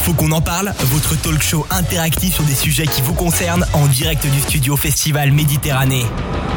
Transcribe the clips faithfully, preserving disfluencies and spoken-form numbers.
Faut qu'on en parle, votre talk show interactif sur des sujets qui vous concernent en direct du studio Festival Méditerranée.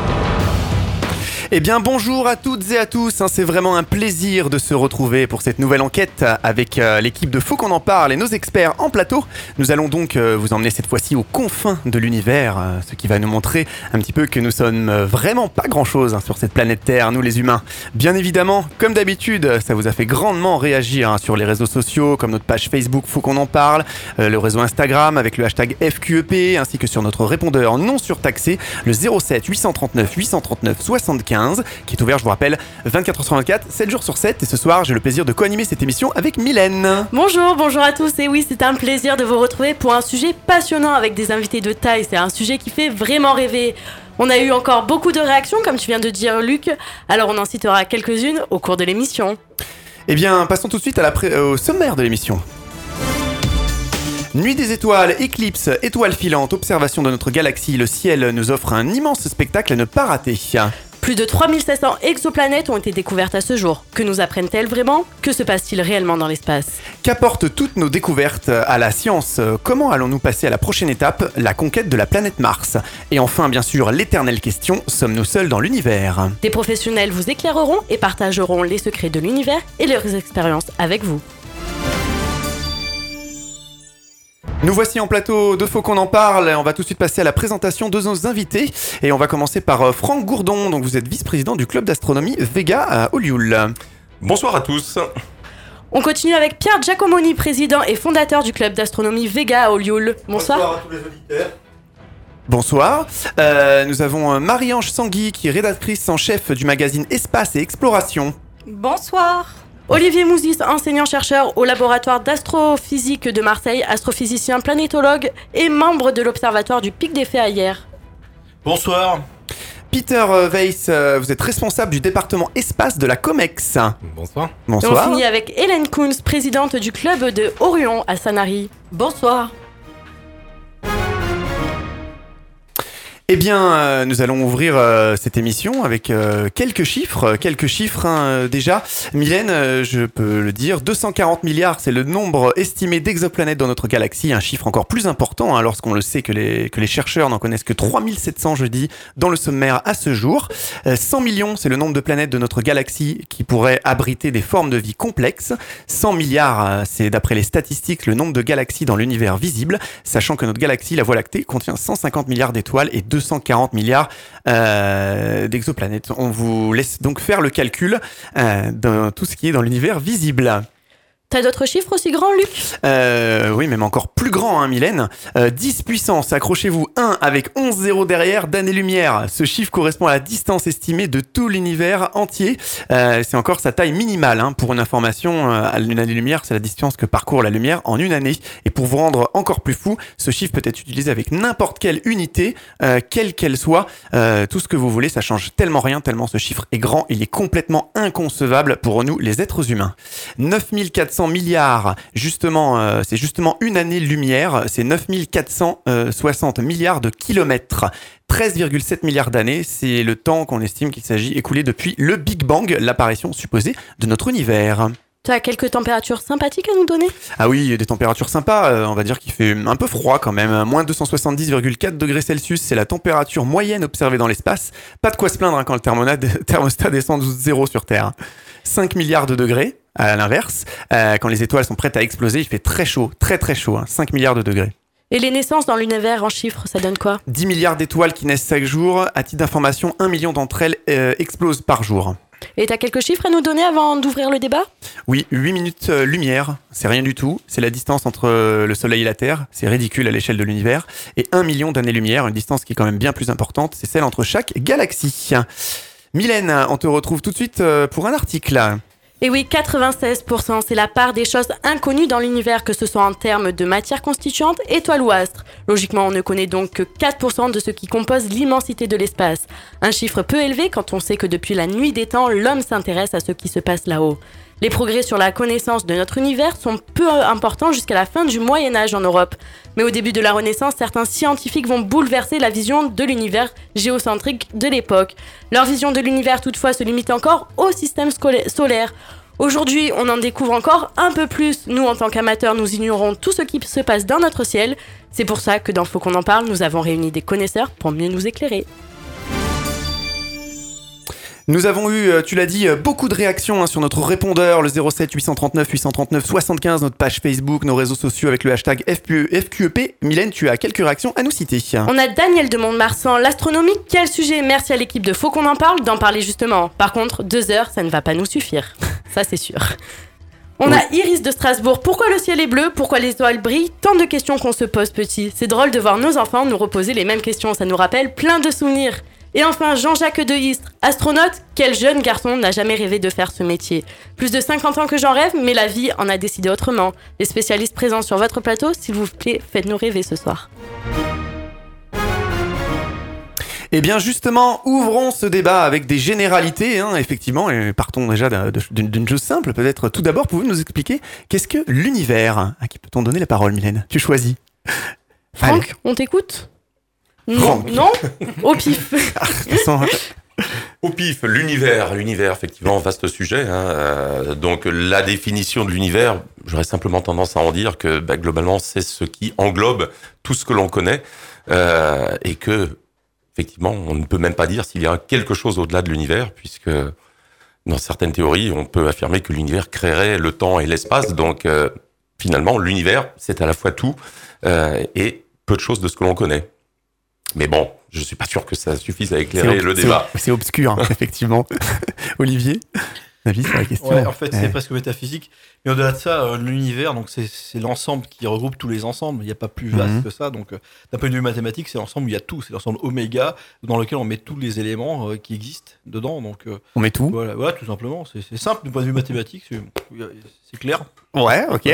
Eh bien bonjour à toutes et à tous, hein, c'est vraiment un plaisir de se retrouver pour cette nouvelle enquête avec euh, l'équipe de Faut qu'on en parle et nos experts en plateau. Nous allons donc euh, vous emmener cette fois-ci aux confins de l'univers, euh, ce qui va nous montrer un petit peu que nous sommes euh, vraiment pas grand-chose hein, sur cette planète Terre, nous les humains. Bien évidemment, comme d'habitude, ça vous a fait grandement réagir hein, sur les réseaux sociaux, comme notre page Facebook Faut qu'on en parle, euh, le réseau Instagram avec le hashtag F Q E P, ainsi que sur notre répondeur non surtaxé, le zéro sept huit cent trente-neuf huit cent trente-neuf soixante-quinze, qui est ouvert, je vous rappelle, vingt-quatre heures sur vingt-quatre, sept jours sur sept. Et ce soir, j'ai le plaisir de co-animer cette émission avec Mylène. Bonjour, bonjour à tous. Et oui, c'est un plaisir de vous retrouver pour un sujet passionnant avec des invités de taille. C'est un sujet qui fait vraiment rêver. On a eu encore beaucoup de réactions, comme tu viens de dire, Luc. Alors, on en citera quelques-unes au cours de l'émission. Eh bien, passons tout de suite à la pré- au sommaire de l'émission. Nuit des étoiles, éclipse, étoiles filantes, observation de notre galaxie, le ciel nous offre un immense spectacle à ne pas rater. Plus de trois mille sept cents exoplanètes ont été découvertes à ce jour. Que nous apprennent-elles vraiment ? Que se passe-t-il réellement dans l'espace ? Qu'apportent toutes nos découvertes à la science ? Comment allons-nous passer à la prochaine étape, la conquête de la planète Mars ? Et enfin, bien sûr, l'éternelle question, sommes-nous seuls dans l'univers ? Des professionnels vous éclaireront et partageront les secrets de l'univers et leurs expériences avec vous. Nous voici en plateau de Faut qu'on en parle. On va tout de suite passer à la présentation de nos invités. Et on va commencer par Franck Gourdon. Donc vous êtes vice-président du club d'astronomie Vega à Olioul. Bonsoir à tous. On continue avec Pierre Giacomoni, président et fondateur du club d'astronomie Vega à Olioul. Bonsoir. Bonsoir à tous les auditeurs. Bonsoir. Euh, nous avons Marie-Ange Sangui qui est rédactrice en chef du magazine Espace et Exploration. Bonsoir. Olivier Mouzis, enseignant-chercheur au laboratoire d'astrophysique de Marseille, astrophysicien planétologue et membre de l'observatoire du Pic des Féaillères. Bonsoir. Peter Weiss, vous êtes responsable du département espace de la COMEX. Bonsoir. Bonsoir. Et on finit avec Hélène Kunz, présidente du club de Orion à Sanary. Bonsoir. Eh bien, euh, nous allons ouvrir euh, cette émission avec euh, quelques chiffres, quelques chiffres hein, euh, déjà. Mylène, euh, je peux le dire, deux cent quarante milliards, c'est le nombre estimé d'exoplanètes dans notre galaxie, un chiffre encore plus important hein, lorsqu'on le sait que les, que les chercheurs n'en connaissent que trois mille sept cents, je dis, dans le sommaire à ce jour. Euh, cent millions, c'est le nombre de planètes de notre galaxie qui pourraient abriter des formes de vie complexes. cent milliards, euh, c'est d'après les statistiques le nombre de galaxies dans l'univers visible, sachant que notre galaxie, la Voie lactée, contient cent cinquante milliards d'étoiles et deux cent quarante milliards euh, d'exoplanètes. On vous laisse donc faire le calcul euh, de tout ce qui est dans l'univers visible. T'as d'autres chiffres aussi grands, Luc ? Euh, oui, même encore plus grand, hein, Mylène. Euh, dix puissance, accrochez-vous, un avec onze zéros derrière d'années-lumière. Ce chiffre correspond à la distance estimée de tout l'univers entier. Euh, c'est encore sa taille minimale. Hein. Pour une information, euh, une année-lumière, c'est la distance que parcourt la lumière en une année. Et pour vous rendre encore plus fou, ce chiffre peut être utilisé avec n'importe quelle unité, euh, quelle qu'elle soit. Euh, tout ce que vous voulez, ça change tellement rien, tellement ce chiffre est grand. Il est complètement inconcevable pour nous, les êtres humains. neuf mille quatre cents milliards, justement, euh, c'est justement une année-lumière, c'est neuf mille quatre cent soixante milliards de kilomètres. treize virgule sept milliards d'années, c'est le temps qu'on estime qu'il s'agit écoulé depuis le Big Bang, l'apparition supposée de notre univers. Tu as quelques températures sympathiques à nous donner ? Ah oui, des températures sympas, euh, on va dire qu'il fait un peu froid quand même. Moins deux cent soixante-dix virgule quatre degrés Celsius, c'est la température moyenne observée dans l'espace. Pas de quoi se plaindre hein, quand le thermostat, thermostat descend de zéro sur Terre. cinq milliards de degrés, à l'inverse. Euh, quand les étoiles sont prêtes à exploser, il fait très chaud, très très chaud, hein, cinq milliards de degrés. Et les naissances dans l'univers en chiffres, ça donne quoi ? dix milliards d'étoiles qui naissent chaque jour. À titre d'information, un million d'entre elles euh, explosent par jour. Et t'as quelques chiffres à nous donner avant d'ouvrir le débat ? Oui, huit minutes euh, lumière, c'est rien du tout. C'est la distance entre euh, le Soleil et la Terre. C'est ridicule à l'échelle de l'univers. Et un million d'années-lumière, une distance qui est quand même bien plus importante, c'est celle entre chaque galaxie. Mylène, on te retrouve tout de suite euh, pour un article. Et oui, quatre-vingt-seize pour cent, c'est la part des choses inconnues dans l'univers, que ce soit en termes de matière constituante, étoiles ou astres. Logiquement, on ne connaît donc que quatre pour cent de ce qui compose l'immensité de l'espace. Un chiffre peu élevé quand on sait que depuis la nuit des temps, l'homme s'intéresse à ce qui se passe là-haut. Les progrès sur la connaissance de notre univers sont peu importants jusqu'à la fin du Moyen-Âge en Europe. Mais au début de la Renaissance, certains scientifiques vont bouleverser la vision de l'univers géocentrique de l'époque. Leur vision de l'univers, toutefois, se limite encore au système solaire. Aujourd'hui, on en découvre encore un peu plus. Nous, en tant qu'amateurs, nous ignorons tout ce qui se passe dans notre ciel. C'est pour ça que dans Faut qu'on en parle, nous avons réuni des connaisseurs pour mieux nous éclairer. Nous avons eu, tu l'as dit, beaucoup de réactions hein, sur notre répondeur, le zéro sept huit cent trente-neuf huit cent trente-neuf soixante-quinze, notre page Facebook, nos réseaux sociaux avec le hashtag F Q E P. Mylène, tu as quelques réactions à nous citer. On a Daniel de Mont-de-Marsan, l'astronomie, quel sujet. Merci à l'équipe de Faut qu'on en parle d'en parler justement. Par contre, deux heures, ça ne va pas nous suffire. Ça, c'est sûr. On oui. a Iris de Strasbourg. Pourquoi le ciel est bleu ? Pourquoi les étoiles brillent ? Tant de questions qu'on se pose petit. C'est drôle de voir nos enfants nous reposer les mêmes questions. Ça nous rappelle plein de souvenirs. Et enfin, Jean-Jacques de Istres, astronaute, quel jeune garçon n'a jamais rêvé de faire ce métier ? Plus de cinquante ans que j'en rêve, mais la vie en a décidé autrement. Les spécialistes présents sur votre plateau, s'il vous plaît, faites-nous rêver ce soir. Eh bien justement, ouvrons ce débat avec des généralités, hein, effectivement, et partons déjà d'une, d'une chose simple, peut-être. Tout d'abord, pouvez-vous nous expliquer qu'est-ce que l'univers ? À qui peut-on donner la parole, Mylène ? Tu choisis. Franck, Allez. On t'écoute ? Non, Franck. non Au pif. Au pif, l'univers, l'univers, effectivement, vaste sujet. Hein. Euh, donc, la définition de l'univers, j'aurais simplement tendance à en dire que, bah, globalement, c'est ce qui englobe tout ce que l'on connaît euh, et que, effectivement, on ne peut même pas dire s'il y a quelque chose au-delà de l'univers, puisque dans certaines théories, on peut affirmer que l'univers créerait le temps et l'espace. Donc, euh, finalement, l'univers, c'est à la fois tout euh, et peu de choses de ce que l'on connaît. Mais bon, je suis pas sûr que ça suffise à éclairer ob- le débat. C'est, c'est obscur, hein, effectivement. Olivier, avis sur la question ? Ouais, en fait, c'est Ouais. presque métaphysique. Mais au-delà de ça, euh, l'univers, donc c'est, c'est l'ensemble qui regroupe tous les ensembles. Il n'y a pas plus vaste Mhm. que ça. Donc, euh, d'un point de vue mathématique, c'est l'ensemble où il y a tout. C'est l'ensemble oméga dans lequel on met tous les éléments euh, qui existent dedans. Donc, euh, On met tout ? voilà, voilà, tout simplement. C'est, c'est simple du point de vue mathématique. C'est, c'est clair. Ouais, ok.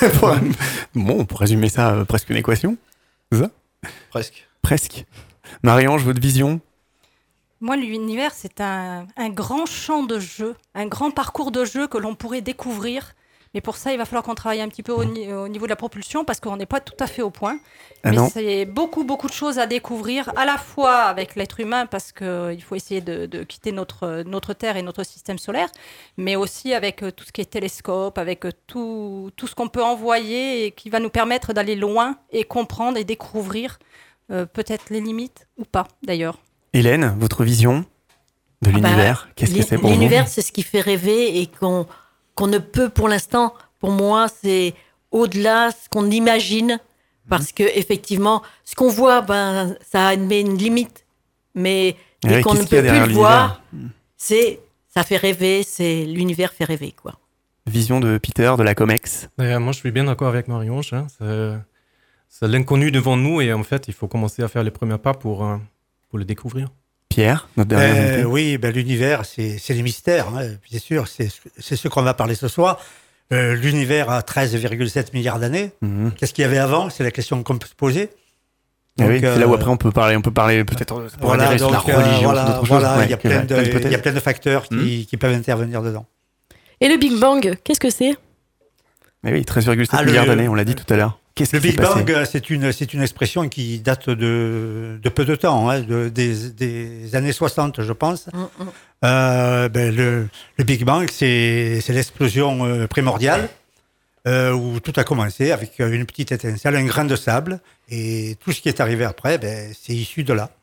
Bon, pour résumer ça, euh, presque une équation. C'est ça ? Presque. Presque. Marie-Ange, votre vision ? Moi, l'univers, c'est un, un grand champ de jeu, un grand parcours de jeu que l'on pourrait découvrir. Mais pour ça, il va falloir qu'on travaille un petit peu au, ni- au niveau de la propulsion parce qu'on n'est pas tout à fait au point. Ah Mais non. c'est beaucoup, beaucoup de choses à découvrir, à la fois avec l'être humain parce qu'il faut essayer de, de quitter notre, notre Terre et notre système solaire, mais aussi avec euh, tout ce qui est télescope, avec euh, tout, tout ce qu'on peut envoyer et qui va nous permettre d'aller loin et comprendre et découvrir euh, peut-être les limites ou pas, d'ailleurs. Hélène, votre vision de Ah bah, l'univers, qu'est-ce que l'uni- c'est pour L'univers, vous ? c'est ce qui fait rêver et qu'on, qu'on ne peut, pour l'instant, pour moi, c'est au-delà ce qu'on imagine. Parce que effectivement, ce qu'on voit, ben, ça met une limite. Mais Ah dès oui, qu'on ne qu'est-ce qu'il y a peut plus derrière le voir, c'est, ça fait rêver, c'est, l'univers fait rêver, quoi. Vision de Peter, de la Comex. Euh, moi, je suis bien d'accord avec Marie-Ange. Hein. C'est, c'est l'inconnu devant nous et en fait, il faut commencer à faire les premiers pas pour, euh, pour le découvrir. Pierre, notre dernier Euh, invité. oui, ben, l'univers, c'est, c'est les mystères, hein, bien sûr, c'est, c'est ce qu'on va parler ce soir. Euh, l'univers a treize virgule sept milliards d'années. Mhm. Qu'est-ce qu'il y avait avant ? C'est la question qu'on peut se poser. Ah oui, Donc, c'est là où euh, après on peut parler, on peut parler peut-être ça pourrait Voilà, aller sur la donc, euh, religion, voilà, sur d'autres voilà, choses. Ouais, il y a que- plein de, plein d'hypothèses. il y a plein de facteurs qui, Hmm. qui peuvent intervenir dedans. Et le Big Bang, qu'est-ce que c'est ? Mais oui, treize virgule sept Ah, le- milliards d'années, on l'a dit tout à l'heure. Qu'est-ce Le qui s'est Big passé ? Bang, euh, c'est une, c'est une expression qui date de, de peu de temps, hein, de, des, des années soixante, je pense. Mm, mm. Euh, ben, le, le Big Bang, c'est, c'est l'explosion euh, primordiale euh, où tout a commencé avec euh, une petite étincelle, un grain de sable, et tout ce qui est arrivé après, ben, c'est issu de là.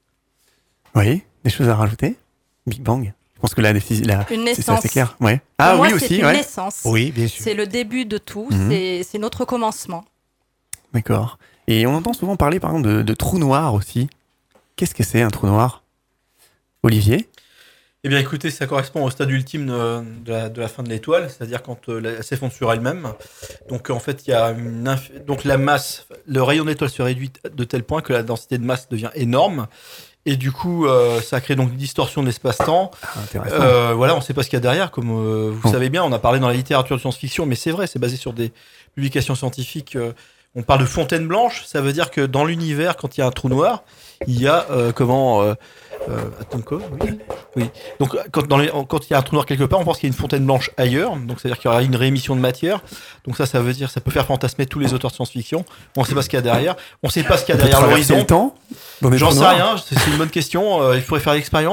Oui, des choses à rajouter ? Big Bang. Je pense que là, la, Une c'est, c'est naissance. assez clair. Ouais. Pour Ah moi, oui c'est aussi, une ouais. naissance. Oui, bien sûr. C'est le début de tout, Mhm. c'est, c'est notre commencement. D'accord. Et on entend souvent parler, par exemple, de, de trous noirs aussi. Qu'est-ce que c'est un trou noir ? Olivier ? Eh bien, écoutez, ça correspond au stade ultime de, de la, de la fin de l'étoile, c'est-à-dire quand euh, elle s'effondre sur elle-même. Donc, en fait, il y a une inf- donc la masse, le rayon de l'étoile se réduit de tel point que la densité de masse devient énorme. Et du coup, euh, ça crée donc une distorsion de l'espace-temps. Ah, intéressant. Euh, voilà, on ne sait pas ce qu'il y a derrière, comme euh, vous Bon. savez bien. On a parlé dans la littérature de science-fiction, mais c'est vrai, c'est basé sur des publications scientifiques. euh, on parle de fontaine blanche, ça veut dire que dans l'univers, quand il y a un trou noir, il y a euh, comment euh, euh, attends quoi oui. oui. Donc quand, dans les, quand il y a un trou noir quelque part, on pense qu'il y a une fontaine blanche ailleurs. Donc c'est à dire qu'il y aura une réémission de matière. Donc ça, ça veut dire, ça peut faire fantasmer tous les auteurs de science-fiction. On ne sait pas ce qu'il y a derrière. On ne sait pas ce qu'il y a On peut derrière traverser l'horizon. le temps dans des J'en trous sais noirs rien. C'est, c'est une bonne question. Euh, il faudrait faire l'expérience.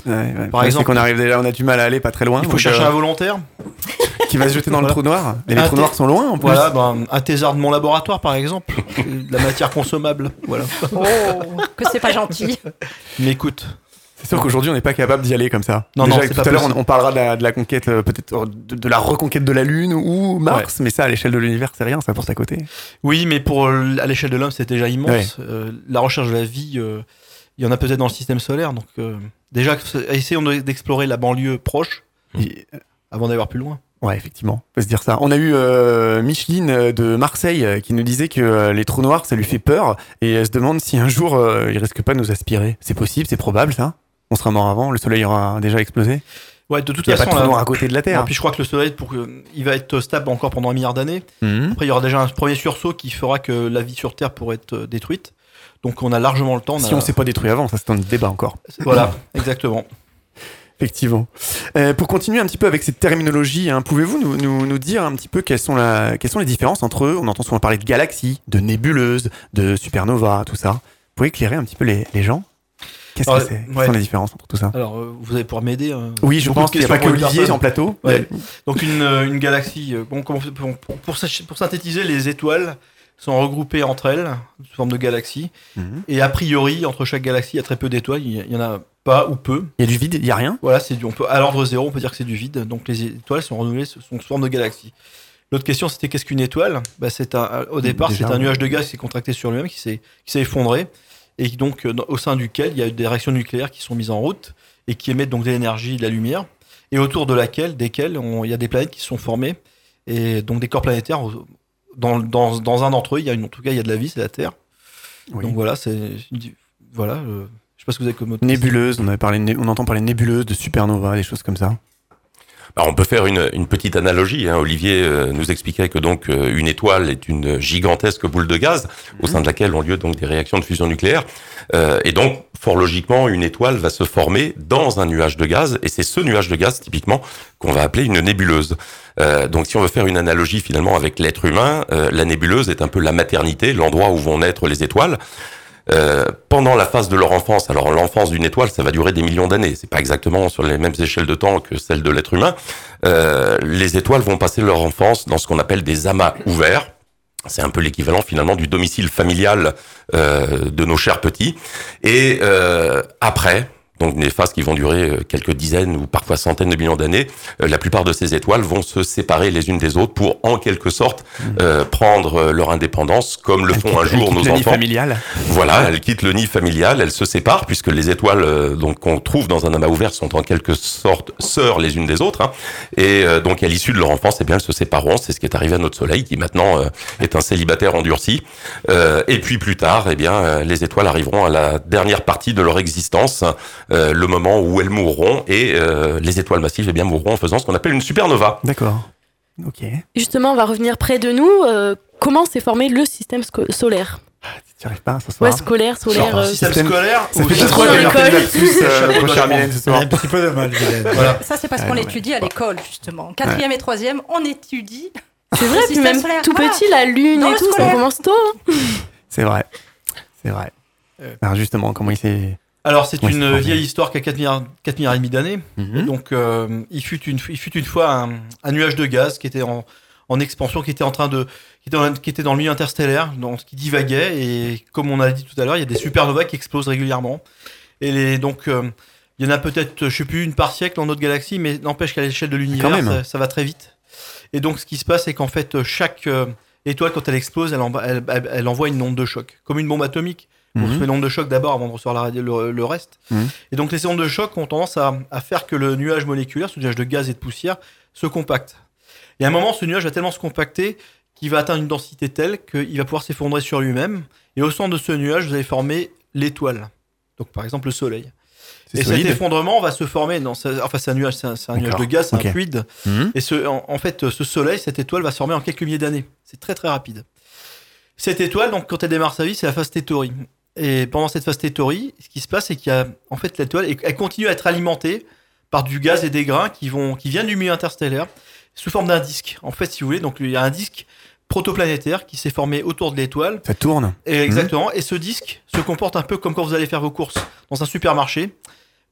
Ouais, ouais. Par Ouais, exemple- c'est qu'on arrive déjà, on a du mal à aller pas très loin. Il faut donc, chercher euh, un volontaire. qui va se jeter dans Voilà. le trou noir. Et les Un trous thé- noirs sont loin en plus. Voilà, ben, un thésard de mon laboratoire, par exemple. De la matière consommable. Voilà. Oh, que c'est pas gentil. Mais écoute, C'est sûr qu'aujourd'hui on n'est pas capable d'y aller comme ça. Non, Déjà, non, c'est tout pas à l'heure on, possible. on parlera de la, de la conquête, euh, peut-être de, de la reconquête de la Lune ou Mars, mais ça à l'échelle de l'univers c'est rien, ça porte à côté. oui, mais pour euh, à l'échelle de l'homme, c'est déjà immense. Euh, la recherche de la vie, euh, il y en a peut-être dans le système solaire. Donc, euh, déjà, essayons de- d'explorer la banlieue proche Et- avant d'aller voir plus loin. Ouais, effectivement, on peut se dire ça. On a eu euh, Micheline euh, de Marseille euh, qui nous disait que euh, les trous noirs, ça lui fait peur et elle se demande si un jour euh, ils risquent pas de nous aspirer. C'est possible, c'est probable ça. On sera mort avant, le soleil aura déjà explosé. Ouais, de toute Il n'y a pas de façon, trou là, noir à côté de la Terre. non, puis je crois que le soleil, pour que, il va être stable encore pendant un milliard d'années. Mhm. Après, il y aura déjà un premier sursaut qui fera que la vie sur Terre pourrait être euh, détruite. Donc, on a largement le temps. Si a- on s'est pas détruit avant, ça c'est un débat encore. Voilà, exactement. Effectivement. Euh, pour continuer un petit peu avec cette terminologie, hein, pouvez-vous nous, nous, nous dire un petit peu quelles sont, la, quelles sont les différences entre eux? On entend souvent parler de galaxies, de nébuleuses, de supernovas, tout ça. Vous pouvez éclairer un petit peu les, les gens? Qu'est-ce Alors, que c'est? Quelles ouais. sont les différences entre tout ça? Alors, euh, vous allez pouvoir m'aider. hein. Oui, je Beaucoup pense de qu'il n'y a pas que questions pour une Olivier personne. en plateau. Ouais. Donc, une, euh, une galaxie, euh, bon, comment- pour, pour, pour sach- pour synthétiser, les étoiles sont regroupées entre elles sous forme de galaxies. Mhm. Et a priori, entre chaque galaxie, il y a très peu d'étoiles. Il y- il y en a pas ou peu. Il y a du vide, il n'y a rien. Voilà, c'est du, on peut, à l'ordre zéro, on peut dire que c'est du vide. Donc les étoiles sont renouvelées, sont sous forme de galaxies. L'autre question, c'était qu'est-ce qu'une étoile? Bah, c'est un, au départ, Déjà, c'est un ouais. nuage de gaz qui s'est contracté sur lui-même, qui s'est, qui s'est effondré, et qui, donc, euh, dans- au sein duquel il y a eu des réactions nucléaires qui sont mises en route et qui émettent donc de l'énergie, de la lumière, et autour de laquelle, desquelles, on- il y a des planètes qui se sont formées, et donc des corps planétaires. au- Dans, dans, dans un d'entre eux, il y a une, en tout cas, il y a de la vie, c'est la Terre. Oui. Donc voilà, c'est voilà. euh, je sais pas ce que vous avez comme autre Nébuleuse, on, avait parlé de né- on entend parler de nébuleuses, de supernovas, des choses comme ça. Alors on peut faire une, une petite analogie. Hein. Olivier euh, nous expliquait que donc euh, une étoile est une gigantesque boule de gaz au sein de laquelle ont lieu donc des réactions de fusion nucléaire. Euh, et donc fort logiquement, une étoile va se former dans un nuage de gaz, et c'est ce nuage de gaz typiquement qu'on va appeler une nébuleuse. Euh, donc si on veut faire une analogie finalement avec l'être humain, euh, la nébuleuse est un peu la maternité, l'endroit où vont naître les étoiles. Euh, pendant la phase de leur enfance, alors l'enfance d'une étoile, ça va durer des millions d'années. C'est pas exactement sur les mêmes échelles de temps que celle de l'être humain. Euh, les étoiles vont passer leur enfance dans ce qu'on appelle des amas ouverts. C'est un peu l'équivalent finalement du domicile familial euh, de nos chers petits. Et euh, après, donc des phases qui vont durer quelques dizaines ou parfois centaines de millions d'années, euh, la plupart de ces étoiles vont se séparer les unes des autres pour en quelque sorte euh, prendre leur indépendance, comme le Elle font quitte- un elle jour quitte nos le nid enfants. familial. Voilà, elles quittent le nid familial, elles se séparent puisque les étoiles euh, donc qu'on trouve dans un amas ouvert sont en quelque sorte sœurs les unes des autres. Hein. Et euh, donc à l'issue de leur enfance, eh bien elles se sépareront. C'est ce qui est arrivé à notre Soleil, qui maintenant euh, est un célibataire endurci. Euh, et puis plus tard, eh bien euh, les étoiles arriveront à la dernière partie de leur existence, euh, le moment où elles mourront. Et euh, les étoiles massives, eh bien mourront en faisant ce qu'on appelle une supernova. D'accord. Ok. Justement, on va revenir près de nous. euh, comment s'est formé le système sco- solaire? Tu n'y arrives pas ce soir? Ouais, scolaire, solaire. Genre, euh, système système- scolaire Ça ou fait système deux trois dans heures l'école. qu'elle a plus, euh, Chapeau mon cher de Mylène, ce Il y a soir. un petit peu de mal, Mylène. Voilà. Ça, c'est parce Ouais, qu'on ouais. étudie à l'école, justement. Quatrième et troisième, on étudie. C'est vrai, le puis système même solaire, tout voilà. petit, la lune Dans et le tout, ça scolaire. commence tôt. hein. C'est vrai. C'est vrai. Alors justement, comment il s'est... Alors c'est Ouais, une c'est formé. vieille histoire qui a quatre milliards, quatre milliards et demi d'années. Mhm. Donc euh, il, fut une, il fut une fois un, un nuage de gaz qui était en, en expansion, qui était en train de, qui était, en- qui était dans le milieu interstellaire, donc qui divaguait. Et comme on a dit tout à l'heure, il y a des supernovas qui explosent régulièrement. Et les, donc euh, il y en a peut-être, je sais plus, une par siècle dans notre galaxie, mais n'empêche qu'à l'échelle de l'univers, même. ça, ça va très vite. Et donc ce qui se passe, c'est qu'en fait chaque euh, étoile, quand elle explose, elle, envoie- elle, elle- elle envoie une onde de choc, comme une bombe atomique. On Mhm. fait l'onde de choc d'abord avant de recevoir la radio- le, le reste. Mhm. Et donc les ondes de choc ont tendance à, à faire que le nuage moléculaire, ce nuage de gaz et de poussière, se compacte. Et à un moment, ce nuage va tellement se compacter qu'il va atteindre une densité telle qu'il va pouvoir s'effondrer sur lui-même. Et au centre de ce nuage, vous allez former l'étoile. Donc par exemple le Soleil. C'est Et solide. cet effondrement va se former. Dans ce- enfin, c'est un nuage, c'est un, c'est un nuage de D'accord. gaz, c'est Ok. un fluide. Mhm. Et ce, en, en fait, ce Soleil, cette étoile va se former en quelques milliers d'années. C'est très très rapide. Cette étoile, donc, quand elle démarre sa vie, c'est la phase Théorie. Et pendant cette phase Théorie, ce qui se passe, c'est qu'il y a, en fait, l'étoile, elle continue à être alimentée par du gaz et des grains qui vont, qui viennent du milieu interstellaire, sous forme d'un disque. En fait, si vous voulez, donc, il y a un disque protoplanétaire qui s'est formé autour de l'étoile. Ça tourne. Et exactement. Et ce disque se comporte un peu comme quand vous allez faire vos courses dans un supermarché.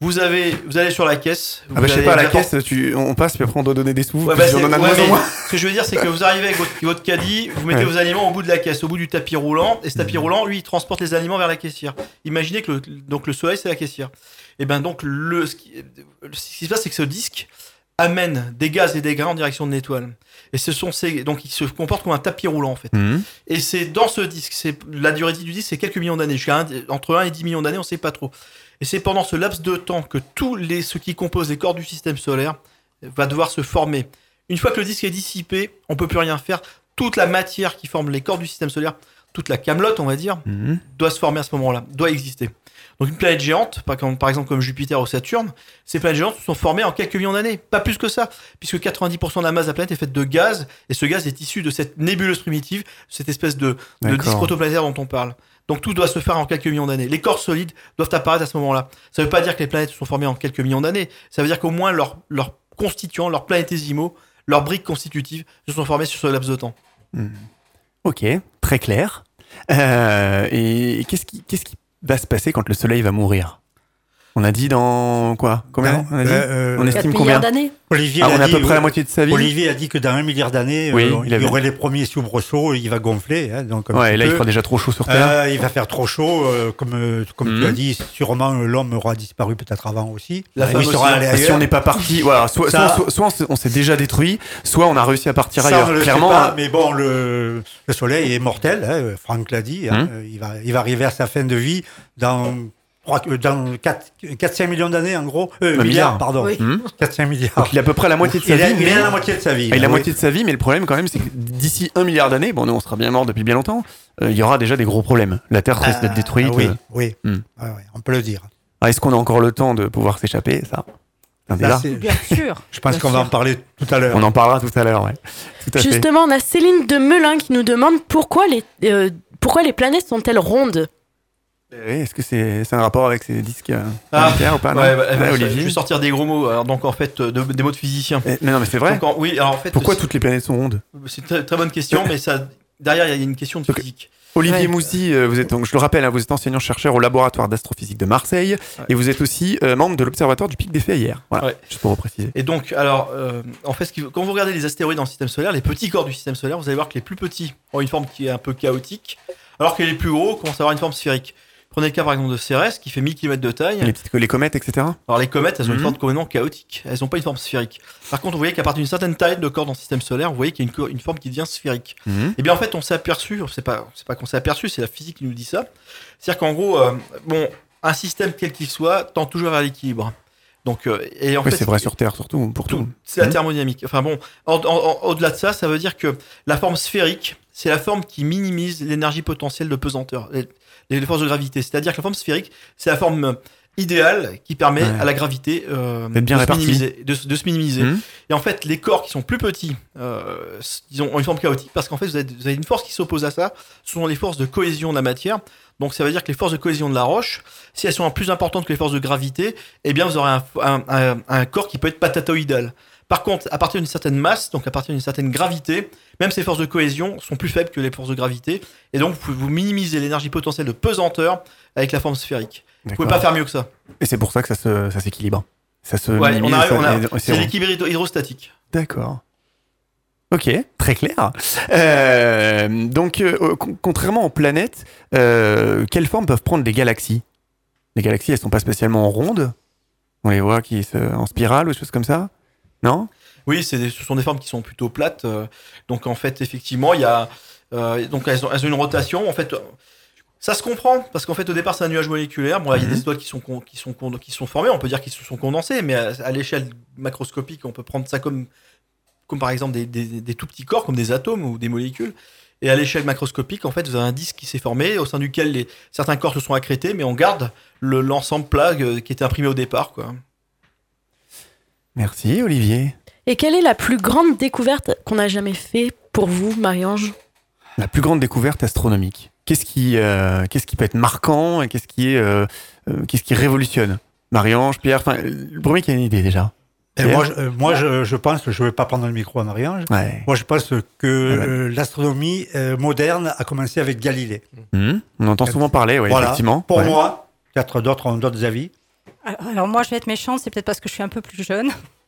Vous, avez, vous allez sur la caisse. Vous Ah bah je sais allez pas, à la vous caisse, tu, on passe, puis après on doit donner des sous, Ouais, puis bah, on c'est- en a de ouais, moins en mais moins. Ce que je veux dire, c'est que vous arrivez avec votre, votre caddie, vous mettez Ouais. vos aliments au bout de la caisse, au bout du tapis roulant, et ce tapis Mhm. roulant, lui, il transporte les aliments vers la caissière. Imaginez que le, donc le soleil, c'est la caissière. Et ben donc, le, ce, qui, ce qui se passe, c'est que ce disque amène des gaz et des grains en direction de l'étoile. Et ce sont ces, donc il se comporte comme un tapis roulant en fait. Mhm. Et c'est dans ce disque, c'est la durée de vie du disque, c'est quelques millions d'années, jusqu'à un- entre un et dix millions d'années, on sait pas trop. Et c'est pendant ce laps de temps que tous les ce qui compose les corps du système solaire va devoir se former. Une fois que le disque est dissipé, on peut plus rien faire. Toute la matière qui forme les corps du système solaire, toute la camelote, on va dire, Mhm. doit se former à ce moment-là, doit exister. Donc une planète géante, par comme- par exemple comme Jupiter ou Saturne, ces planètes géantes sont formées en quelques millions d'années, pas plus que ça, puisque quatre-vingt-dix pour cent de la masse de la planète est faite de gaz, et ce gaz est issu de cette nébuleuse primitive, cette espèce de, de D'accord. disque protoplanétaire dont on parle. Donc tout doit se faire en quelques millions d'années. Les corps solides doivent apparaître à ce moment-là. Ça ne veut pas dire que les planètes sont formées en quelques millions d'années, ça veut dire qu'au moins leurs leurs constituants, leurs planétésimaux, leurs briques constitutives se sont formées sur ce laps de temps. Mhm. Ok, très clair. Euh, et qu'est-ce qui, qu'est-ce qui va se passer quand le soleil va mourir? On a dit dans quoi? Combien on a dit Euh, On euh, estime quatre combien milliards d'années. Olivier Ah, a on a à dit- peu près la moitié de sa vie. Olivier a dit que dans un milliard d'années, Oui, euh, il il y avait- aurait les premiers soubresauts, il va gonfler. Hein, donc un Ouais, petit et là il peu. fera déjà trop chaud sur Terre. Euh, il va faire trop chaud, euh, comme, euh, comme tu Mhm. as dit, sûrement euh, l'homme aura disparu peut-être avant aussi. La Euh, femme il sera aussi, allé hein. Bah, si ailleurs. on n'est pas parti, voilà, soit, Ça- soit, soit- soit on s'est- on s'est déjà détruit, soit on a réussi à partir Ça, ailleurs. on ne le sait Clairement, pas, hein. mais bon, le, le soleil est mortel, hein, Franck l'a dit. Hein, Mhm. euh, il, va, il va arriver à sa fin de vie dans, trois- euh, dans quatre à cinq millions d'années, en gros. Euh, Un milliard. milliards, pardon. Oui. Hmm. quatre à cinq milliards. Donc il a à peu près la moitié de sa il, a, vie. il mais- est à la moitié de sa vie. Ah, il a la oui. moitié de sa vie, mais le problème quand même, c'est que d'ici un milliard d'années, bon, nous on sera bien mort depuis bien longtemps, euh, il y aura déjà des gros problèmes. La Terre risque d'être Ah, détruite. oui, euh. oui. Hmm. Ouais, ouais, on peut le dire. Ah, est-ce qu'on a encore le temps de pouvoir s'échapper? Ça, c'est un Là, débat. c'est- Bien sûr. je pense Bien qu'on va sûr. en parler tout à l'heure. On en parlera tout à l'heure, ouais. Tout à fait. Justement, on a Céline de Melun qui nous demande pourquoi les, euh, pourquoi les planètes sont-elles rondes? Oui, est-ce que c'est c'est un rapport avec ces disques euh, Ah, planétaires ou pas? non Ouais, bah, Ouais, bah, Olivier. je vais sortir des gros mots, alors donc en fait, euh, de- des mots de physiciens. Eh, mais non, mais c'est vrai. Donc, en- oui, alors en fait, Pourquoi c'est- toutes les planètes sont rondes? c'est une très, très bonne question, mais ça, derrière, il y a une question de Donc, physique. Olivier Ouais. Moussy, euh, vous êtes donc, je le rappelle, hein, vous êtes enseignant-chercheur au laboratoire d'astrophysique de Marseille Ouais. et vous êtes aussi euh, membre de l'Observatoire du Pic des Fées hier. Voilà, Ouais. juste pour repréciser. Et donc, alors, euh, en fait, ce qui- quand vous regardez les astéroïdes dans le système solaire, les petits corps du système solaire, vous allez voir que les plus petits ont une forme qui est un peu chaotique, alors que les plus gros commencent à avoir une forme sphérique. Prenez le cas par exemple de Cérès, qui fait mille kilomètres de taille. Les petites les comètes, et cetera. Alors les comètes, elles ont Mhm. une forme complètement chaotique. Elles n'ont pas une forme sphérique. Par contre, vous voyez qu'à partir d'une certaine taille de corps dans le système solaire, vous voyez qu'il y a une, co- une forme qui devient sphérique. Mhm. Et bien en fait, on s'est aperçu, c'est pas, c'est pas qu'on s'est aperçu, c'est la physique qui nous dit ça. C'est-à-dire qu'en gros, euh, bon, un système quel qu'il soit tend toujours vers l'équilibre. Donc, euh, et en Oui, fait, c'est vrai sur Terre, surtout pour tout. tout, c'est la Mhm. thermodynamique. Enfin bon, en- en- en- au-delà de ça, ça veut dire que la forme sphérique, c'est la forme qui minimise l'énergie potentielle de pesanteur, les, les forces de gravité. C'est-à-dire que la forme sphérique, c'est la forme euh, idéale qui permet Ouais. à la gravité euh, D'être bien de, se répartie. minimiser, de, se- de se minimiser. Mhm. Et en fait, les corps qui sont plus petits, euh, ils ont une forme chaotique parce qu'en fait, vous avez, vous avez une force qui s'oppose à ça. Ce sont les forces de cohésion de la matière. Donc, ça veut dire que les forces de cohésion de la roche, si elles sont plus importantes que les forces de gravité, eh bien, vous aurez un, un- un- un corps qui peut être patatoïdal. Par contre, à partir d'une certaine masse, donc à partir d'une certaine gravité, même ces forces de cohésion sont plus faibles que les forces de gravité. Et donc, vous pouvez vous minimiser l'énergie potentielle de pesanteur avec la forme sphérique. Vous pouvez D'accord. pas faire mieux que ça. Et c'est pour ça que ça se- ça s'équilibre. Ça se Ouais, on minimise, arrive, ça- on a- et- et c'est rond. l'équilibre hydro- hydrostatique. D'accord. Ok, très clair. Euh, donc, euh, con- contrairement aux planètes, euh, quelles formes peuvent prendre les galaxies? Les galaxies, elles sont pas spécialement rondes. On les voit qui se, en spirale ou des choses comme ça. Non? Oui, c'est des- ce sont des formes qui sont plutôt plates. euh, donc en fait, effectivement, il y a euh, donc elles ont, elles ont une rotation. En fait, euh, ça se comprend parce qu'en fait, au départ, c'est un nuage moléculaire. Bon, là, il y a Mhm. des étoiles qui sont con- qui sont con- qui sont formées. On peut dire qu'ils se sont condensés, mais à, à l'échelle macroscopique, on peut prendre ça comme comme par exemple des, des- des tout petits corps, comme des atomes ou des molécules. Et à l'échelle macroscopique, en fait, vous avez un disque qui s'est formé, au sein duquel les, certains corps se sont accrétés, mais on garde le- l'ensemble plat euh, qui était imprimé au départ, quoi. Merci, Olivier. Et quelle est la plus grande découverte qu'on a jamais fait pour vous, Marie-Ange? La plus grande découverte astronomique. Qu'est-ce qui, euh, qu'est-ce qui peut être marquant et qu'est-ce qui est, euh, euh, qu'est-ce qui révolutionne? Marie-Ange, Pierre, enfin, le premier qui a une idée déjà. Et Pierre moi, je, euh, moi je, je pense, je ne vais pas prendre le micro à Marie-Ange, Ouais. moi je pense que Ah ouais. euh, l'astronomie euh, moderne a commencé avec Galilée. Mhm. On entend souvent parler, oui, Voilà. effectivement. Pour Ouais. moi, peut-être d'autres ont d'autres avis. Alors moi, je vais être méchante, c'est peut-être parce que je suis un peu plus jeune.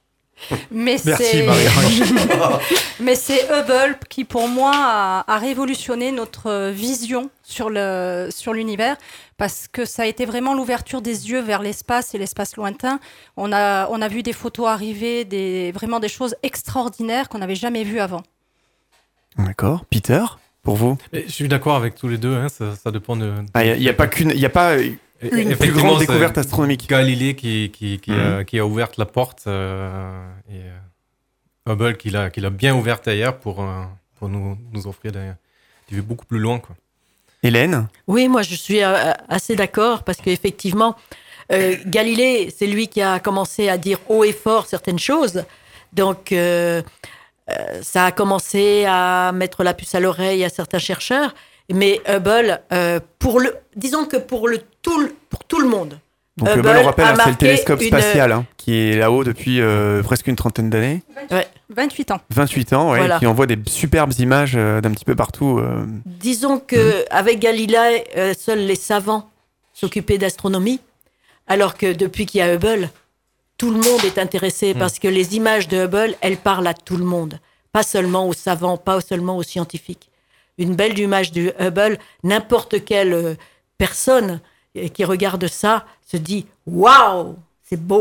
Mais Merci, c'est... Marie-Ange. Mais c'est Hubble qui, pour moi, a, a révolutionné notre vision sur, le, sur l'univers, parce que ça a été vraiment l'ouverture des yeux vers l'espace et l'espace lointain. On a, on a vu des photos arriver, des, vraiment des choses extraordinaires qu'on n'avait jamais vues avant. D'accord. Peter, pour vous? Et je suis d'accord avec tous les deux, hein, ça, ça dépend de... Ah, il n'y a, a pas qu'une... Il y a pas... Et- Une plus effectivement, grande c'est découverte astronomique. Galilée qui, qui, qui, Mhm. a, qui a ouvert la porte euh, et euh, Hubble qui l'a, qui l'a bien ouverte ailleurs pour, euh, pour nous, nous offrir des, des vues beaucoup plus loin. Quoi. Hélène? Oui, moi je suis euh, assez d'accord parce qu'effectivement, euh, Galilée, c'est lui qui a commencé à dire haut et fort certaines choses. Donc, euh, euh, ça a commencé à mettre la puce à l'oreille à certains chercheurs. Mais Hubble, euh, pour le, disons que pour, le, tout, le- pour tout le monde, Donc Hubble Hubble, on rappelle, a hein, c'est le marqué télescope une- spatial hein, qui est là-haut depuis euh, presque une trentaine d'années. ouais, vingt-huit ans. vingt-huit ans, ouais, Voilà. qui envoie des superbes images euh, d'un petit peu partout. euh. disons qu'avec Galilée, euh, seuls les savants s'occupaient d'astronomie, alors que depuis qu'il y a Hubble, tout le monde est intéressé parce que les images de Hubble, elles parlent à tout le monde, pas seulement aux savants, pas seulement aux scientifiques. Une belle image du Hubble, n'importe quelle euh, personne euh, qui regarde ça se dit « Waouh, c'est beau !»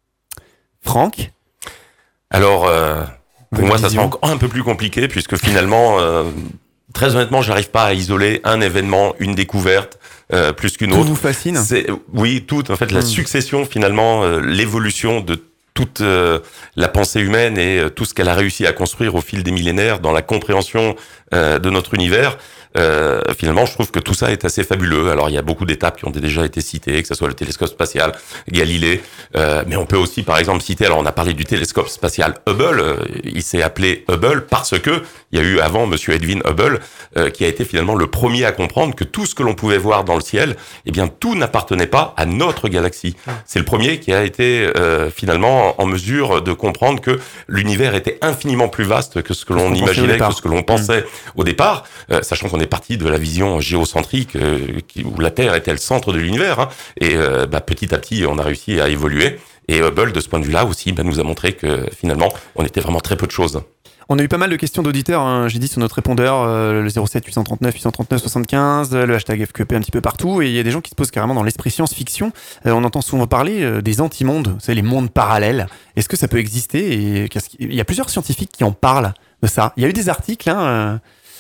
Franck? Alors, euh, pour Votre moi, ça vision. sera encore un peu plus compliqué, puisque finalement, euh, très honnêtement, j'arrive pas à isoler un événement, une découverte, euh, plus qu'une Tout autre. vous fascine? C'est, oui, tout. En fait, la Mm. succession, finalement, euh, l'évolution de toute euh, la pensée humaine et euh, tout ce qu'elle a réussi à construire au fil des millénaires dans la compréhension euh, de notre univers. Euh, finalement, je trouve que tout ça est assez fabuleux. Alors, il y a beaucoup d'étapes qui ont déjà été citées, que ce soit le télescope spatial, Galilée, euh, mais on peut aussi, par exemple, citer, alors on a parlé du télescope spatial Hubble, euh, il s'est appelé Hubble parce que il y a eu avant Monsieur Edwin Hubble, euh, qui a été finalement le premier à comprendre que tout ce que l'on pouvait voir dans le ciel, eh bien, tout n'appartenait pas à notre galaxie. C'est le premier qui a été euh, finalement en mesure de comprendre que l'univers était infiniment plus vaste que ce que Que ce l'on qu'on pensait au imaginait, départ. que ce que l'on pensait au départ, euh, sachant qu'on est parti de la vision géocentrique euh, qui, où la Terre était le centre de l'univers, hein, et euh, bah, petit à petit on a réussi à évoluer. Et Hubble, de ce point de vue-là aussi, bah, nous a montré que finalement on était vraiment très peu de choses. On a eu pas mal de questions d'auditeurs, hein, j'ai dit sur notre répondeur, euh, le zéro sept huit cent trente-neuf huit cent trente-neuf soixante-quinze, le hashtag F Q P un petit peu partout, et il y a des gens qui se posent carrément dans l'esprit science-fiction. Euh, on entend souvent parler euh, des antimondes, vous savez, les mondes parallèles. Est-ce que ça peut exister? Et qu'est-ce qu'il- il y a plusieurs scientifiques qui en parlent de ça. Il y a eu des articles, hein, euh...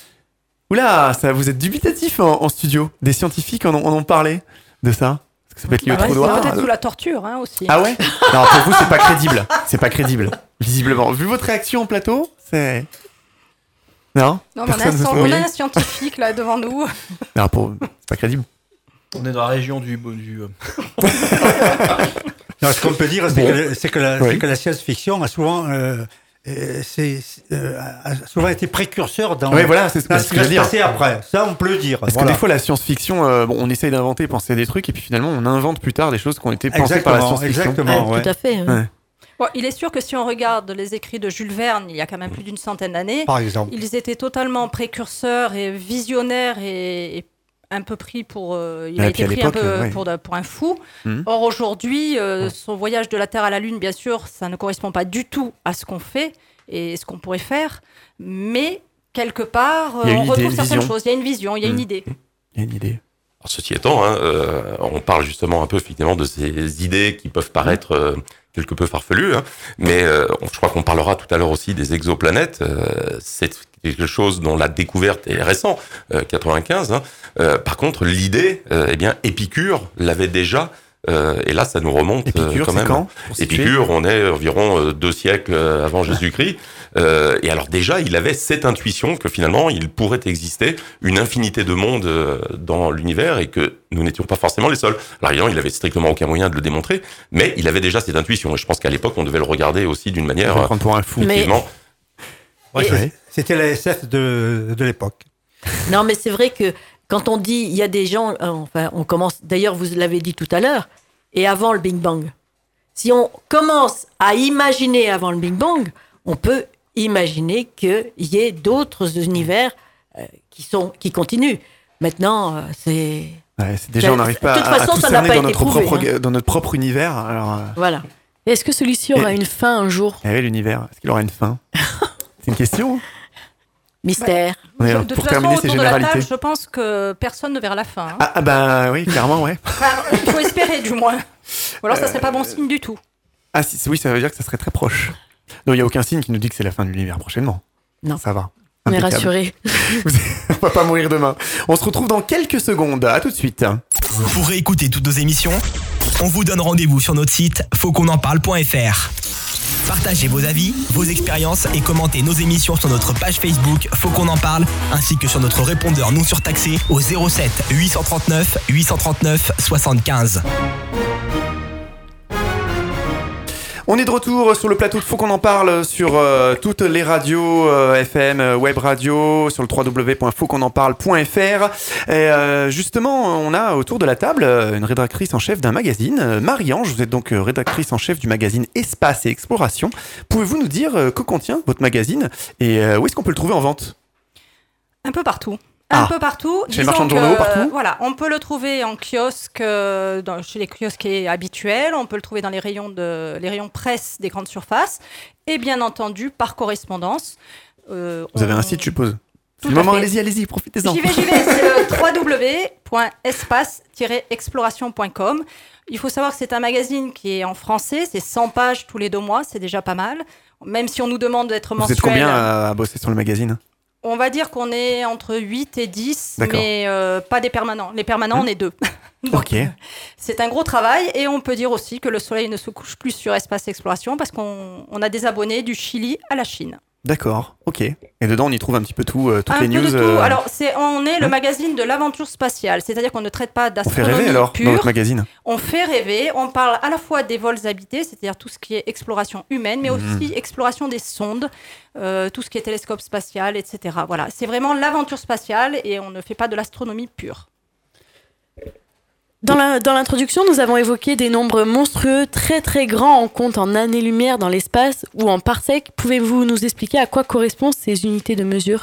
Oula, ça, vous êtes dubitatif en, en studio. Des scientifiques en, ont- en ont parlé de ça. Est-ce que ça peut être lié au Bah ouais, trou c'est noir? peut-être sous la torture hein, aussi. Ah ouais? Non, pour vous, c'est pas crédible. C'est pas crédible. Visiblement. Vu votre réaction en plateau, c'est... Non? Non, mais on, a un, Personne ne sci- se on mouille. a un scientifique là devant nous. Non, pour... c'est pas crédible. On est dans la région du... du euh, Non, ce qu'on peut dire, c'est Bon. que, c'est que, la, Oui. c'est que la science-fiction a souvent, euh, euh, c'est, euh, a souvent été précurseur dans, Oui, voilà, c'est ce que, dans ce ce que qui je va veux se dire. passer après. Ça, on peut le dire. Parce Voilà. que des fois, la science-fiction, euh, bon, on essaye d'inventer, penser à des trucs, et puis finalement, on invente plus tard des choses qui ont été pensées par la Exactement, science-fiction. exactement. Ouais, ouais. tout à fait. hein. Ouais. Bon, il est sûr que si on regarde les écrits de Jules Verne, il y a quand même plus d'une centaine d'années, Par exemple. ils étaient totalement précurseurs et visionnaires et, et un peu pris pour... euh, il Et a puis été à pris un l'époque, peu euh, ouais. pour, de- pour un fou. Mhm. Or, aujourd'hui, euh, son voyage de la Terre à la Lune, bien sûr, ça ne correspond pas du tout à ce qu'on fait et ce qu'on pourrait faire, mais quelque part, Il y a euh, une on idée, retrouve une certaines vision. choses. Il y a une vision, il y a Mhm. une idée. Il y a une idée. Alors, ceci étant, hein, euh, on parle justement un peu finalement de ces idées qui peuvent paraître euh, quelque peu farfelues, hein, mais euh, on- je crois qu'on parlera tout à l'heure aussi des exoplanètes. Euh, c'est quelque chose dont la découverte est récente, euh, quatre-vingt-quinze. Hein. Euh, par contre, l'idée, euh, eh bien, Épicure l'avait déjà. Euh, et là, ça nous remonte euh, Épicure, quand c'est même. quand? Pour situer Épicure, on est environ euh, deux siècles euh, avant Jésus-Christ. Euh, et alors déjà, il avait cette intuition que finalement, il pourrait exister une infinité de mondes euh, dans l'univers et que nous n'étions pas forcément les seuls. Alors évidemment, il avait strictement aucun moyen de le démontrer, mais il avait déjà cette intuition. Et je pense qu'à l'époque, on devait le regarder aussi d'une On manière... va le prendre pour un fou. Mais- effectivement, Ouais, Ouais. C'était la S F de, de l'époque. Non, mais c'est vrai que quand on dit, il y a des gens, euh, enfin, on commence, d'ailleurs, vous l'avez dit tout à l'heure, et avant le Big Bang. Si on commence à imaginer avant le Big Bang, on peut imaginer qu'il y ait d'autres univers euh, qui, sont, qui continuent. Maintenant, euh, c'est, Ouais, c'est déjà, on n'arrive pas De toute à, à façon, tout ça n'a cerner pas dans été notre, prouvé, propre, hein. dans notre propre univers. Alors, euh, Voilà. Et est-ce que celui-ci aura Et- une fin un jour? eh oui, l'univers, est-ce qu'il aura une fin? C'est une question. Mystère. On est là Je- de pour toute façon, terminer ces autour de la généralités. table, je pense que personne ne verra la fin. hein. Ah, ah bah oui, clairement, ouais. Enfin, il faut espérer, du moins. Ou alors, ça serait pas bon signe du tout. Ah si, oui, ça veut dire que ça serait très proche. Non, il n'y a aucun signe qui nous dit que c'est la fin de l'univers prochainement. Non. Ça va. On est Impeccable. rassurés. On va pas mourir demain. On se retrouve dans quelques secondes. À tout de suite. Pour réécouter toutes nos émissions, on vous donne rendez-vous sur notre site faut qu'on en parle point f r. Partagez vos avis, vos expériences et commentez nos émissions sur notre page Facebook Faut qu'on en parle, ainsi que sur notre répondeur non surtaxé au zéro sept huit cent trente-neuf huit cent trente-neuf soixante-quinze. On est de retour sur le plateau de Faut qu'on en parle sur euh, toutes les radios euh, F M, euh, web radio, sur le w w w point faut qu'on en parle point f r. Et euh, justement, on a autour de la table euh, une rédactrice en chef d'un magazine, euh, Marie-Ange. Vous êtes donc euh, rédactrice en chef du magazine Espace et Exploration. Pouvez-vous nous dire euh, que contient votre magazine et euh, où est-ce qu'on peut le trouver en vente? Un peu partout. Un Ah. peu partout. Chez les Disons marchands de que, journaux, partout euh, Voilà, on peut le trouver en kiosque, euh, dans- chez les kiosques habituels, on peut le trouver dans les rayons, de, les rayons presse des grandes surfaces, et bien entendu par correspondance. Euh, Vous avez on- un site, je suppose. Tout C'est le à moment, fait. allez-y, allez-y, profitez-en. J'y vais, j'y vais, c'est le w w w point espace tiret exploration point com. Il faut savoir que c'est un magazine qui est en français, c'est cent pages tous les deux mois, c'est déjà pas mal. Même si on nous demande d'être Vous êtes mensuel. combien à, à bosser sur le magazine? On va dire qu'on est entre huit et dix, D'accord. mais euh, pas des permanents. Les permanents, Mmh. on est deux. Ok. C'est un gros travail et on peut dire aussi que le soleil ne se couche plus sur Espace Exploration parce qu'on on a des abonnés du Chili à la Chine. D'accord, ok. Et dedans, on y trouve un petit peu tout, euh, toutes un les peu news. de tout. euh, Alors, c'est, on est le hein magazine de l'aventure spatiale, c'est-à-dire qu'on ne traite pas on fait d'astronomie rêver alors dans pure. votre magazine. On fait rêver, on parle à la fois des vols habités, c'est-à-dire tout ce qui est exploration humaine, mais Mhm. aussi exploration des sondes, euh, tout ce qui est télescope spatial, et cetera. Voilà, c'est vraiment l'aventure spatiale et on ne fait pas de l'astronomie pure. Dans, la- dans l'introduction, nous avons évoqué des nombres monstrueux, très très grands en compte en années-lumière dans l'espace ou en parsecs. Pouvez-vous nous expliquer à quoi correspondent ces unités de mesure?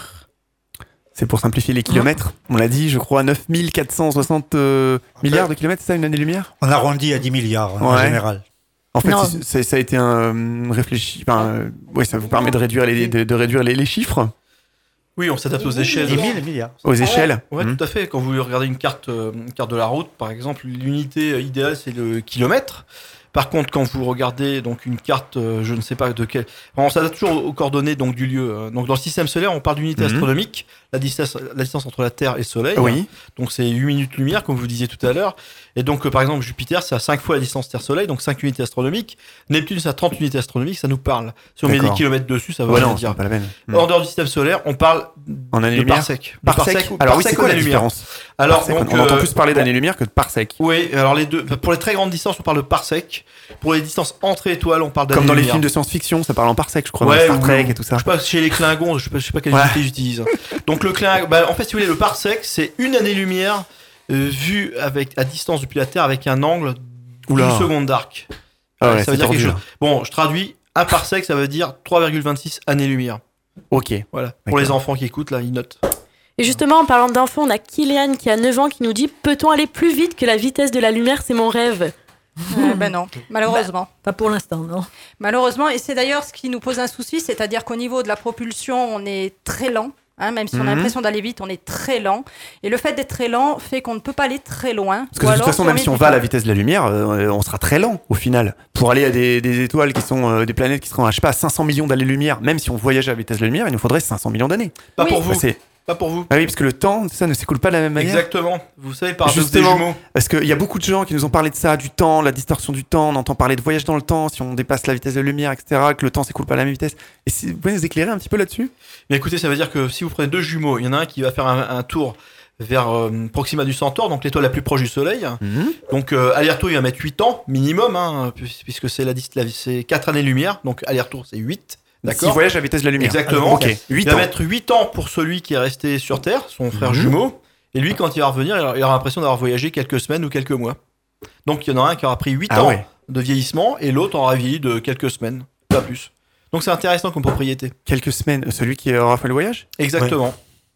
C'est pour simplifier les kilomètres. On l'a dit, je crois, neuf mille quatre cent soixante euh, milliards de kilomètres, c'est ça, une année-lumière? On arrondit à dix milliards en Ouais. général. En fait, Non. c'est- c'est- ça a été un euh, réfléchi. Enfin, euh, ouais, ça vous permet de réduire les, de, de réduire les, les chiffres Oui, on s'adapte aux échelles. dix mille milliards. aux échelles. Ouais, Mhm. tout à fait. Quand vous regardez une carte, euh, une carte de la route, par exemple, l'unité euh, idéale, c'est le kilomètre. Par contre, quand vous regardez donc une carte, euh, je ne sais pas de quelle, enfin, on s'adapte toujours aux coordonnées donc du lieu. euh. Donc dans le système solaire, on parle d'unité Mhm. astronomique, la distance, la distance entre la Terre et le Soleil. Oui. Donc c'est huit minutes lumière, comme vous disiez tout à l'heure. Et donc euh, par exemple Jupiter, c'est à cinq fois la distance Terre-Soleil, donc cinq unités astronomiques. Neptune, c'est à trente unités astronomiques, ça nous parle. Si on met des D'accord. kilomètres dessus, ça va Ouais, rien non, dire. c'est pas la peine. Mhm. En dehors du système solaire, on parle En de année-lumière. parsec. De Parsec. parsec ou- Alors oui, parsec c'est quoi ou la année-lumière. différence? Alors Parsec, donc, on entend euh, plus parler bon, d'année-lumière que de parsec. Oui, alors les deux, pour les très grandes distances, on parle de parsec. Pour les distances entre étoiles, on parle Comme dans les d'année-lumière. films de science-fiction, ça parle en parsec, je crois, Ouais, dans Star ou- Trek et tout ça. Je sais pas, chez les Klingons, je sais pas, je sais pas quelle Ouais. unité j'utilise. Donc le Kling, bah, en fait, si vous voulez, le parsec, c'est une année-lumière euh, vue avec, à distance depuis la Terre avec un angle Oula. d'une seconde d'arc. Ah ouais, ça c'est veut dire tordu, quelque là. chose. Bon, je traduis. Un parsec, ça veut dire trois virgule vingt-six années-lumière. Ok. Voilà. Pour les D'accord. enfants qui écoutent, là, ils notent. Et justement, en parlant d'enfants, on a Kylian qui a neuf ans qui nous dit « Peut-on aller plus vite que la vitesse de la lumière? C'est mon rêve. Euh, ben non, malheureusement. Pas pour l'instant, non. Malheureusement, et c'est d'ailleurs ce qui nous pose un souci, c'est-à-dire qu'au niveau de la propulsion, on est très lent. Hein, même si on a Mhm. l'impression d'aller vite, on est très lent. Et le fait d'être très lent fait qu'on ne peut pas aller très loin. Parce que Ou de toute alors, façon, même met si on du va à la temps. vitesse de la lumière, euh, on sera très lent au final. Pour aller à des, des étoiles qui sont euh, des planètes qui seront à, je sais pas, à cinq cents millions d'années-lumière, même si on voyageait à la vitesse de la lumière, il nous faudrait cinq cents millions d'années. Pas Oui. pour vous. Bah, c'est- Pas pour vous. Ah oui, parce que le temps, ça ne s'écoule pas de la même manière. Exactement. Vous savez, par rapport des Justement. jumeaux. Parce qu'il y a beaucoup de gens qui nous ont parlé de ça, du temps, la distorsion du temps. On entend parler de voyage dans le temps, si on dépasse la vitesse de la lumière, et cetera, que le temps s'écoule pas à la même vitesse. Et si, vous pouvez nous éclairer un petit peu là-dessus? Mais écoutez, ça veut dire que si vous prenez deux jumeaux, il y en a un qui va faire un, un tour vers euh, Proxima du Centaure, donc l'étoile la plus proche du Soleil. Donc euh, aller-retour, il va mettre huit ans minimum, hein, puis- puisque c'est la, dis- la- c'est quatre années-lumière, donc aller-retour c'est huit. S'il D'accord. voyage à la vitesse de la lumière. Exactement. Ok, Il huit va ans. mettre huit ans pour celui qui est resté sur Terre, son frère Mhm. jumeau. Et lui, quand il va revenir, il aura, il aura l'impression d'avoir voyagé quelques semaines ou quelques mois. Donc il y en a un qui aura pris huit Ah ans ouais. de vieillissement et l'autre aura vieilli de quelques semaines, pas plus. Donc c'est intéressant comme propriété. Quelques semaines. Celui qui aura fait le voyage? Exactement.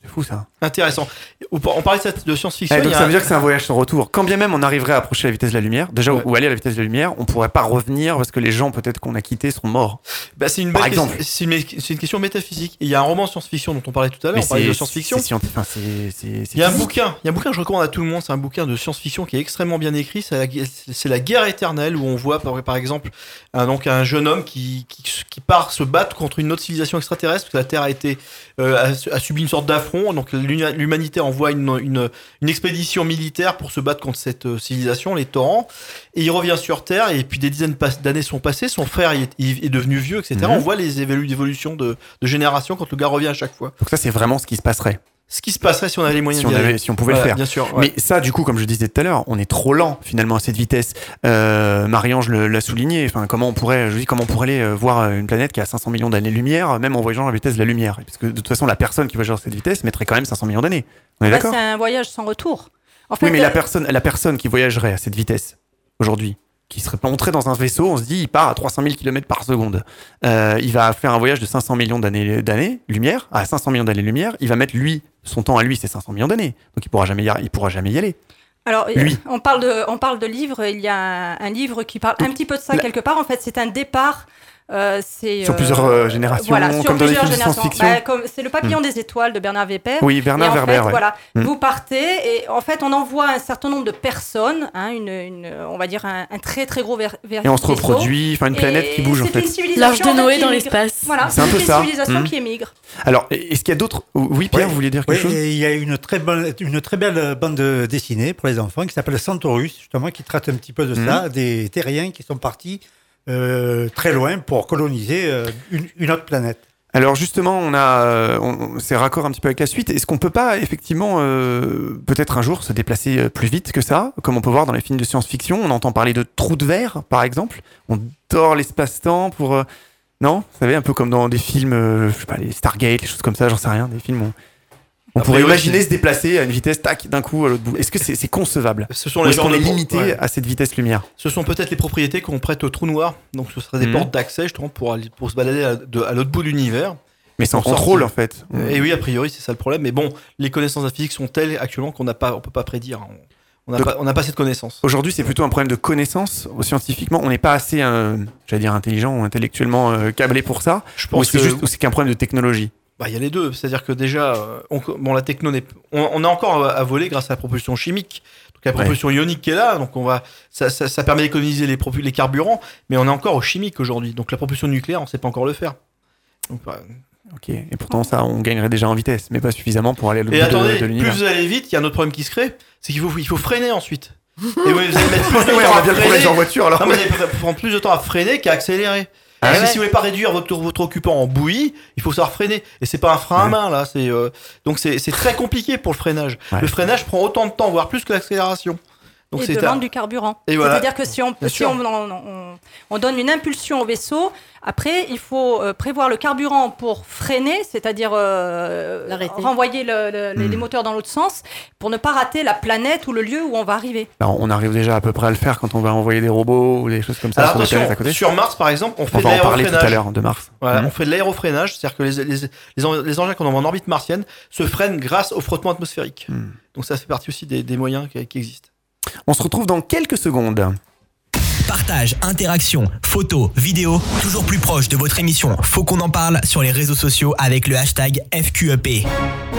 C'est fou ça. Intéressant. On parlait de, de science-fiction. Eh, donc il y a ça un- veut dire que c'est un voyage sans retour. Quand bien même on arriverait à approcher la vitesse de la lumière, déjà Ouais. où aller à la vitesse de la lumière, on pourrait pas revenir parce que les gens peut-être qu'on a quittés sont morts. Bah, c'est une Par belle exemple. question- C'est une, c'est une question métaphysique. Et il y a un roman de science-fiction dont on parlait tout à l'heure. On parlait de science-fiction. c'est scientifique. Enfin, c'est- c'est- c'est Il y a un physique. bouquin, il y a un bouquin que je recommande à tout le monde, c'est un bouquin de science-fiction qui est extrêmement bien écrit, c'est la, c'est la guerre éternelle où on voit par, par exemple un, donc un jeune homme qui, qui, qui part se battre contre une autre civilisation extraterrestre parce que la Terre a été euh, a, a subi une sorte d'affront, donc l'uni- l'humanité envoie une, une, une expédition militaire pour se battre contre cette euh, civilisation, les Torrents, et il revient sur Terre et puis des dizaines pas- d'années sont passées, son frère il est, il est devenu vieux, et cetera. Mhm. On voit les évolu- évolutions de, de génération quand le gars revient à chaque fois. Donc ça c'est vraiment ce qui se passerait. Ce qui se passerait si on avait les moyens Si on, d'y aller. avait, si on pouvait Voilà, le faire. bien sûr. Ouais. Mais ça, du coup, comme je disais tout à l'heure, on est trop lent finalement à cette vitesse. Euh, Marie-Ange le- l'a souligné. Enfin, comment on pourrait, je dis, comment on pourrait aller euh, voir une planète qui a cinq cents millions d'années-lumière, même en voyageant à la vitesse de la lumière. Parce que de toute façon, la personne qui voyage à cette vitesse mettrait quand même cinq cents millions d'années. On est Bah, d'accord? c'est un voyage sans retour. En fait, Oui, mais la euh, personne, la personne qui voyagerait à cette vitesse aujourd'hui, qui serait montré dans un vaisseau, on se dit, il part à trois cent mille kilomètres par seconde. Euh, il va faire un voyage de cinq cents millions d'années, d'années lumière à cinq cents millions d'années lumière. Il va mettre lui, son temps à lui, c'est cinq cents millions d'années. Donc il pourra jamais y, il pourra jamais y aller. Alors, Lui. euh, on parle de, on parle de livres. Il y a un, un livre qui parle un petit peu de ça la- quelque part. En fait, c'est un départ. euh, c'est, Sur plusieurs, euh, générations, voilà, sur comme dans les plusieurs films de générations. science-fiction. Bah, comme- c'est le Papillon des étoiles de Bernard Werber. Oui, Et Bernard en Werber. fait, ouais. voilà, Mm. vous partez et en fait, on envoie un certain nombre de personnes, hein, une, une, on va dire un, un très très gros ver- ver- Et on se vaisseau. reproduit, enfin une planète Et qui bouge en c'est fait. une civilisation L'Arche de en fait, Noé qui dans émigre. l'espace. Voilà, C'est un peu une ça. civilisation Mm. qui émigre. Alors, est-ce qu'il y a d'autres... Oui, Pierre, Oui. vous vouliez dire Oui, quelque chose? et il y a une très, bonne, une très belle bande dessinée pour les enfants qui s'appelle Centaurus, justement, qui traite un petit peu de ça, des terriens qui sont partis euh, très loin pour coloniser euh, une, une autre planète. Alors justement, on a, euh, on- c'est raccord un petit peu avec la suite. Est-ce qu'on peut pas effectivement, euh, peut-être un jour, se déplacer euh, plus vite que ça, comme on peut voir dans les films de science-fiction? On entend parler de trous de verre, par exemple. On dort l'espace-temps pour... euh, Non? Vous savez, un peu comme dans des films, euh, je sais pas, les Stargate, les choses comme ça, j'en sais rien, des films où on Après, pourrait ouais, imaginer c'est- se déplacer à une vitesse, tac, d'un coup à l'autre bout. Est-ce que c'est c'est concevable? Ce sont Ou les est-ce genres qu'on est de- limité ouais. à cette vitesse lumière? Ce sont peut-être les propriétés qu'on prête au trou noir. Donc ce seraient des Mhm. portes d'accès justement pour, aller- pour se balader à, de- à l'autre bout de l'univers. Mais sans Pour contrôle, sortir. en fait. Et oui, a priori, c'est ça le problème. Mais bon, les connaissances en physique sont telles actuellement qu'on n'a pas, on peut pas prédire. On n'a Donc- pas, on n'a pas cette connaissance. Aujourd'hui, c'est plutôt un problème de connaissance. Scientifiquement, on n'est pas assez, euh, j'allais dire, intelligent ou intellectuellement euh, câblé pour ça. Je Ou pense c'est que juste ou c'est qu'un problème de technologie. bah, il y a les deux. C'est-à-dire que déjà, euh, on, bon, la techno n'est, on, on a encore à, à voler grâce à la propulsion chimique. Donc la propulsion ionique qui est là, donc on va, ça, ça, ça permet d'économiser les, propu- les carburants, mais on est encore au chimique aujourd'hui. Donc la propulsion nucléaire, on ne sait pas encore le faire. Donc, bah, Ok. Et pourtant, ça, on gagnerait déjà en vitesse, mais pas suffisamment pour aller à l'autre Et bout attendez, de, de plus l'univers. vous allez vite, il y a un autre problème qui se crée, c'est qu'il faut, il faut freiner ensuite. Et oui, vous allez mettre plus de Ouais, temps on a à bien le freiner. problème en voiture, alors. Non, mais vous allez prendre plus de temps à freiner qu'à accélérer. Ah Parce que ouais. si vous voulez pas réduire votre, votre occupant en bouillie, il faut savoir freiner. Et c'est pas un frein à Ouais. main, là. C'est, euh, donc c'est, c'est très compliqué pour le freinage. Ouais. Le freinage prend autant de temps, voire plus que l'accélération. Donc Et c'est demande un- du carburant. Et voilà. C'est-à-dire que si, on, Bien si sûr. on, on- on- on donne une impulsion au vaisseau, après, il faut euh, prévoir le carburant pour freiner, c'est-à-dire euh, L'arrêter. renvoyer le- le- les, Hmm. les moteurs dans l'autre sens, pour ne pas rater la planète ou le lieu où on va arriver. Alors, on arrive déjà à peu près à le faire quand on va envoyer des robots ou des choses comme ça Alors sur des attention, planètes à côté. sur Mars par exemple, on fait On de va en parler tout à l'aérofreinage. l'heure de Mars. Voilà, Mhm. on fait de l'aérofreinage, c'est-à-dire que les, les, les, en- les engins qu'on envoie en orbite martienne se freinent grâce au frottement atmosphérique. Mhm. Donc ça fait partie aussi des, des moyens qui, qui existent. On se retrouve dans quelques secondes. Partage, interaction, photos, vidéos, toujours plus proche de votre émission. Faut qu'on en parle sur les réseaux sociaux avec le hashtag F Q E P.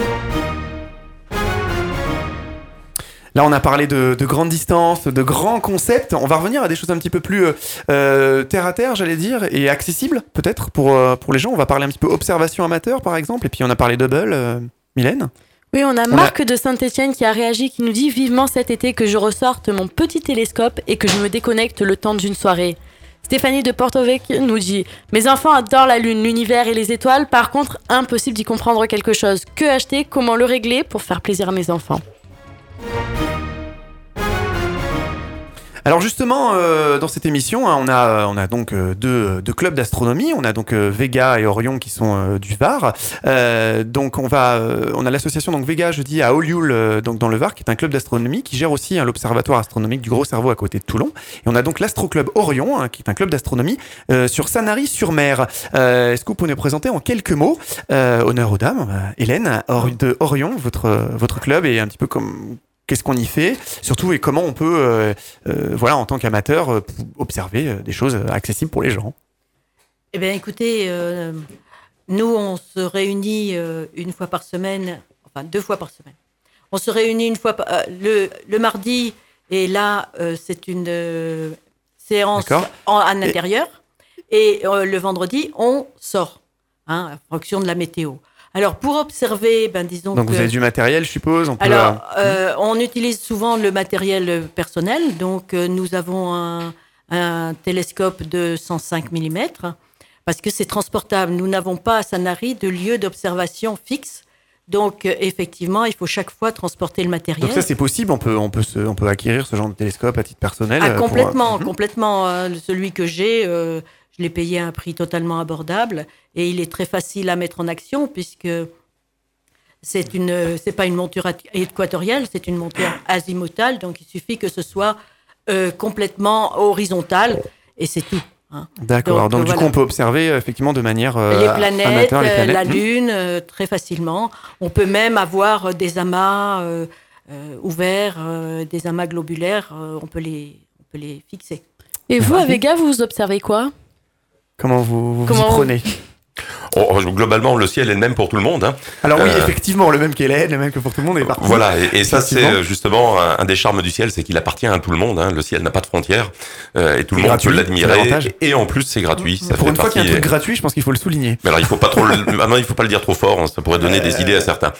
Là, on a parlé de, de grandes distances, de grands concepts. On va revenir à des choses un petit peu plus euh, euh, terre à terre, j'allais dire, et accessibles peut-être pour, euh, pour les gens. On va parler un petit peu observation amateur, par exemple, et puis on a parlé Hubble. Euh, Mylène? Oui, on a On a- Marc de Saint-Etienne qui a réagi, qui nous dit vivement cet été que je ressorte mon petit télescope et que je me déconnecte le temps d'une soirée. Stéphanie de Porto Vecchio nous dit mes enfants adorent la lune, l'univers et les étoiles. Par contre, impossible d'y comprendre quelque chose. Que acheter? Comment le régler pour faire plaisir à mes enfants? Alors justement, euh, dans cette émission, hein, on a on a donc euh, deux, deux clubs d'astronomie. On a donc euh, Vega et Orion qui sont euh, du Var. Euh, donc on va, euh, on a l'association donc Vega, je dis à Olioul, euh, donc dans le Var, qui est un club d'astronomie qui gère aussi hein, l'observatoire astronomique du Gros Cerveau à côté de Toulon. Et on a donc l'Astro-Club Orion, hein, qui est un club d'astronomie euh, sur Sanary-sur-Mer. Euh, est-ce que vous pouvez nous présenter en quelques mots, euh, honneur aux dames, euh, Hélène, Or- de Orion, votre votre club, et un petit peu comme qu'est-ce qu'on y fait, surtout et comment on peut, euh, euh, voilà, en tant qu'amateur, euh, observer euh, des choses accessibles pour les gens. Eh bien, écoutez, euh, nous, on se réunit euh, une fois par semaine, enfin deux fois par semaine. On se réunit une fois par, euh, le, le mardi, et là, euh, c'est une euh, séance en, en intérieur. Et, et euh, le vendredi, on sort, hein, en fonction de la météo. Alors, pour observer, ben, disons Donc, que, vous avez du matériel, je suppose on peut, Alors, euh, euh, on utilise souvent le matériel personnel. Donc, euh, nous avons un, un télescope de cent cinq millimètres parce que c'est transportable. Nous n'avons pas à Sanary de lieu d'observation fixe. Donc, euh, effectivement, il faut chaque fois transporter le matériel. Donc ça, c'est possible. On peut, on peut, se, on peut acquérir ce genre de télescope à titre personnel. Ah, complètement, pour... complètement. Euh, celui que j'ai, euh, je l'ai payé à un prix totalement abordable et il est très facile à mettre en action puisque c'est une, c'est pas une monture équatoriale, c'est une monture azimutale. Donc, il suffit que ce soit euh, complètement horizontal et c'est tout. Hein. D'accord. Donc, donc du voilà. coup, on peut observer effectivement de manière euh, les planètes, amateur, les planètes, la Lune, euh, très facilement. On peut même avoir des amas euh, euh, ouverts, euh, des amas globulaires. Euh, on peut les, on peut les fixer. Et vous, à Vega, vous observez quoi ? Comment vous vous, Comment vous y prenez ? Oh, globalement, le ciel est le même pour tout le monde. Hein. Alors oui, euh, effectivement, le même qu'Hélène, le même que pour tout le monde est partout. Voilà, et, et ça c'est justement un, un des charmes du ciel, c'est qu'il appartient à tout le monde. Hein. Le ciel n'a pas de frontières euh, et tout le monde gratuit, peut l'admirer. Et, et en plus, c'est gratuit. Ça pour fait une fois qu'il y a un truc et... gratuit, je pense qu'il faut le souligner. Mais alors, il faut pas trop, le... ah non, il faut pas le dire trop fort. Hein. Ça pourrait donner euh... des idées à certains.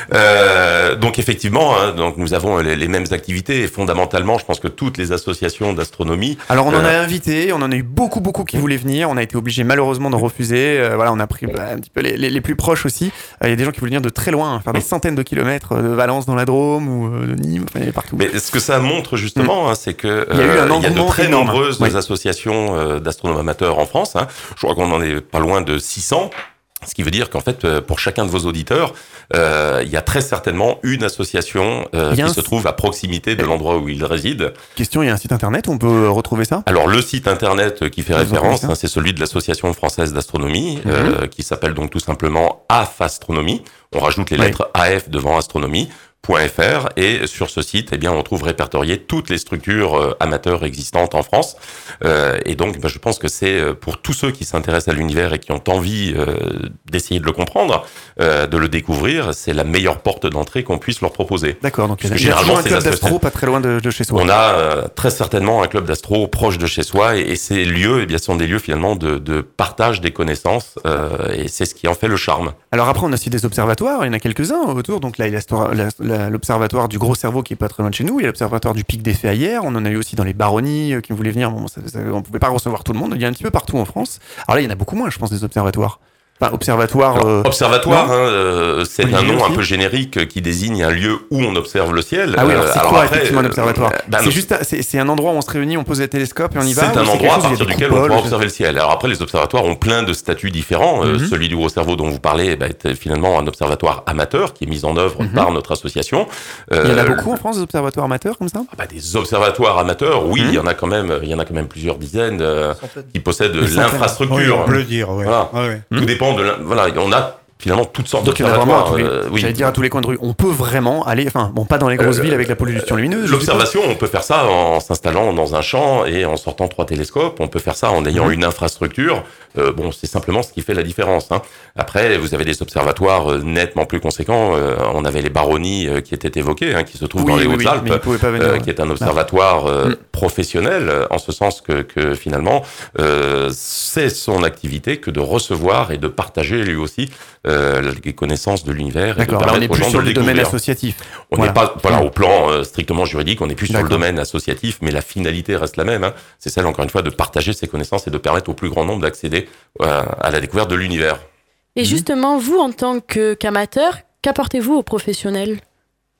Euh, donc effectivement, hein, donc nous avons les, les mêmes activités et fondamentalement, je pense que toutes les associations d'astronomie. Alors on euh... en a invité, on en a eu beaucoup, beaucoup qui voulaient venir. On a été obligé malheureusement de refuser. Euh, voilà, on a pris bah, un petit peu les, les, les plus proches aussi. Il euh, y a des gens qui voulaient venir de très loin, hein, faire des centaines de kilomètres de Valence dans la Drôme ou euh, de Nîmes, enfin, il y avait partout. Mais ce que ça montre justement, mmh. hein, c'est que euh, il y a eu un il y a de très énorme. nombreuses oui. associations euh, d'astronomes amateurs en France. Hein. Je crois qu'on en est pas loin de six cents. Ce qui veut dire qu'en fait, pour chacun de vos auditeurs, euh, il y a très certainement une association euh, qui se trouve à proximité de l'endroit où ils résident. Question, il y a un site internet où on peut retrouver ça ? Alors, le site internet qui fait Vous référence, hein, c'est celui de l'Association française d'astronomie, mm-hmm. euh, qui s'appelle donc tout simplement A F Astronomie. On rajoute les lettres oui. A F devant astronomie. .fr et sur ce site, eh bien, on trouve répertoriées toutes les structures euh, amateurs existantes en France. Euh, et donc, ben, je pense que c'est euh, pour tous ceux qui s'intéressent à l'univers et qui ont envie euh, d'essayer de le comprendre, euh, de le découvrir, c'est la meilleure porte d'entrée qu'on puisse leur proposer. D'accord. Donc, il y a un club d'astro pas très loin de, de chez soi. On a euh, très certainement un club d'astro proche de chez soi et, et ces lieux, eh bien, sont des lieux finalement de, de partage des connaissances euh, et c'est ce qui en fait le charme. Alors après, on a aussi des observatoires. Il y en a quelques-uns autour. Donc là, il y a la, la, l'observatoire du Gros Cerveau qui est pas très loin de chez nous. Il y a l'observatoire du Pic des Fées hier. On en a eu aussi dans les Baronnies euh, qui voulaient venir. Bon, ça, ça, on pouvait pas recevoir tout le monde. Il y a un petit peu partout en France. Alors là, il y en a beaucoup moins, je pense, des observatoires. Enfin, observatoire. Alors, euh... observatoire, hein, euh, c'est oui, un nom aussi. un peu générique qui désigne un lieu où on observe le ciel. Ah oui, alors c'est alors quoi après, effectivement un observatoire euh, bah, C'est juste, c'est, c'est un endroit où on se réunit, on pose des télescopes et on y va. C'est un endroit à partir duquel on pourra observer je... le ciel. Alors après, les observatoires ont plein de statuts différents. Mm-hmm. Euh, celui du Gros Cerveau dont vous parlez bah, est finalement un observatoire amateur qui est mis en œuvre mm-hmm. par notre association. Euh, il y en a beaucoup en France des observatoires amateurs comme ça bah, Des observatoires amateurs, oui, mm-hmm. il y en a quand même, il y en a quand même plusieurs dizaines euh, qui possèdent l'infrastructure. Oui, on peut le dire. Oui. Voilà. Ah, oui. Tout mm-hmm. dépend de, voilà, on a finalement toutes sortes Donc, d'observatoires. Les, euh, oui. J'allais dire à tous les coins de rue, on peut vraiment aller, enfin bon, pas dans les grosses euh, villes avec la pollution lumineuse. L'observation, on peut faire ça en s'installant dans un champ et en sortant trois télescopes. On peut faire ça en ayant mmh. une infrastructure. Euh, bon, c'est simplement ce qui fait la différence. Hein. Après, vous avez des observatoires euh, nettement plus conséquents. Euh, on avait les Baronnies euh, qui étaient évoquées, hein, qui se trouvent oui, dans les oui, Hautes-Alpes, oui, euh, qui est un observatoire euh, mmh. professionnel, en ce sens que, que finalement, euh, c'est son activité que de recevoir et de partager lui aussi euh, les connaissances de l'univers. D'accord. Et de Alors on est plus sur le le domaine associatif. On n'est pas, voilà, au plan euh, strictement juridique, on n'est plus D'accord. sur le domaine associatif, mais la finalité reste la même. Hein. C'est celle, encore une fois, de partager ses connaissances et de permettre au plus grand nombre d'accéder euh, à la découverte de l'univers. Et justement, vous, en tant que, qu'amateur, qu'apportez-vous aux professionnels ?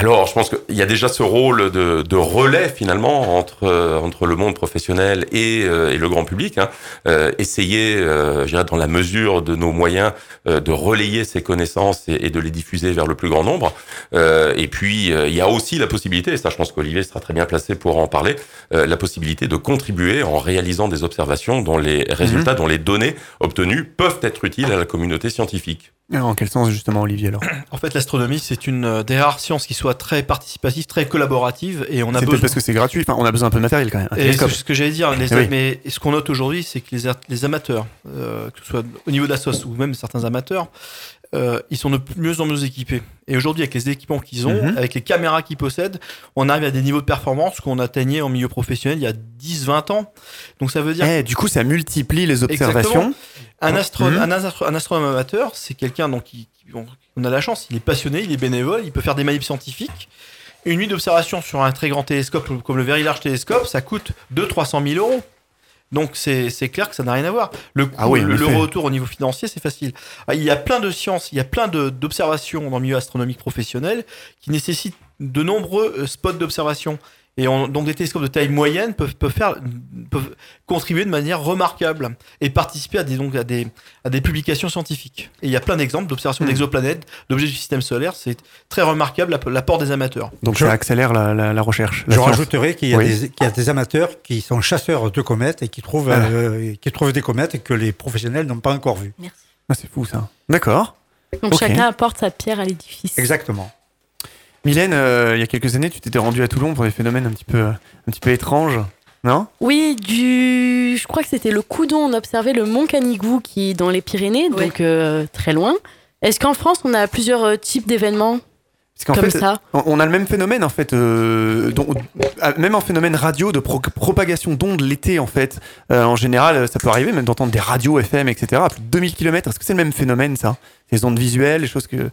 Alors, je pense qu'il y a déjà ce rôle de, de relais finalement entre euh, entre le monde professionnel et, euh, et le grand public. Hein. Euh, essayer, euh, je dirais, dans la mesure de nos moyens, euh, de relayer ces connaissances et, et de les diffuser vers le plus grand nombre. Euh, et puis, euh, il y a aussi la possibilité, et ça, je pense qu'Olivier sera très bien placé pour en parler, euh, la possibilité de contribuer en réalisant des observations dont les résultats, mmh. dont les données obtenues peuvent être utiles à la communauté scientifique. En quel sens justement, Olivier, alors? En fait, l'astronomie, c'est une des rares sciences qui soit très participative, très collaborative, et on a c'est besoin. parce que c'est gratuit. Enfin, on a besoin un peu de matériel quand même. Et c'est ce que j'allais dire. Les, oui. Mais ce qu'on note aujourd'hui, c'est que les, les amateurs, euh, que ce soit au niveau de la S O S ou même certains amateurs, euh, ils sont de mieux en mieux équipés. Et aujourd'hui, avec les équipements qu'ils ont, mm-hmm. avec les caméras qu'ils possèdent, on arrive à des niveaux de performance qu'on atteignait en milieu professionnel il y a dix vingt ans. Donc ça veut dire. Eh, du coup, ça multiplie les observations. Un, astro- mmh. un, astro- un astronome amateur, c'est quelqu'un donc, qui, qui, on a la chance, il est passionné, il est bénévole, il peut faire des manips scientifiques. Une nuit d'observation sur un très grand télescope comme le Very Large Telescope, ça coûte deux cents à trois cents mille euros. Donc c'est, c'est clair que ça n'a rien à voir. Le, coût, ah oui, le, le retour au niveau financier, c'est facile. Il y a plein de sciences, il y a plein de, d'observations dans le milieu astronomique professionnel qui nécessitent de nombreux spots d'observation. Et on, donc des télescopes de taille moyenne peuvent, peuvent, faire, peuvent contribuer de manière remarquable et participer à des, donc, à des, à des publications scientifiques. Et il y a plein d'exemples d'observations mmh. d'exoplanètes, d'objets du système solaire. C'est très remarquable l'apport des amateurs. Donc je, ça accélère la, la, la recherche. La je science. rajouterais qu'il y, a oui. des, qu'il y a des amateurs qui sont chasseurs de comètes et qui trouvent, ah. euh, qui trouvent des comètes que les professionnels n'ont pas encore vues. Merci. Ah, c'est fou ça. D'accord. Donc okay. chacun apporte sa pierre à l'édifice. Exactement. Mylène, euh, il y a quelques années, tu t'étais rendue à Toulon pour des phénomènes un petit peu, un petit peu étranges, non ? Oui, du... je crois que c'était le Coudon. On observait le mont Canigou qui est dans les Pyrénées, oui. donc euh, très loin. Est-ce qu'en France, on a plusieurs types d'événements Parce qu'en comme fait, ça on a le même phénomène en fait, euh, dont, même en phénomène radio de pro- propagation d'ondes l'été en fait. Euh, en général, ça peut arriver même d'entendre des radios F M, et cetera à plus de deux mille kilomètres. Est-ce que c'est le même phénomène ça ? Les ondes visuelles, les choses que...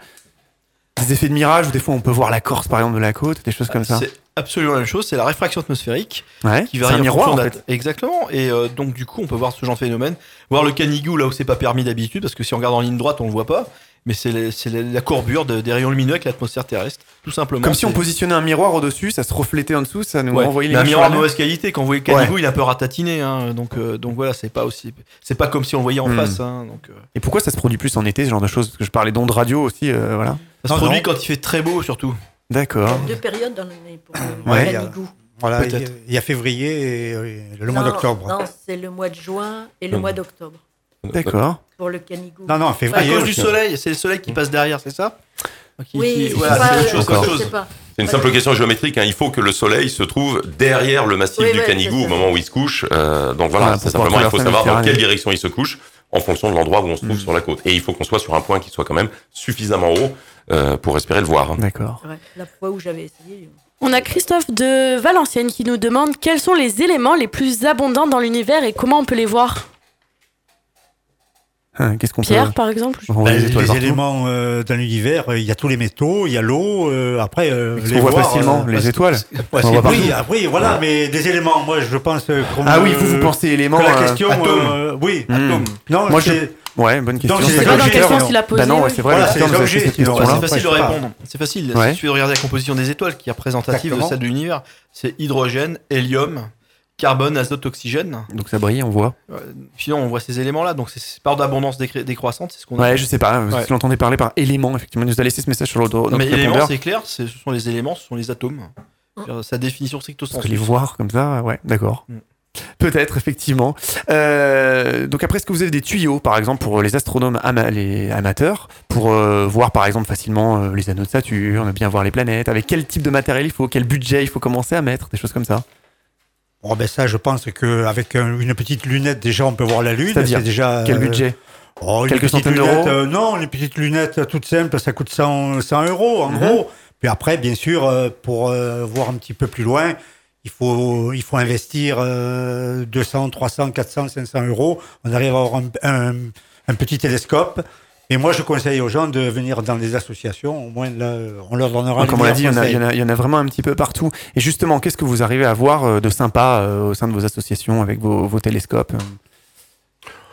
Des effets de mirage où des fois on peut voir la Corse par exemple de la côte, des choses comme ça. C'est absolument la même chose, c'est la réfraction atmosphérique ouais, qui varie c'est un miroir en fait. Exactement, et euh, donc du coup on peut voir ce genre de phénomène, voir le Canigou là où c'est pas permis d'habitude parce que si on regarde en ligne droite on le voit pas, mais c'est, les, c'est la courbure de, des rayons lumineux avec l'atmosphère terrestre, tout simplement. Comme si c'est... on positionnait un miroir au-dessus, ça se reflétait en dessous, ça nous ouais. renvoyait les un miroir de mauvaise qualité. Quand vous voyez le Canigou, ouais. il est un peu ratatiné, hein, donc euh, donc voilà, c'est pas aussi, c'est pas comme si on le voyait en mmh. face. Hein, donc, euh... Et pourquoi ça se produit plus en été, ce genre de choses ? Parce que je parlais d'ondes radio aussi, euh, voilà. Ça se non, produit non. quand il fait très beau surtout. D'accord. Il y a deux périodes dans l'année pour le ouais. Canigou. Voilà, peut-être. Il y a février et le non, mois d'octobre. Non, c'est le mois de juin et le non. mois d'octobre. D'accord. Pour le Canigou. Non, non, en février. À cause du soleil, c'est le soleil qui passe derrière, c'est ça ? Qui, oui, qui... c'est, voilà, pas, c'est autre chose. Autre chose. C'est une simple question géométrique. Hein. Il faut que le soleil se trouve derrière le massif oui, du ouais, Canigou au moment où il se couche. Euh, donc voilà, voilà c'est simplement, il faut savoir dans quelle direction il se couche en fonction de l'endroit où on se trouve mmh. sur la côte. Et il faut qu'on soit sur un point qui soit quand même suffisamment haut euh, pour espérer le voir. Hein. D'accord. Ouais, la fois où j'avais essayé... On a Christophe de Valenciennes qui nous demande quels sont les éléments les plus abondants dans l'univers et comment on peut les voir. Hein, qu'est-ce qu'on Pierre, peut... par exemple. Bah, les les éléments euh, dans l'univers, il y a tous les métaux, il y a l'eau. Euh, après, euh, les on voit voir, facilement euh, les étoiles. Ouais, on voit oui, oui, voilà, ouais. mais des éléments. Moi, je pense. Euh, ah oui, vous vous pensez éléments. La question, euh, atome. Euh, oui, mmh. atome. Non, moi c'est... je. Ouais, bonne question. Donc, c'est pas dans quel sens il a posé. Bah non, ouais, c'est vrai. Voilà, c'est les objets. C'est facile de répondre. C'est facile. Ouais. Il suffit de regarder la composition des étoiles qui est représentative Exactement. de celle de l'univers. C'est hydrogène, hélium, carbone, azote, oxygène. Donc ça brille, on voit. Euh, sinon, on voit ces éléments-là. Donc c'est par d'abondance décré- décroissante, c'est ce qu'on. Ouais, a je sais pas. Ouais. Si l'entendez parler par éléments, effectivement, il nous a laissé ce message sur notre répondeur. Mais éléments, c'est clair. C'est, ce sont les éléments, ce sont les atomes. Mmh. Sa définition stricto sensu. Parce que les voir comme ça, ouais, d'accord. Mmh. Peut-être, effectivement. Euh, donc après, est-ce que vous avez des tuyaux, par exemple, pour les astronomes ama- les amateurs, pour euh, voir, par exemple, facilement euh, les anneaux de Saturne, bien voir les planètes, avec quel type de matériel il faut, quel budget il faut commencer à mettre, des choses comme ça? Bon, ben ça, je pense qu'avec un, une petite lunette, déjà, on peut voir la Lune. C'est-à-dire, c'est déjà, quel euh, budget? Oh, Quelques centaines d'euros euh, Non, les petites lunettes toutes simples, ça coûte cent, cent euros, en mm-hmm. gros. Puis après, bien sûr, euh, pour euh, voir un petit peu plus loin, il faut, il faut investir euh, deux cents, trois cents, quatre cents, cinq cents euros. On arrive à avoir un, un, un petit télescope. Et moi, je conseille aux gens de venir dans les associations. Au moins, là, on leur donnera. Comme on l'a dit, il y, en a, il, y en a, il y en a vraiment un petit peu partout. Et justement, qu'est-ce que vous arrivez à voir de sympa euh, au sein de vos associations avec vos, vos télescopes?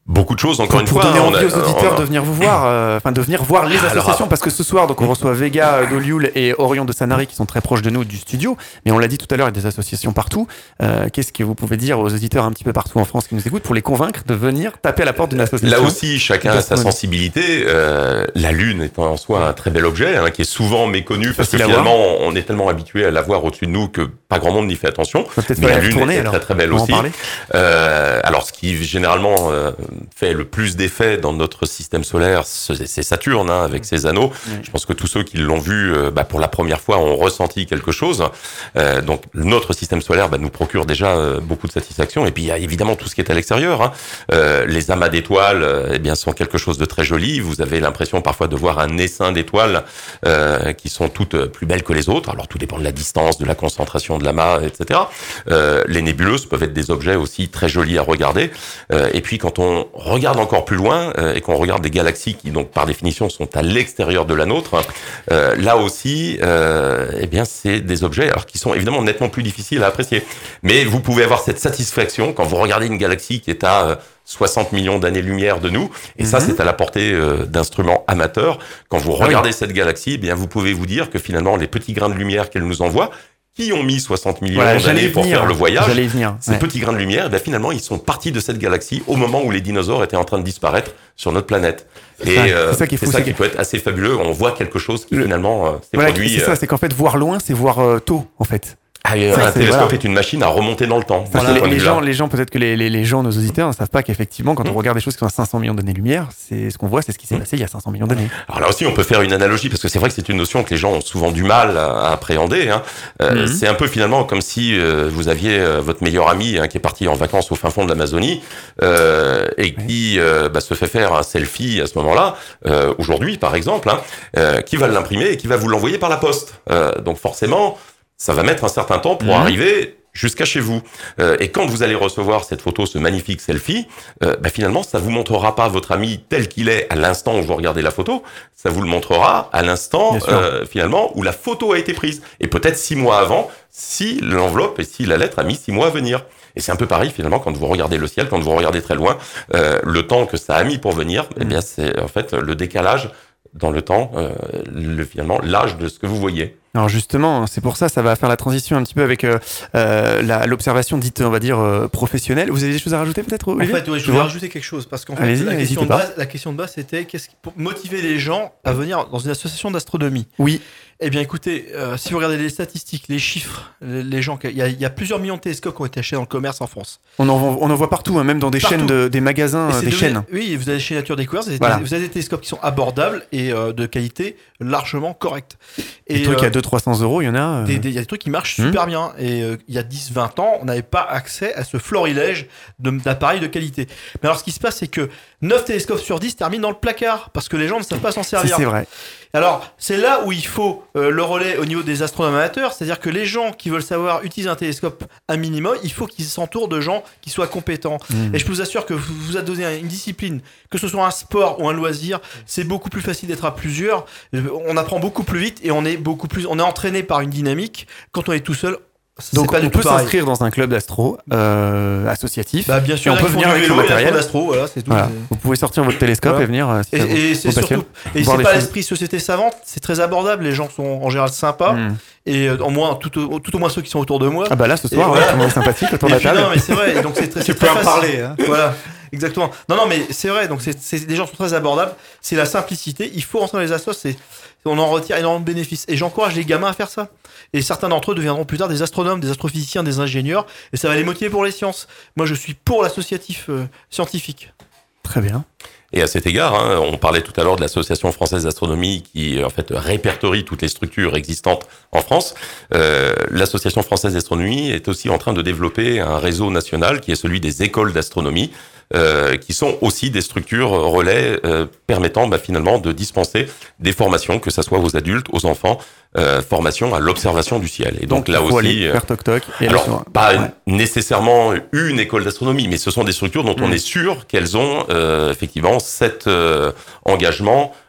Beaucoup de choses, encore pour, une pour fois. donner on envie a- aux auditeurs on a- de venir vous voir, euh, enfin de venir voir les Alors, associations, parce que ce soir, donc on reçoit Vega d'Olioul et Orion de Sanary qui sont très proches de nous du studio, mais on l'a dit tout à l'heure, il y a des associations partout. Euh, Qu'est-ce que vous pouvez dire aux auditeurs un petit peu partout en France qui nous écoutent pour les convaincre de venir taper à la porte d'une association? Là aussi, chacun a sa sensibilité. Euh, la Lune est en soi un très bel objet, hein, qui est souvent méconnu parce que Facile à finalement, on est tellement habitué à la voir au-dessus de nous que pas grand monde n'y fait attention. Faut peut-être Mais pas la y Lune retourner, est alors. très très belle On va en aussi. parler. Euh, alors, ce qui généralement euh, fait le plus d'effet dans notre système solaire, c'est c'est Saturne, hein, avec ses anneaux. Oui. Je pense que tous ceux qui l'ont vu euh, bah, pour la première fois ont ressenti quelque chose. Euh, donc, notre système solaire bah, nous procure déjà euh, beaucoup de satisfaction. Et puis, il y a évidemment tout ce qui est à l'extérieur. Hein. Euh, les amas d'étoiles, euh, eh bien, sont quelque chose de très joli. Vous avez l'impression parfois de voir un essaim d'étoiles euh, qui sont toutes plus belles que les autres. Alors, tout dépend de la distance, de la concentration de l'amas, et cetera. Euh, les nébuleuses peuvent être des objets aussi très jolis à regarder. Euh, et puis, quand on regarde encore plus loin euh, et qu'on regarde des galaxies qui, donc, par définition, sont à l'extérieur de la nôtre, euh, là aussi, euh, eh bien, c'est des objets alors qui sont évidemment nettement plus difficiles à apprécier. Mais vous pouvez avoir cette satisfaction quand vous regardez une galaxie qui est à euh, soixante millions d'années-lumière de nous, et ça, Mhm. c'est à la portée euh, d'instruments amateurs. Quand vous Ah oui. regardez cette galaxie, eh bien, vous pouvez vous dire que finalement, les petits grains de lumière qu'elle nous envoie, qui ont mis soixante millions Voilà, j'allais d'années y pour venir. faire le voyage, J'allais y venir. ces Ouais. petits grains de lumière, eh bien, finalement, ils sont partis de cette galaxie au moment où les dinosaures étaient en train de disparaître sur notre planète. C'est Et ça, euh, c'est ça qui est c'est fou, ça c'est qui que- peut être assez fabuleux. On voit quelque chose qui Le- finalement euh, s'est Voilà, produit. c'est ça, c'est qu'en fait, voir loin, c'est voir euh, tôt, en fait. Ah, et, euh, Ça, un c'est- télescope voilà. est une machine à remonter dans le temps. Parce de ce que point les, de les vue-là. gens, les gens, peut-être que les, les, les gens, nos auditeurs, ne savent pas qu'effectivement, quand on Mm. regarde des choses qui sont à cinq cents millions d'années-lumière, c'est ce qu'on voit, c'est ce qui s'est Mm. passé il y a cinq cents millions d'années. Alors là aussi, on peut faire une analogie parce que c'est vrai que c'est une notion que les gens ont souvent du mal à, à appréhender. Hein. Euh, Mhm. C'est un peu finalement comme si euh, vous aviez euh, votre meilleur ami hein, qui est parti en vacances au fin fond de l'Amazonie euh, et qui euh, bah, se fait faire un selfie à ce moment-là, euh, aujourd'hui par exemple, hein, euh, qui va l'imprimer et qui va vous l'envoyer par la poste. Euh, donc forcément, ça va mettre un certain temps pour Mhm. arriver jusqu'à chez vous. Euh, et quand vous allez recevoir cette photo, ce magnifique selfie, euh, bah finalement, ça vous montrera pas votre ami tel qu'il est à l'instant où vous regardez la photo, ça vous le montrera à l'instant Bien sûr. euh, finalement où la photo a été prise. Et peut-être six mois avant, si l'enveloppe et si la lettre a mis six mois à venir. Et c'est un peu pareil finalement quand vous regardez le ciel, quand vous regardez très loin, euh, le temps que ça a mis pour venir, eh bien c'est en fait le décalage dans le temps, euh, le, finalement l'âge de ce que vous voyez. Alors justement, c'est pour ça, ça va faire la transition un petit peu avec euh, euh, la- l'observation dite, on va dire, euh, professionnelle. Vous avez des choses à rajouter peut-être, En Olivier? fait, ouais, je voulais rajouter quelque chose parce qu'en fait, Allez-y, la n'hésitez question, de pas. base, la question de base, c'était qu'est-ce qui, pour motiver les gens à venir dans une association d'astronomie. Oui. Eh bien, écoutez, euh, si vous regardez les statistiques, les chiffres, les, les gens, il y, a, il y a plusieurs millions de télescopes qui ont été achetés dans le commerce en France. On en, voit- on en voit partout, hein, même dans des Partout. chaînes, de, des magasins, Et euh, c'est des devenu- chaînes. Oui, vous avez chez Nature Découverte, vous avez, Voilà. des, vous avez des télescopes qui sont abordables et euh, de qualité largement correcte. Des Et trucs euh, à deux cents trois cents euros, il y en a. euh, des- des- il y a des trucs qui marchent Hmm. super bien. Et euh, il y a dix vingt ans, on n'avait pas accès à ce florilège de- d'appareils de qualité. Mais alors, ce qui se passe, c'est que neuf télescopes sur dix terminent dans le placard parce que les gens ne savent pas s'en si, servir. c'est vrai. Alors, c'est là où il faut euh, le relais au niveau des astronomes amateurs, c'est-à-dire que les gens qui veulent savoir utiliser un télescope un minimum, il faut qu'ils s'entourent de gens qui soient compétents. Mm. Et je peux vous assure que vous vous a donné une discipline, que ce soit un sport ou un loisir, c'est beaucoup plus facile d'être à plusieurs. On apprend beaucoup plus vite et on est beaucoup plus, on est entraîné par une dynamique. Quand on est tout seul, c'est Donc pas du on tout peut pareil. s'inscrire dans un club d'astro euh, associatif. Bah, bien sûr, Et on là, peut ils font venir du avec vélo, son il y a matériel. trop d'astro, voilà, c'est tout. Voilà. C'est- Vous pouvez sortir votre télescope Voilà. et venir. euh, si Et, ça vous- et vous c'est passionne. surtout, et voir c'est des pas choses. l'esprit société savante, c'est très abordable. Les gens sont en général sympas Mm. et euh, en moins, tout, au- tout au moins ceux qui sont autour de moi. Ah bah là ce Et soir, voilà. ouais, tout le monde est sympathique autour de Et la puis, table. non, mais c'est vrai. Et donc c'est très, Tu c'est peux très en facile. parler. Hein. Voilà, exactement. Non, non, mais c'est vrai. Donc c'est, c'est- les gens sont très abordables. C'est la simplicité. Il faut rentrer dans les assos. C'est, on en retire énormément de bénéfices. Et j'encourage les gamins à faire ça. Et certains d'entre eux deviendront plus tard des astronomes, des astrophysiciens, des ingénieurs. Et ça va les motiver pour les sciences. Moi, je suis pour l'associatif euh, scientifique. Très bien. Et à cet égard, hein, on parlait tout à l'heure de l'Association française d'astronomie qui, en fait, répertorie toutes les structures existantes en France. Euh, L'Association française d'astronomie est aussi en train de développer un réseau national qui est celui des écoles d'astronomie, euh, qui sont aussi des structures relais euh, permettant bah, finalement de dispenser des formations, que ça soit aux adultes, aux enfants, euh, formation à l'observation du ciel. Et donc, là il faut aussi, aller euh, faire toc toc. Et alors, aller sur- pas Ouais. nécessairement une école d'astronomie, mais ce sont des structures dont on Mm. est sûr qu'elles ont euh, effectivement cet euh, engagement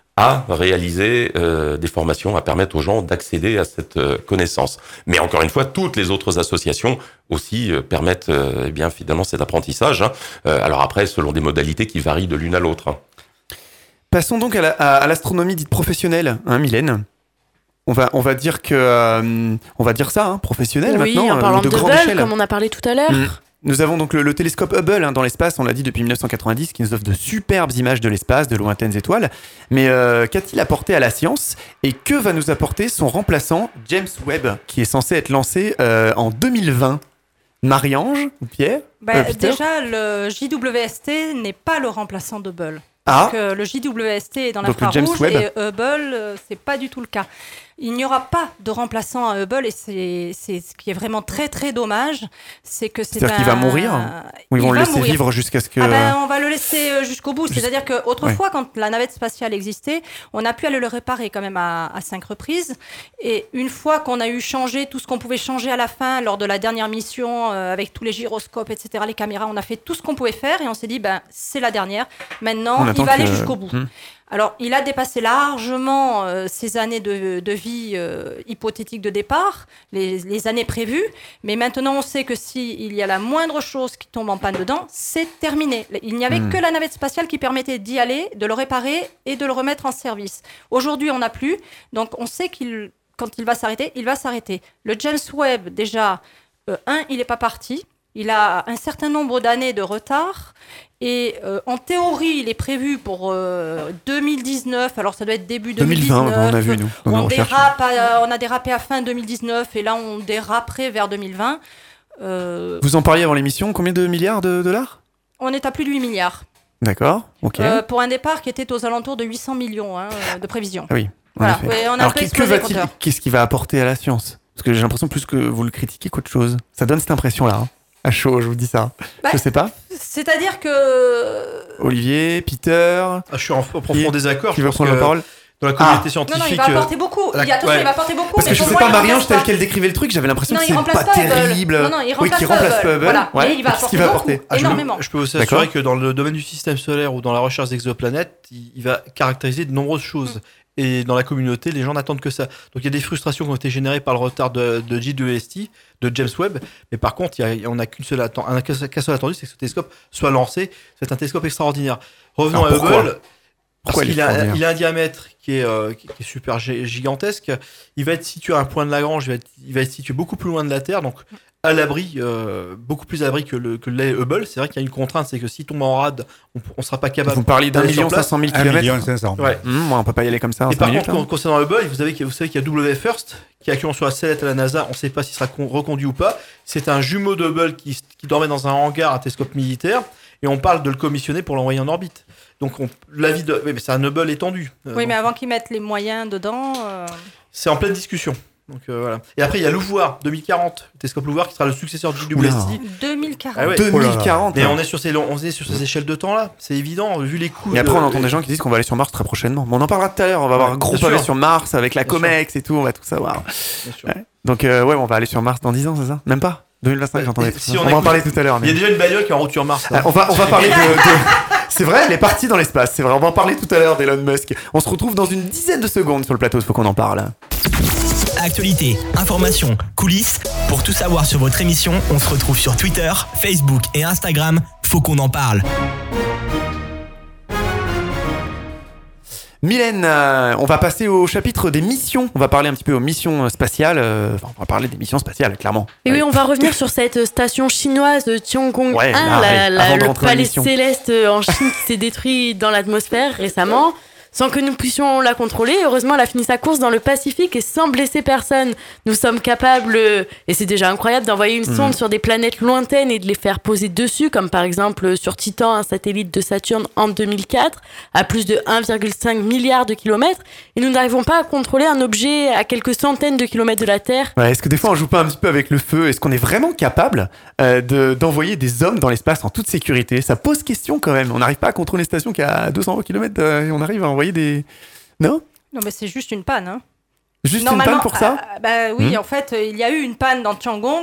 à réaliser euh, des formations, à permettre aux gens d'accéder à cette euh, connaissance. Mais encore une fois, toutes les autres associations aussi euh, permettent euh, eh bien finalement cet apprentissage. Hein. Euh, alors après, selon des modalités qui varient de l'une à l'autre. Hein. Passons donc à, la, à, à l'astronomie dite professionnelle, hein, Mylène. On va, on va dire que, euh, on va dire ça, hein, professionnelle oui, maintenant, en parlant de, de grande Hubble, échelle. comme on a parlé tout à l'heure. Mmh. Nous avons donc le, le télescope Hubble hein, dans l'espace, on l'a dit depuis dix-neuf cent quatre-vingt-dix, qui nous offre de superbes images de l'espace, de lointaines étoiles. Mais euh, qu'a-t-il apporté à la science et que va nous apporter son remplaçant James Webb, qui est censé être lancé euh, en deux mille vingt? Marie-Ange ou Pierre bah, euh, Peter Déjà, le J W S T n'est pas le remplaçant d'Hubble. Ah. Donc, euh, le J W S T est dans Donc, le James l'infrarouge Webb. et Hubble, euh, c'est pas du tout le cas. Il n'y aura pas de remplaçant à Hubble et c'est, c'est ce qui est vraiment très très dommage, c'est que c'est C'est-à-dire un... qu'il va mourir ou ils il vont le va laisser mourir. vivre jusqu'à ce que... Ah ben, on va le laisser euh, jusqu'au bout. Juste- C'est-à-dire qu'autrefois, quand la navette spatiale existait, on a pu aller le réparer quand même à, à cinq reprises. Et une fois qu'on a eu changé tout ce qu'on pouvait changer à la fin, lors de la dernière mission, euh, avec tous les gyroscopes, et cetera, les caméras, on a fait tout ce qu'on pouvait faire et on s'est dit, ben, c'est la dernière. Maintenant, On il attend va aller que- jusqu'au bout. Hmm. Alors, il a dépassé largement euh, ses années de, de vie euh, hypothétique de départ, les, les années prévues, mais maintenant on sait que s'il y a la moindre chose qui tombe en panne dedans, c'est terminé. Il n'y avait Hmm. que la navette spatiale qui permettait d'y aller, de le réparer et de le remettre en service. Aujourd'hui, on n'a plus, donc on sait qu'il, quand il va s'arrêter, il va s'arrêter. Le James Webb, déjà, euh, un, il n'est pas parti. Il a un certain nombre d'années de retard et euh, en théorie, il est prévu pour euh, deux mille dix-neuf. Alors ça doit être début deux mille dix-neuf. deux mille vingt, on a vu nous dans nos On, recherches. dérape à- on a dérapé à fin deux mille dix-neuf et là on déraperait vers deux mille vingt. Euh, Vous en parliez avant l'émission, combien de milliards de dollars? on est à plus de huit milliards. D'accord, ok. Euh, pour un départ qui était aux alentours de huit cents millions hein, de prévision. Ah oui, en Voilà, effet. ouais, on a un Alors peu qu'est-ce que explosé le va-t-il, compteur. qu'est-ce qu'il va apporter à la science? Parce que j'ai l'impression plus que vous le critiquez qu'autre chose. Ça donne cette impression-là. Hein. À chaud, je vous dis ça. Bah, Je sais pas. C'est-à-dire que... Olivier, Peter, Ah, je suis en, en profond désaccord. qui Je veut pense prendre que la parole? dans la communauté Ah. Non, scientifique. non, il va euh, apporter beaucoup. la- Il, attention, ouais. il va apporter beaucoup. Parce mais que je pour sais moi, pas, il Marie-Ange, remplace tel pas. qu'elle décrivait le truc, j'avais l'impression Non, que il c'est remplace pas, pas Hubble. terrible. Non, non, il oui, remplace qui pas remplace Hubble. pas Hubble. Voilà. Ouais. Mais il va Qu'est-ce qu'il apporter va beaucoup. apporter? Ah, je, énormément. je peux vous D'accord. assurer que dans le domaine du système solaire ou dans la recherche d'exoplanètes, il, il va caractériser de nombreuses choses. Et dans la communauté, les gens n'attendent que ça. Donc il y a des frustrations qui ont été générées par le retard de, de J W S T, de James Webb. Mais par contre, il y a, on n'a qu'une seule atten- un qu'un seul attendu, c'est que ce télescope soit lancé. C'est un télescope extraordinaire. Revenons Alors, à pourquoi Hubble. Pourquoi Parce il est qu'il a, extraordinaire il a un diamètre qui est, euh, qui, qui est super gi- gigantesque. Il va être situé à un point de Lagrange, il va être, il va être situé beaucoup plus loin de la Terre, donc à l'abri, euh, beaucoup plus à l'abri que, le, que l'est Hubble. C'est vrai qu'il y a une contrainte, c'est que s'il tombe en rade, on ne sera pas capable. Vous parlez d'un d'aller sur million cinq place. cent mille un kilomètres. million cinq cents. Ouais. Mmh, on peut pas y aller comme ça en Et cinq par minutes. contre, hein. concernant Hubble, vous savez, qu'il y a- vous savez qu'il y a W F First qui est actuellement sur la sellette à la NASA. On ne sait pas s'il sera con- reconduit ou pas. C'est un jumeau de Hubble qui, qui dormait dans un hangar, un télescope militaire, et on parle de le commissionner pour l'envoyer en orbite. Donc, on, l'avis de, oui, mais c'est un Hubble étendu. Euh, Oui, donc, mais avant qu'ils mettent les moyens dedans. euh, c'est en pleine discussion. Donc euh, voilà. Et après, il y a Louvois deux mille quarante, le télescope Louvois qui sera le successeur du J W S T. deux mille quarante. Ah ouais. deux mille quarante. Mais on est sur ces, longs- on est sur ces échelles de temps là. C'est évident, vu les coûts. Et après, de- on entend des gens qui disent qu'on va aller sur Mars très prochainement. Mais on en parlera tout à l'heure. On va avoir Ouais, un gros bien pavé sûr. sur Mars avec la Bien sûr. COMEX et tout. On va tout savoir. Bien sûr. Ouais. Donc, euh, ouais, on va aller sur Mars dans dix ans, c'est ça? Même pas? deux mille vingt-cinq, Ouais, j'entendais. et tout si ça. on on va en écoute- parler tout à l'heure. Il y a mais- déjà une bagnole qui est en route sur Mars. hein. Ah, on, va, on va parler de. de- C'est vrai, elle est partie dans l'espace. C'est vrai, on va en parler tout à l'heure d'Elon Musk. On se retrouve dans une dizaine de secondes sur le plateau. Il faut qu'on en parle. Actualité, informations, coulisses. Pour tout savoir sur votre émission, on se retrouve sur Twitter, Facebook et Instagram. Faut qu'on en parle. Mylène, euh, on va passer au chapitre des missions. On va parler un petit peu aux missions spatiales. euh, Enfin, on va parler des missions spatiales, clairement. Et Ouais. oui, on va revenir sur cette station chinoise de Tiangong Ouais, un, là, la- ouais, la- avant de le rentrer dans palais l'émission. céleste en Chine qui s'est détruit dans l'atmosphère récemment, sans que nous puissions la contrôler. Heureusement, elle a fini sa course dans le Pacifique et sans blesser personne. Nous sommes capables, euh, et c'est déjà incroyable, d'envoyer une Mhm. sonde sur des planètes lointaines et de les faire poser dessus, comme par exemple sur Titan, un satellite de Saturne en deux mille quatre, à plus de un virgule cinq milliard de kilomètres. Et nous n'arrivons pas à contrôler un objet à quelques centaines de kilomètres de la Terre. Ouais, est-ce que des fois on joue pas un petit peu avec le feu? Est-ce qu'on est vraiment capable euh, de, d'envoyer des hommes dans l'espace en toute sécurité? Ça pose question quand même. On n'arrive pas à contrôler une station qui est à deux cents kilomètres euh, et on arrive à envoyer des. Non? Non, mais c'est juste une panne. Hein. Juste une Normalement, panne pour ça? ah, bah oui, Hmm. en fait, euh, il y a eu une panne dans Tiangong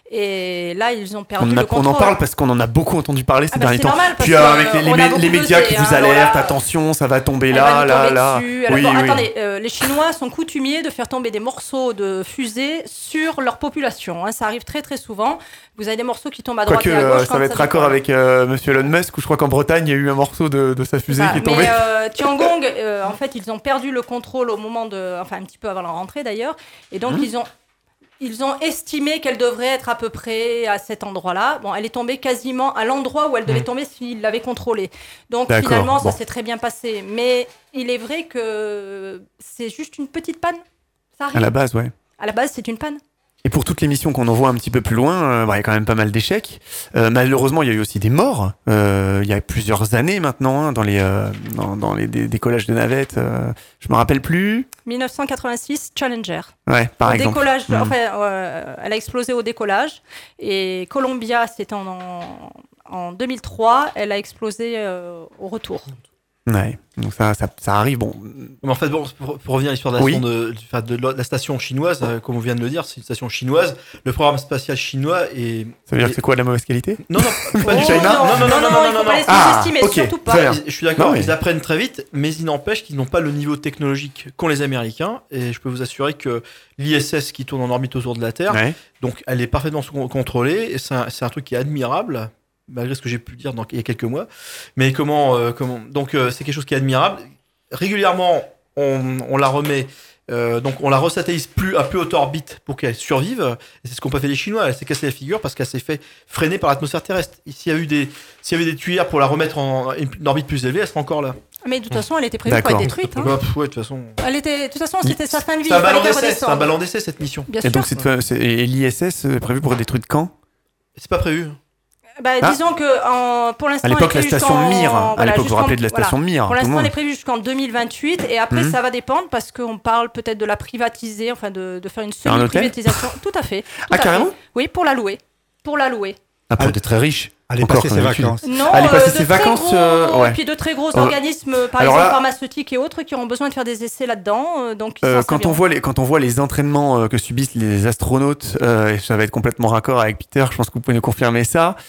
Et là, ils ont On, perdu en a- le on contrôle. en parle parce qu'on en a beaucoup entendu parler ces Ah bah, derniers c'est temps. normal, parce Puis euh, que, avec les, les on a mé- beaucoup les médias buzzé, qui vous hein, alertent, alors là, attention, ça va tomber Elle là, va nous là, tomber là. dessus. Alors, Oui, bon, oui. attendez, euh, les Chinois sont coutumiers de faire tomber des morceaux de fusée sur leur population. hein. Ça arrive très très souvent. Vous avez des morceaux qui tombent à droite Quoique et à gauche. euh, ça quand va être raccord décolle. avec euh, Monsieur Elon Musk, où je crois qu'en Bretagne, il y a eu un morceau de, de sa fusée Ça, qui est mais tombé. euh, Tiangong, euh, en fait, ils ont perdu le contrôle au moment de, enfin un petit peu avant la rentrée d'ailleurs, et donc Mmh. ils ont, ils ont estimé qu'elle devrait être à peu près à cet endroit-là. Bon, elle est tombée quasiment à l'endroit où elle devait Mmh. tomber s'ils l'avaient contrôlée. Donc D'accord, finalement, ça bon. s'est très bien passé. Mais il est vrai que c'est juste une petite panne. Ça arrive. À la base, ouais. À la base, c'est une panne. Et pour toutes les missions qu'on envoie un petit peu plus loin, euh, bah, il y a quand même pas mal d'échecs. Euh, malheureusement, il y a eu aussi des morts. Euh, il y a plusieurs années maintenant, hein, dans les euh, dans, dans les dé- décollages de navettes. Euh, je me rappelle plus. dix-neuf cent quatre-vingt-six, Challenger. Ouais, par au exemple. décollage, Mm. enfin, euh, elle a explosé au décollage. Et Columbia, c'était en, en deux mille trois, elle a explosé euh, au retour. Ouais. Donc ça, ça, ça arrive. Bon, Mais en fait, bon, pour, pour revenir à l'histoire de la, Oui. sonde de, enfin, de la station chinoise, euh, comme on vient de le dire, c'est une station chinoise. Le programme spatial chinois est. ça veut dire est- que c'est quoi de la mauvaise qualité? Non, non, pas du du China Non, non, non, non, non, non, il faut non, pas non. les Ah, sous-estimer, ok, surtout très bien. pas. Je suis d'accord, Non, mais- ils apprennent très vite, mais il n'empêche qu'ils n'ont pas le niveau technologique qu'ont les Américains. Et je peux vous assurer que l'I S S qui tourne en orbite autour de la Terre, Ouais. donc elle est parfaitement sous- contrôlée. Et c'est un, c'est un truc qui est admirable, malgré ce que j'ai pu dire dans, il y a quelques mois. Mais comment, euh, comment donc euh, c'est quelque chose qui est admirable. Régulièrement, on, on la remet. euh, donc on la resatellise plus à plus haute orbite pour qu'elle survive. Et c'est ce qu'ont pas fait les Chinois. Elle s'est cassée la figure parce qu'elle s'est fait freiner par l'atmosphère terrestre. Et s'il y a eu des, s'il y avait des tuyères pour la remettre en une orbite plus élevée, elle serait encore là. Mais de toute façon, elle était prévue pour être D'accord. détruite. hein. Ouais, pff, ouais, de toute façon. Elle était, de toute façon, c'était sa fin de vie. C'est un il fallait ballon qu'elle d'essai. C'est un redescende. ballon d'essai cette mission. Bien Et sûr. donc cette, c'est- et l'I S S est prévu pour être détruite quand? C'est pas prévu. Bah, Ah. disons que en, pour l'instant, À l'époque, elle la est prévue station jusqu'en- Mir. À voilà, l'époque, vous vous rappelez de la jusqu'en- station Mir. Pour tout le l'instant, monde. elle est prévue jusqu'en deux mille vingt-huit et après, Mhm. ça va dépendre parce qu'on parle peut-être de la privatiser, enfin de, de faire une un hôtel semi-privatisation. Tout à fait. tout Ah, à fait. carrément? Oui, pour la louer. Pour la louer. Ah, pour des très riches. Aller Encore, passer ses comme d'habitude. vacances. Non, Aller passer euh, ses de très vacances, gros, euh, ouais. et puis de très gros Euh, organismes, par alors exemple là- pharmaceutiques et autres, qui ont besoin de faire des essais là-dedans. euh, donc ils Euh, s'en quand on serviront. voit les quand on voit les entraînements euh, que subissent les astronautes, euh, et ça va être complètement raccord avec Peter, je pense que vous pouvez nous confirmer ça.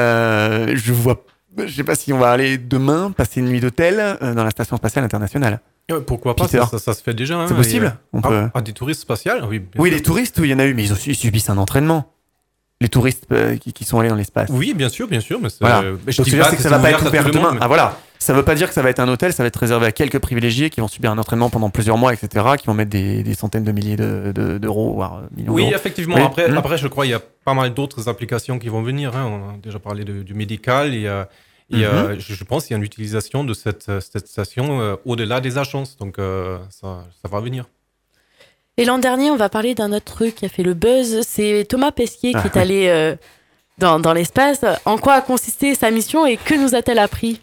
Euh, je vois, je sais pas si on va aller demain passer une nuit d'hôtel euh, dans la station spatiale internationale. Ouais, pourquoi pas, Peter. ça, ça, ça se fait déjà. hein, C'est possible et, On euh, peut- ah, ah, des touristes spatiaux Oui, bien Oui, sûr. les touristes, oui, il y en a eu, mais ils, ont, ils subissent un entraînement. Les touristes euh, qui, qui sont allés dans l'espace. Oui, bien sûr, bien sûr. Mais c'est- Voilà. euh, mais je Donc, dis ce que je veux dire, c'est que ça va pas être ouvert à ouvert tout le demain. monde, mais- Ah voilà. Ça veut pas dire que ça va être un hôtel, ça va être réservé à quelques privilégiés qui vont subir un entraînement pendant plusieurs mois, et cetera, qui vont mettre des, des centaines de milliers de- de- d'euros, voire euh, millions Oui, d'euros. effectivement. Oui. Après, Mhm. après, je crois qu'il y a pas mal d'autres applications qui vont venir. hein. On a déjà parlé de- du médical. Il y a, il y a- Mhm. je, je pense qu'il y a une utilisation de cette, euh, cette station euh, au-delà des agences. Donc, euh, ça, ça va venir. Et l'an dernier, on va parler d'un autre truc qui a fait le buzz. C'est Thomas Pesquet Ah, qui est oui. allé euh, dans, dans l'espace. En quoi a consisté sa mission et que nous a-t-elle appris?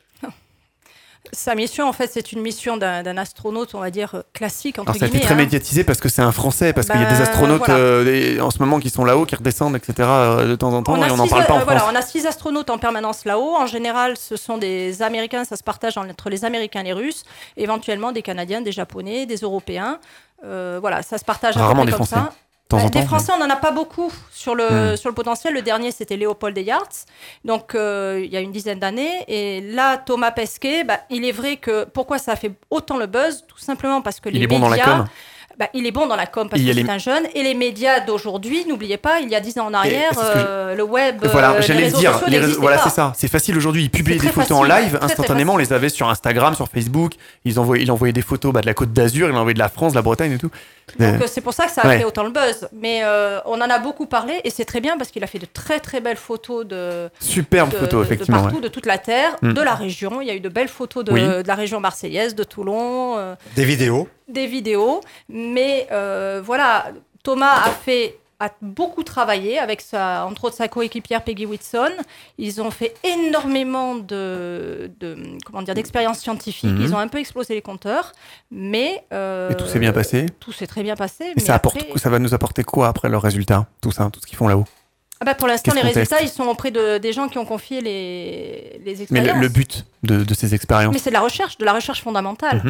Sa mission, en fait, c'est une mission d'un d'un astronaute, on va dire, euh, classique, entre Alors ça a été guillemets. très hein. médiatisé parce que c'est un Français, parce qu'il y a Ben, des astronautes voilà. euh, des- en ce moment qui sont là-haut, qui redescendent, et cetera euh, de temps en temps, a et on n'en six- parle pas en euh, France. voilà, on a six astronautes en permanence là-haut. En général, ce sont des Américains, ça se partage entre les Américains et les Russes, éventuellement des Canadiens, des Japonais, des Européens. Euh, voilà, ça se partage à peu Rarement près des comme Français. ça. De temps Bah, en des temps, Français, on n'en a pas beaucoup sur le, Hmm. sur le potentiel. Le dernier, c'était Léopold Eyarts, donc euh, il y a une dizaine d'années. Et là, Thomas Pesquet, bah, il est vrai que pourquoi ça a fait autant le buzz? Tout simplement parce que Il les est bon dans la médias... com. Bah, il est bon dans la com parce Il y que a c'est les- un jeune. Et les médias d'aujourd'hui, n'oubliez pas, il y a dix ans en arrière, c'est ce que je- euh, le web, Voilà, euh, les j'allais le réseaux dire. sociaux les réseaux- n'existaient voilà, pas. c'est ça. C'est facile aujourd'hui. Ils publiaient C'est des très photos en facile, live. très, très Instantanément, on facile. les avait sur Instagram, sur Facebook. Ils envoyaient, il envoyait des photos bah, de la Côte d'Azur, il envoyait de la France, de la Bretagne et tout. Donc Euh, euh, c'est pour ça que ça a ouais. fait autant le buzz. Mais euh, on en a beaucoup parlé et c'est très bien parce qu'il a fait de très très belles photos de, Superbe de, photo, de effectivement. partout, ouais. de toute la Terre, Mm. de la région. Il y a eu de belles photos de, Oui. de la région marseillaise, de Toulon, euh, Des vidéos. des vidéos. Mais euh, voilà, Thomas a fait a beaucoup travaillé avec sa, entre autres sa coéquipière Peggy Whitson. Ils ont fait énormément de, de comment dire d'expériences scientifiques. Mhm. Ils ont un peu explosé les compteurs, mais euh, Et tout s'est bien passé. Tout s'est très bien passé. Et mais ça, apporte, après- ça va nous apporter quoi après leurs résultats? Tout ça, tout ce qu'ils font là-haut. Ah bah pour l'instant, Qu'est-ce les qu'on résultats, teste ils sont auprès de, des gens qui ont confié les, les Mais expériences. le, le but de, de ces expériences. Mais c'est de la recherche, de la recherche fondamentale. Mhm.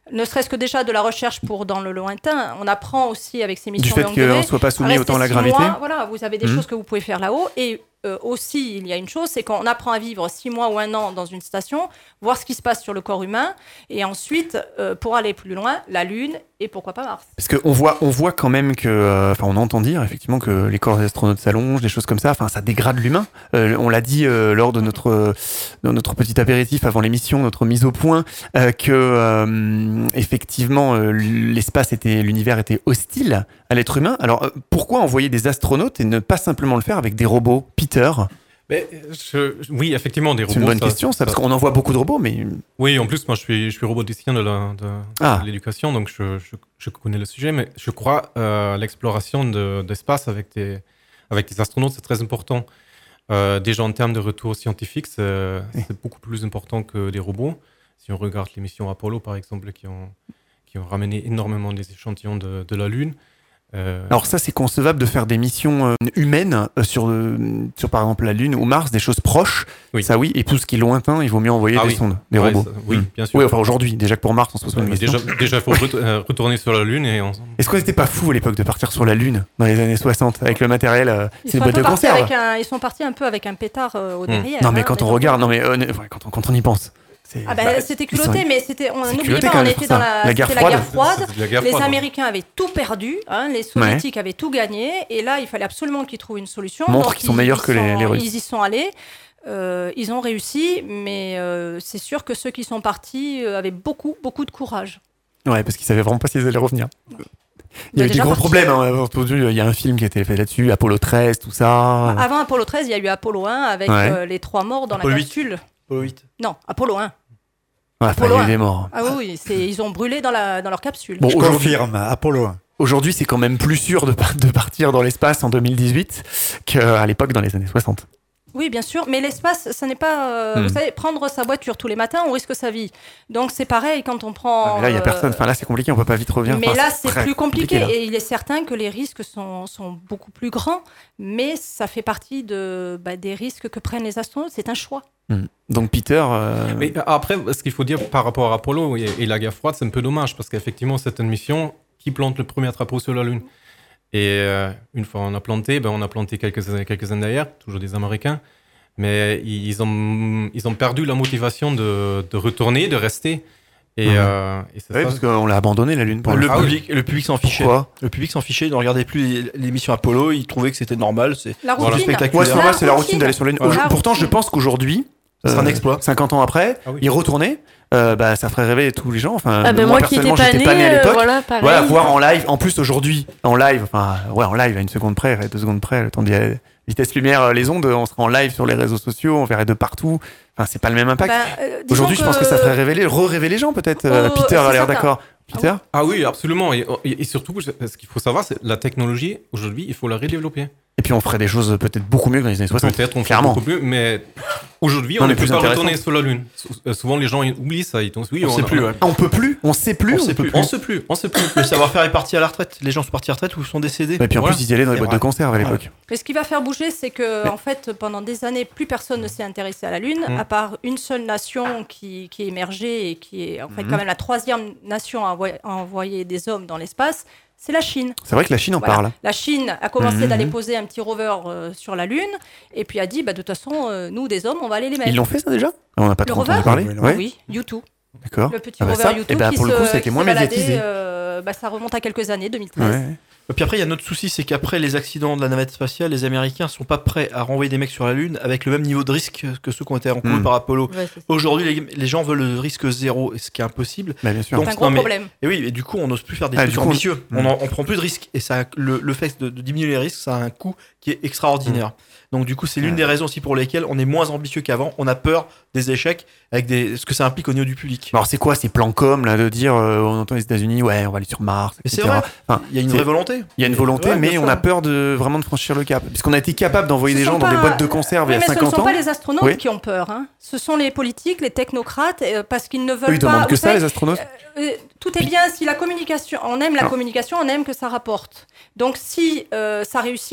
Ne serait-ce que déjà de la recherche pour dans le lointain. On apprend aussi avec ces missions Du fait longue durée. qu'on ne soit pas soumis Rester autant à la six gravité. mois, voilà, vous avez des Mhm. choses que vous pouvez faire là-haut. Et euh, aussi, il y a une chose, c'est qu'on apprend à vivre six mois ou un an dans une station, voir ce qui se passe sur le corps humain, et ensuite, euh, pour aller plus loin, la Lune et pourquoi pas Mars. Parce qu'on voit, on voit quand même que, enfin, on entend dire effectivement que les corps des astronautes s'allongent, des choses comme ça. Enfin, ça dégrade l'humain. Euh, on l'a dit euh, lors de notre, euh, de notre petit apéritif avant l'émission, notre mise au point, euh, que euh, effectivement euh, l'espace était, l'univers était hostile à l'être humain. Alors, euh, pourquoi envoyer des astronautes et ne pas simplement le faire avec des robots, Peter? Mais, je- je- oui, effectivement, des robots. C'est une bonne ça- question, ça, parce qu'on en voit beaucoup de robots, mais Oui, en plus, moi, je suis, je suis roboticien de la- de, Ah. de l'éducation, donc je, je, je connais le sujet, mais je crois euh, à l'exploration de, d'espace avec des, avec des astronautes, c'est très important. Euh, déjà, en termes de retour scientifique, c'est, Oui. c'est beaucoup plus important que des robots. Si on regarde les missions Apollo, par exemple, qui ont, qui ont ramené énormément des échantillons de, de la Lune. Euh, alors ça, c'est concevable de faire des missions euh, humaines euh, sur, euh, sur, par exemple, la Lune ou Mars, des choses proches. Oui. Ça, oui. Et tout ce qui est lointain, il vaut mieux envoyer Ah des oui. sondes, des ouais, robots. ça- oui, Mm. bien sûr. Oui, enfin aujourd'hui, déjà que pour Mars, on se pose pas Ouais, une mais question. déjà, déjà, il faut ret- euh, retourner sur la Lune et on... Est-ce que c'était pas fou à l'époque de partir sur la Lune dans les années soixante avec le matériel euh, Ils C'est une sont, un boîte peu de partis conserve. avec un, ils sont partis un peu avec un pétard euh, au derrière. Non, mais hein, quand on déjà. regarde, non, mais euh, enfin, quand, on, quand on y pense. c'est- Ah ben, bah, c'était ils sont- culotté, mais c'était, on c'est n'oublie culotté pas, quand on même, était ça. dans la, La guerre c'était froide. la guerre froide. C'est de la guerre Les froide, hein. Américains avaient tout perdu, hein, les Soviétiques avaient tout gagné, et là, il fallait absolument qu'ils trouvent une solution. Montre Donc, qu'ils sont ils- meilleurs ils que les- sont- les Russes. Ils y sont allés, euh, ils ont réussi, mais euh, c'est sûr que ceux qui sont partis euh, avaient beaucoup, beaucoup de courage. Ouais, parce qu'ils savaient vraiment pas s'ils allaient revenir. Il y Bah, a eu des déjà gros parti. problèmes. Hein, entendu, il y a un film qui a été fait là-dessus, Apollo treize, tout ça. Avant Apollo treize, il y a eu Apollo un avec Ouais. euh, les trois morts dans Apollo la huit. capsule. Oh, huit. Non, Apollo un. Ouais, enfin, il y a eu Apollo des morts. Ah oui, oui, c'est, ils ont brûlé dans, la, dans leur capsule. Bon, Je aujourd'hui, confirme, Apollo un. aujourd'hui, c'est quand même plus sûr de, par- de partir dans l'espace en deux mille dix-huit qu'à l'époque dans les années soixante. Oui, bien sûr, mais l'espace, ça n'est pas... euh, Hmm. Vous savez, prendre sa voiture tous les matins, on risque sa vie. Donc c'est pareil quand on prend... Ah, mais là, il y a euh, personne. Enfin, là, c'est compliqué, on peut pas vite revenir. Mais Enfin, là, c'est très plus compliqué. là. Et il est certain que les risques sont, sont beaucoup plus grands. Mais ça fait partie de, bah, des risques que prennent les astronautes. C'est un choix. Hmm. Donc, Peter. euh, Mais après, ce qu'il faut dire par rapport à Apollo et, et la guerre froide, c'est un peu dommage parce qu'effectivement, c'est une mission qui plante le premier drapeau sur la Lune. Et euh, une fois on a planté, ben, on a planté quelques années, quelques années derrière, toujours des Américains. Mais ils ont, ils ont perdu la motivation de, de retourner, de rester. Et, Mhm. euh, et c'est ouais, ça. parce qu'on l'a abandonné, la Lune. Pour Le, le Ah oui. public, le public s'en fichait. Pourquoi Le public s'en fichait, il ne regardait plus les- l'émission Apollo, il trouvait que c'était normal. C'est La Voilà. routine. Spectaculaire. Ouais, c'est normal, c'est la routine routine. d'aller sur la Lune. Voilà. Aujourd- La Pourtant, je routine. pense qu'aujourd'hui, Ce sera un euh, exploit. cinquante ans après, Ah oui. y retourner, euh, bah, ça ferait rêver tous les gens. Enfin, Ah ben moi, moi qui étais personnellement, pas j'étais née, pas né à euh, l'époque. voilà, pareil. Voilà, voir en live, en plus aujourd'hui, en live, enfin, ouais, en live, à une seconde près, à deux secondes près, le temps d'y aller. Vitesse lumière, euh, les ondes, on sera en live sur les réseaux sociaux, on verrait de partout. Enfin, c'est pas le même impact. Ben, euh, disons Aujourd'hui, je pense que ça ferait rêver, re-rêver les gens, peut-être. Euh, Oh, Peter a c'est l'air certain. d'accord. Peter Ah oui, absolument. Et, et- et surtout, ce qu'il faut savoir, c'est la technologie, aujourd'hui, il faut la redévelopper. Et puis, on ferait des choses peut-être beaucoup mieux que dans les années soixante. Peut-être on fait clairement. beaucoup mieux, mais aujourd'hui, Non, on mais ne peut plus pas intéressant. retourner sur la Lune. Sou- euh, Souvent, les gens ils oublient ça. Ils disent, oui, On sait plus, ouais. Ah, on peut plus On sait plus On sait peut plus. On sait plus, on sait plus. Le savoir-faire est parti à la retraite. Les gens sont partis à la retraite ou sont décédés. Et puis en Voilà. plus, ils y allaient dans les C'est boîtes vrai. de conserve à l'époque. Mais ce qui va faire bouger, c'est que en fait, pendant des années, plus personne ne s'est intéressé à la Lune, Mm. à part une seule nation qui, qui est émergée et qui est en fait Mhm. quand même la troisième nation à envoyer, à envoyer des hommes dans l'espace, c'est la Chine. C'est vrai que la Chine en Voilà. parle. La Chine a commencé Mhm. d'aller poser un petit rover euh, sur la Lune et puis a dit, bah, de toute façon, euh, nous, des hommes, on va aller les mettre. Ils l'ont fait ça déjà On n'a pas Le trop rover entendu parler. Oui, Ouais, Oui, YouTube. d'accord. Le petit Ah bah rover ça, YouTube eh ben, qui pour le se- coup, ça a été qui moins s'est baladé, médiatisé. euh, bah, ça remonte à quelques années, deux mille treize. Ouais. Et puis après, il y a un autre souci, c'est qu'après les accidents de la navette spatiale, les Américains sont pas prêts à renvoyer des mecs sur la Lune avec le même niveau de risque que ceux qui ont été encourus Mm. par Apollo. Ouais, c'est ça. Aujourd'hui, les, les gens veulent le risque zéro, et ce qui est impossible. Bah, bien sûr. Donc, C'est un gros non, mais- problème. Et oui, et du coup, on n'ose plus faire des Ah, trucs du coup, on- ambitieux. Mm. On, en- on prend plus de risques. Et ça, a- le, le fait de, de diminuer les risques, ça a un coût qui est extraordinaire. Donc, du coup, c'est l'une Ouais. des raisons aussi pour lesquelles on est moins ambitieux qu'avant. On a peur des échecs avec des, ce que ça implique au niveau du public. Alors c'est quoi ces plans com là de dire euh, on entend les États-Unis ouais on va aller sur Mars Mais et c'est cetera. vrai. Enfin, Il y a une c'est- vraie volonté. il y a une volonté Ouais, bien mais sûr. on a peur de vraiment de franchir le cap puisqu'on a été capable d'envoyer Ce des sont gens dans pas- des boîtes de conserve Oui, il y a mais ce ne cinquante sont ans. pas les astronautes Oui. qui ont peur. Hein. Ce sont les politiques, les technocrates, euh, parce qu'ils ne Eux, veulent ils pas. demandent que vous ça savez, les astronautes. euh, tout est bien si la communication. On aime la Alors. communication, on aime que ça rapporte. Donc si euh, ça réussit,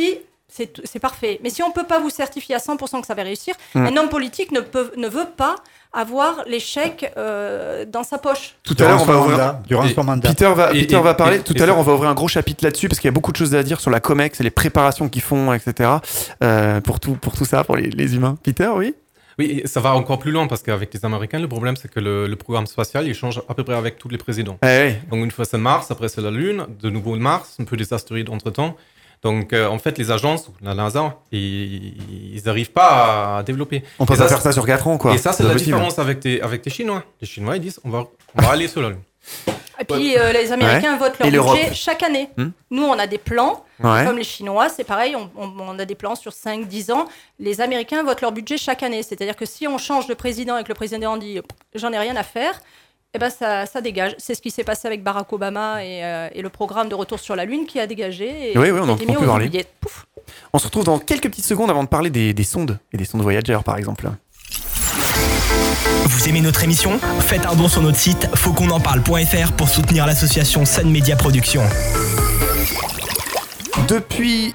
c'est, c'est parfait. Mais si on ne peut pas vous certifier à cent pour cent que ça va réussir, Mm. un homme politique ne, peut, ne veut pas avoir l'échec euh, dans sa poche. Tout à l'heure, on va son ouvrir. mandat, durant Et- son mandat. Peter va, Et- Peter et- va parler. et- Tout et à l'heure, ça- on va ouvrir un gros chapitre là-dessus parce qu'il y a beaucoup de choses à dire sur la COMEX et les préparations qu'ils font, et cetera. Euh, pour tout, pour tout ça, pour les, les humains. Peter, oui. Oui, et ça va encore plus loin parce qu'avec les Américains, le problème c'est que le, le programme spatial il change à peu près avec tous les présidents. Eh oui. Donc une fois c'est Mars, après c'est la Lune, de nouveau Mars, un peu des astéroïdes entre temps. Donc euh, en fait les agences, la NASA, ils ils n'arrivent pas à développer. On peut Et pas ça, faire ça sur quatre ans, quoi. Et ça c'est pas la possible. différence avec les, avec les Chinois. Les Chinois ils disent on va, on va aller sur la Lune. Et puis euh, les Américains votent leur Et l'Europe. budget chaque année. Hmm. Nous, on a des plans. Ouais. Comme les Chinois, c'est pareil, on, on- on a des plans sur cinq dix ans. Les Américains votent leur budget chaque année. C'est-à-dire que si on change de président et que le président dit « j'en ai rien à faire », eh ben ça, ça dégage. C'est ce qui s'est passé avec Barack Obama et, euh, et le programme de retour sur la Lune qui a dégagé. Et Oui, oui, on qui a en été entend mis plus aux parler. oubliettes. Pouf. On se retrouve dans quelques petites secondes avant de parler des, des sondes et des sondes Voyager, par exemple. Vous aimez notre émission ? Faites un don sur notre site faut qu'on en parle point f r pour soutenir l'association Sun Media Productions. Depuis.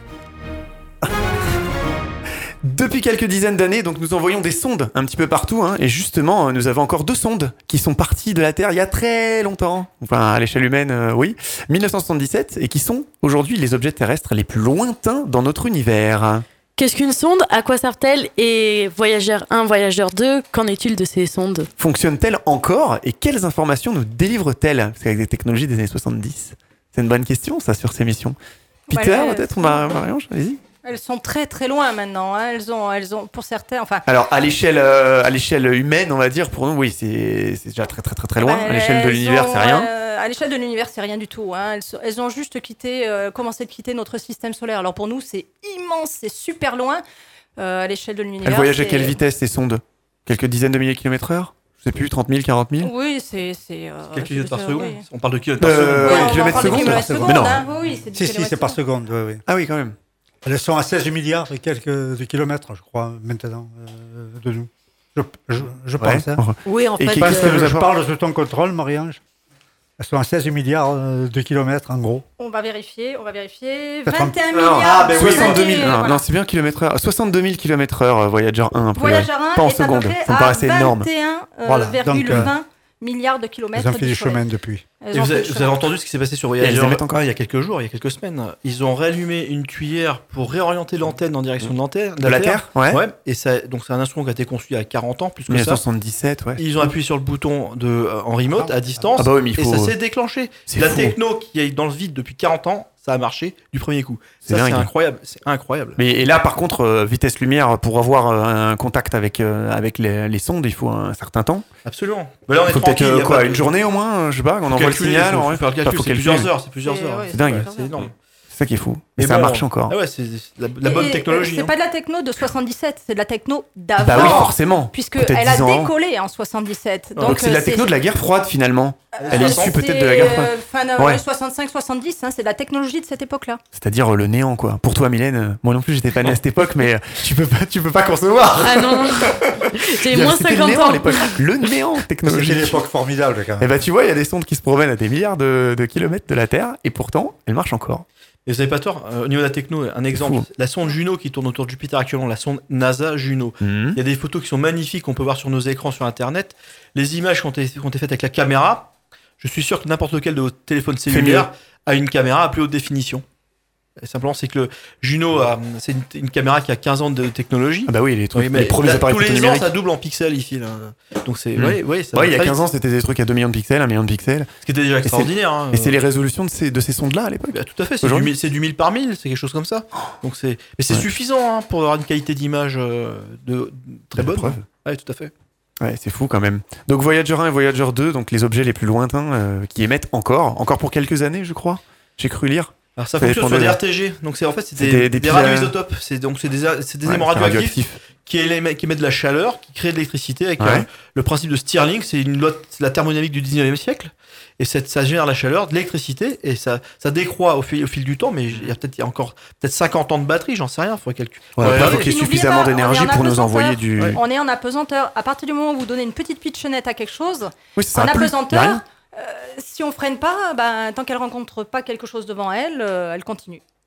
Depuis quelques dizaines d'années, donc nous envoyons des sondes un petit peu partout, hein, et justement, euh, nous avons encore deux sondes qui sont parties de la Terre il y a très longtemps, enfin à l'échelle humaine, euh, oui, dix-neuf cent soixante-dix-sept, et qui sont aujourd'hui les objets terrestres les plus lointains dans notre univers. Qu'est-ce qu'une sonde ? À quoi servent-elles ? Et Voyageur un, Voyageur deux, qu'en est-il de ces sondes ? Fonctionnent-elles encore, et quelles informations nous délivrent-elles ? Parce qu'avec des technologies des années soixante-dix, c'est une bonne question, ça, sur ces missions. Peter, Ouais, peut-être, euh, Mar- Marion, allez-y. Elles sont très très loin maintenant. hein. Elles ont, elles ont, pour certains, enfin. Alors, à l'échelle, euh, à l'échelle humaine, on va dire, pour nous, oui, c'est, c'est déjà très très très très loin. bah, À l'échelle de elles l'univers, ont, c'est rien. euh, à l'échelle de l'univers, c'est rien du tout. hein. Elles, sont- elles ont juste quitté, euh, commencé de quitter notre système solaire. Alors pour nous, c'est immense, c'est super loin. Euh, à l'échelle de l'univers. Elles voyagent à c'est- quelle vitesse, ces sondes ? Quelques dizaines de milliers de kilomètres heure ? Je sais plus, trente mille, quarante mille ? Oui, c'est. c'est euh, Quelques kilomètres par c'est- seconde. oui. On parle de kilomètres par Euh, seconde. ouais, Ouais, on va kilomètres parler de secondes, kilomètres c'est bon. secondes, Mais non. hein. Oui, oui, c'est du Si, si, kilomètre c'est par seconde. seconde, oui, oui. Ah oui, quand même. Elles sont à seize milliards et quelques de kilomètres, je crois, maintenant, euh, de nous. Je, je, je Ouais. pense. Hein. Oui, en Et fait, qui- Parce qu'est-ce que que nous je apporte parle sous ton contrôle, Marie-Ange. Elles sont à seize milliards euh, de kilomètres, en gros. On va vérifier, on va vérifier. Peut-être vingt et un un- milliards. Ah, ben oui, soixante-deux mille, de- non, voilà. non, c'est bien kilomètres heure. soixante-deux mille kilomètres heure, euh, Voyager un, a priori. Voyageur un Pas en est à peu secondes. près Ça me à paraissait énorme. vingt et un Voilà, virgule donc, euh, vingt milliards de kilomètres. Elles ont fait du du Soleil. chemin depuis. Elles Et ont vous fait avez, du vous chemin. avez entendu ce qui s'est passé sur Et Voyager elles émettent encore. ah, il y a quelques jours, il y a quelques semaines. Ils ont réallumé une cuillère pour réorienter l'antenne en direction de l'antenne. De la Terre, ouais. Ouais. Et ça, donc c'est un instrument qui a été conçu il y a quarante ans, plus que dix-neuf cent ça. soixante-dix-sept, ouais. Ils ont appuyé sur le bouton de, euh, en remote, à distance, Ah bah oui, mais il et faut- ça s'est déclenché. C'est La fou. techno qui est dans le vide depuis quarante ans, ça a marché du premier coup. C'est Ça, c'est dingue. incroyable. C'est incroyable. Mais et là, par contre, euh, vitesse lumière, pour avoir euh, un contact avec, euh, avec les, les sondes, il faut un certain temps. Absolument. Mais là, on Il est faut peut-être tranquille. euh, il y a quoi, pas de- une journée au moins, euh, je sais pas, on faut envoie le calculer, signal. faut- ouais. faut faire le Enfin, calcul, faut c'est calculer. plusieurs heures, c'est plusieurs C'est- heures. ouais, C'est dingue. plusieurs C'est heures. énorme. C'est ça qui est fou. Mais Et ça bon, marche encore. Ah ouais, c'est c'est la, la bonne Et, euh, technologie. C'est hein. pas de la techno de soixante-dixsept, c'est de la techno d'avant. Bah oui, forcément. Puisque Peut-être elle a dix ans avant. décollé en soixante-dix-sept. Donc c'est de euh, la techno de la guerre froide finalement. Elle est Euh, issue c'est, peut-être de la guerre froide. euh, Fin de Ouais. soixante-cinq soixante-dix, hein, c'est de la technologie de cette époque-là. C'est-à-dire euh, le néant quoi. Pour toi Mylène, euh, moi non plus j'étais pas né à cette époque, mais euh, tu peux pas, tu peux pas concevoir. Ah non, j'ai moins C'était le cinquante néant à ans. l'époque. Le néant C'était technologique. une époque formidable, quand Et même. bah tu vois, il y a des sondes qui se promènent à des milliards de, de kilomètres de la Terre et pourtant elles marchent encore. Et vous avez pas tort, euh, au niveau de la techno, un exemple, fou. la sonde Juno qui tourne autour de Jupiter actuellement, la sonde NASA Juno. Mhm. Il y a des photos qui sont magnifiques qu'on peut voir sur nos écrans sur Internet. Les images qui ont été, qui ont été faites avec la caméra, je suis sûr que n'importe lequel de vos téléphones cellulaires a une caméra à plus haute définition. Et simplement, c'est que le Juno, a- c'est une, une caméra qui a quinze ans de technologie. Ah bah oui, les trucs, Oui, mais les premiers là, appareils tous les photo ans, numériques. ça double en pixels ici. Là. Donc c'est, Mhm. ouais, ouais, ça Ouais, va il y a très quinze vite. ans, c'était des trucs à deux millions de pixels, un million de pixels. Ce qui était déjà extraordinaire. hein. Et c'est les résolutions de ces, de ces sondes-là à l'époque. Bah, tout à fait, c'est du, Aujourd'hui. mille- c'est du mille par mille, c'est quelque chose comme ça. Donc c'est, mais c'est Ouais. suffisant hein, pour avoir une qualité d'image euh, de, très De bonne. preuve. Ouais, tout à fait. Ouais, c'est fou quand même. Donc Voyager un et Voyager deux, donc les objets les plus lointains euh, qui émettent encore, encore pour quelques années, je crois. J'ai cru lire. Alors ça Ça fonctionne sur dépend des de- R T G, donc c'est en fait c'est C'est des, des- des, des piles radioisotopes, c'est donc c'est des, c'est des Ouais, éléments c'est radioactifs qui émettent, qui émettent de la chaleur, qui créent de l'électricité avec Ouais. euh, le principe de Stirling, c'est une loi de la thermodynamique du dix-neuvième siècle, et cette, ça génère la chaleur, de l'électricité, et ça, ça décroît au fil, au fil du temps, mais il y a peut-être il y a encore peut-être cinquante ans de batterie, j'en sais rien, il faudrait calculer. Ouais, Ouais, après, il faut ouais. qu'il y ait Et n'oubliez suffisamment pas, on est d'énergie en pour nous apesanteur. envoyer du. Ouais. On est en apesanteur. À partir du moment où vous donnez une petite pitchonnette à quelque chose, Oui, ça en sert à plus. Y a apesanteur, rien. euh, si on freine pas, ben, tant qu'elle rencontre pas quelque chose devant elle, euh, elle continue.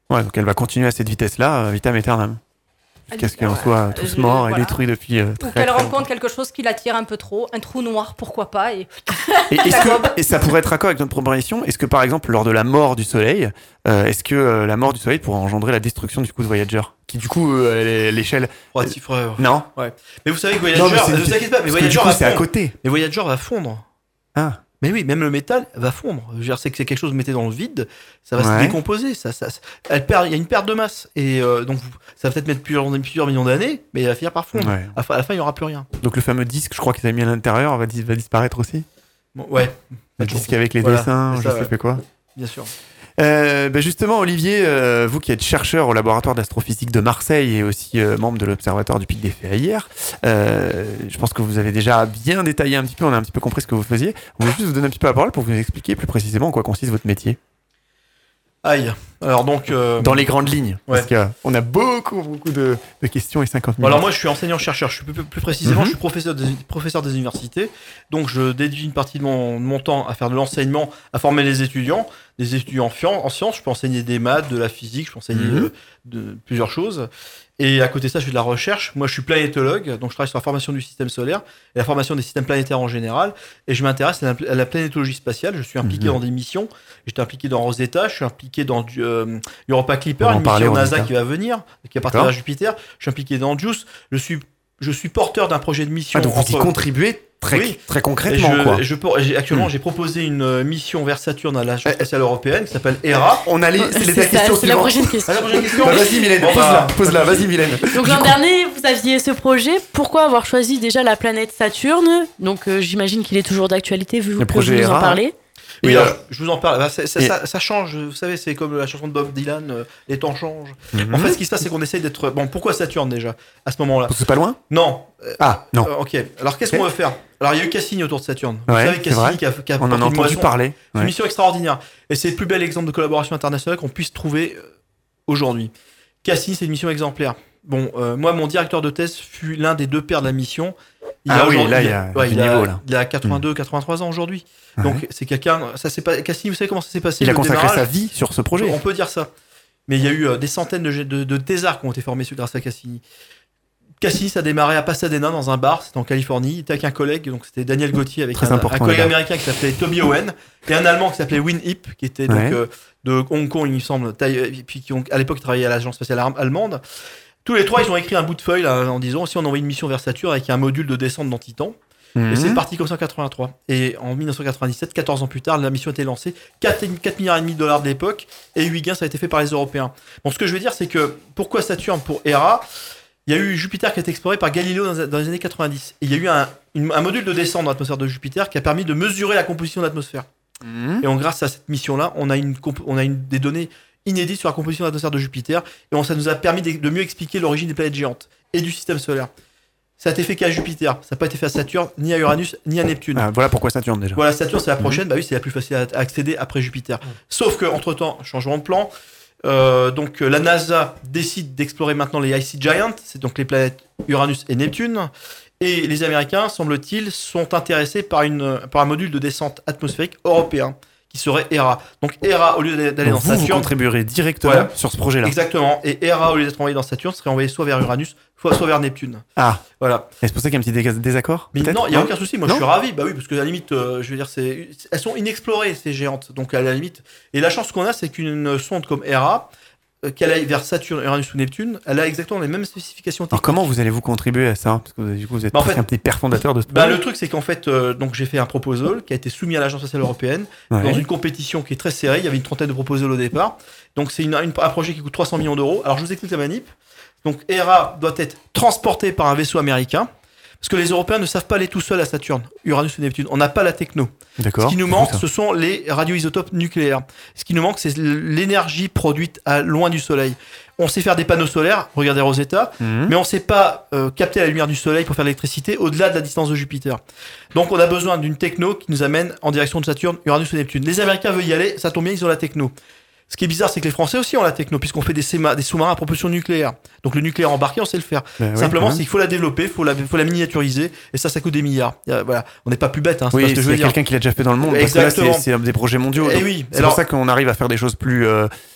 Ouais, donc elle va continuer à cette vitesse-là, euh, vitam aeternam. Jusqu'à ce qu'on Ouais. soit tous Je- morts voilà. et détruits depuis euh, Ou très, qu'elle très rencontre longtemps. quelque chose qui l'attire un peu trop, un trou noir, pourquoi pas. Et... Et, est-ce que- et ça pourrait être raccord avec notre proposition. Est-ce que par exemple, lors de la mort du Soleil, euh, est-ce que euh, la mort du Soleil pourrait engendrer la destruction du coup de Voyager, qui du coup euh, elle est- l'échelle Ouais, si, frère. Non. Ouais. Mais vous savez que Voyager, Non, mais c'est- ne vous inquiétez pas, mais parce que Voyager du coup va c'est à fondre. côté. Mais Voyager va fondre. Ah. Mais oui, même le métal va fondre. Je veux dire, c'est que c'est quelque chose que vous mettez dans le vide, ça va Ouais. se décomposer. Ça, ça, ça- elle perd, il y a une perte de masse. Et euh, donc, vous- ça va peut-être mettre plusieurs, plusieurs millions d'années, mais elle va finir par fondre. Ouais. À, la fin- à la fin, il n'y aura plus rien. Donc le fameux disque, je crois qu'ils avaient mis à l'intérieur, va, dis- va disparaître aussi. Bon, ouais. Le disque avec les Voilà, dessins, c'est je ça, sais ouais. pas quoi. Bien sûr. Euh, bah justement, Olivier, euh, vous qui êtes chercheur au laboratoire d'astrophysique de Marseille et aussi euh, membre de l'Observatoire du Pic des Ferrières, euh, je pense que vous avez déjà bien détaillé un petit peu, on a un petit peu compris ce que vous faisiez. On va juste vous donner un petit peu la parole pour vous expliquer plus précisément en quoi consiste votre métier. Aïe. Alors donc. euh, Dans les grandes lignes, Ouais. parce qu'on a beaucoup, beaucoup de, de questions et cinquante Bon, minutes. alors moi je suis enseignant-chercheur, je suis plus, plus précisément Mhm. je suis professeur des, professeur des universités, donc je dédie une partie de mon, de mon temps à faire de l'enseignement, à former les étudiants, des étudiants en, fian- en sciences, je peux enseigner des maths, de la physique, je peux enseigner Mhm. euh, de, plusieurs choses, et à côté de ça je fais de la recherche, moi je suis planétologue, donc je travaille sur la formation du système solaire et la formation des systèmes planétaires en général, et je m'intéresse à la, à la planétologie spatiale, je suis impliqué Mhm. dans des missions, j'étais impliqué dans Rosetta, je suis impliqué dans du, euh, Europa Clipper, On va en une parler, mission NASA Rosetta. qui va venir, qui appartient D'accord. à Jupiter, je suis impliqué dans JUICE, je suis, je suis porteur d'un projet de mission. Ah, donc vous y entre- contribuez très, Oui. très et concrètement, je, quoi. je por- j'ai- actuellement, Hmm. j'ai proposé une euh, mission vers Saturne à l'Agence spatiale européenne qui s'appelle ERA. On a les, c'est les C'est ça, questions c'est la suivantes. prochaine question. Ah, la prochaine question. Bah, vas-y Mylène, Bon, pose-la, bah, pose-la, vas-y Mylène. Donc l'an dernier, vous aviez ce projet. Pourquoi avoir choisi déjà la planète Saturne? Donc euh, j'imagine qu'il est toujours d'actualité vu Le que projet vous nous en Hera. parlez. Oui, Oui, alors, euh, je vous en parle. Bah, c'est- ça, et- ça, ça change, vous savez, c'est comme la chanson de Bob Dylan, euh, les temps changent. Mhm. En fait, ce qui se passe, c'est qu'on essaye d'être. Bon, pourquoi Saturne déjà à ce moment-là? Parce que c'est pas loin. Non. euh, Ah non. euh, ok. Alors, qu'est-ce Ok. qu'on veut faire? Alors, il y a eu Cassini autour de Saturne. Vous Ouais, savez, c'est vrai. Cassini qui a, qui a On en a porté une entendu moisson. parler. C'est une Ouais. mission extraordinaire. Et c'est le plus bel exemple de collaboration internationale qu'on puisse trouver euh, aujourd'hui. Cassini, c'est une mission exemplaire. Bon, euh, moi, mon directeur de thèse fut l'un des deux pères de la mission. Il Ah oui, aujourd'hui- là, il y a ouais, du il a- niveau, là. Il a quatre-vingt-deux, quatre-vingt-trois ans aujourd'hui. Ouais. Donc, c'est quelqu'un. Ça s'est pas. Cassini, vous savez comment ça s'est passé? Il a le consacré démarrage sa vie sur ce projet. On peut dire ça. Mais il y a eu euh, des centaines de, de, de thésards qui ont été formés sur- grâce à Cassini. Cassini, ça a démarré à Pasadena, dans un bar, c'était en Californie. Il était avec un collègue, donc c'était Daniel Gauthier, avec Très un, important, un collègue les gars. américain qui s'appelait Toby Owen, et un Allemand qui s'appelait Win Hip, qui était donc Ouais. euh, de Hong Kong, il me semble, taille- et puis qui ont, à l'époque travaillait à l'agence spatiale ar- allemande. Tous les trois, ils ont écrit un bout de feuille là, en disant si on envoie une mission vers Saturne avec un module de descente dans Titan. Mhm. Et c'est parti comme ça en quatre-vingt-trois. Et en dix-neuf cent quatre-vingt-dix-sept, quatorze ans plus tard, la mission a été lancée. quatre, quatre milliards et demi de dollars de l'époque. Et huit gains, ça a été fait par les Européens. Bon, ce que je veux dire, c'est que pourquoi Saturne pour Hera? Il y a eu Jupiter qui a été exploré par Galileo dans, dans les années quatre-vingt-dix. Et il y a eu un, une- un module de descente dans l'atmosphère de Jupiter qui a permis de mesurer la composition de l'atmosphère. Mhm. Et on, grâce à cette mission-là, on a, une, comp- on a une, des données inédites sur la composition de l'atmosphère de Jupiter. Et on, ça nous a permis de, de mieux expliquer l'origine des planètes géantes et du système solaire. Ça a été fait qu'à Jupiter. Ça n'a pas été fait à Saturne, ni à Uranus, ni à Neptune. Ah, voilà pourquoi Saturne déjà. Voilà, Saturne, c'est la prochaine. Bah oui, c'est la plus facile à, à accéder après Jupiter. Sauf que entre temps, changement de plan. Euh, donc euh, la NASA décide d'explorer maintenant les Icy Giants, c'est donc les planètes Uranus et Neptune. Et les Américains, semble-t-il, sont intéressés par, une, par un module de descente atmosphérique européen qui serait Hera. Donc Hera, au lieu d'aller Donc dans vous, vous Saturne, contribuerez directement Voilà. sur ce projet-là. exactement, et Hera, au lieu d'être envoyé dans Saturne, serait envoyé soit vers Uranus, soit, soit vers Neptune. Ah, Voilà. et c'est pour ça qu'il y a un petit dé- désaccord Mais peut-être non, il n'y a aucun souci. Moi, Non je suis ravi. Bah oui, parce que à la limite, euh, je veux dire, c'est, elles sont inexplorées ces géantes. Donc à la limite, et la chance qu'on a, c'est qu'une sonde comme Hera, euh, qu'elle aille vers Saturne, Uranus ou Neptune, elle a exactement les mêmes spécifications Alors techniques. comment vous allez vous contribuer à ça? Parce que vous- du coup vous êtes Bah, en presque fait- un petit père fondateur de ce Bah, projet. le truc, c'est qu'en fait, euh, donc j'ai fait un proposal qui a été soumis à l'Agence spatiale européenne Ouais. dans une compétition qui est très serrée. Il y avait une trentaine de proposals au départ. Donc c'est une, une- un projet qui coûte trois cents millions d'euros. Alors je vous explique la manip. Donc Hera doit être transporté par un vaisseau américain. Parce que les Européens ne savent pas aller tout seuls à Saturne, Uranus ou Neptune. On n'a pas la techno. Ce D'accord. qui nous C'est manque, fou, ça. ce sont les radioisotopes nucléaires. Ce qui nous manque, c'est l'énergie produite à loin du Soleil. On sait faire des panneaux solaires, regardez Rosetta, Mhm. mais on ne sait pas euh, capter la lumière du Soleil pour faire de l'électricité au-delà de la distance de Jupiter. Donc on a besoin d'une techno qui nous amène en direction de Saturne, Uranus ou Neptune. Les Américains veulent y aller, ça tombe bien, ils ont la techno. Ce qui est bizarre, c'est que les Français aussi ont la techno, puisqu'on fait des, séma- des sous-marins à propulsion nucléaire. Donc le nucléaire embarqué, on sait le faire. Bah oui, Simplement, quand c'est même. qu'il faut la développer, il faut la, faut la miniaturiser, et ça, ça coûte des milliards. Euh, voilà. On n'est pas plus bête, hein, c'est Oui, pas ce que je s'il y veux a dire. quelqu'un qui l'a déjà fait dans le monde, parce que là, c'est Exactement. c'est des projets mondiaux. Eh donc oui, c'est alors- pour ça qu'on arrive à faire des choses plus, euh,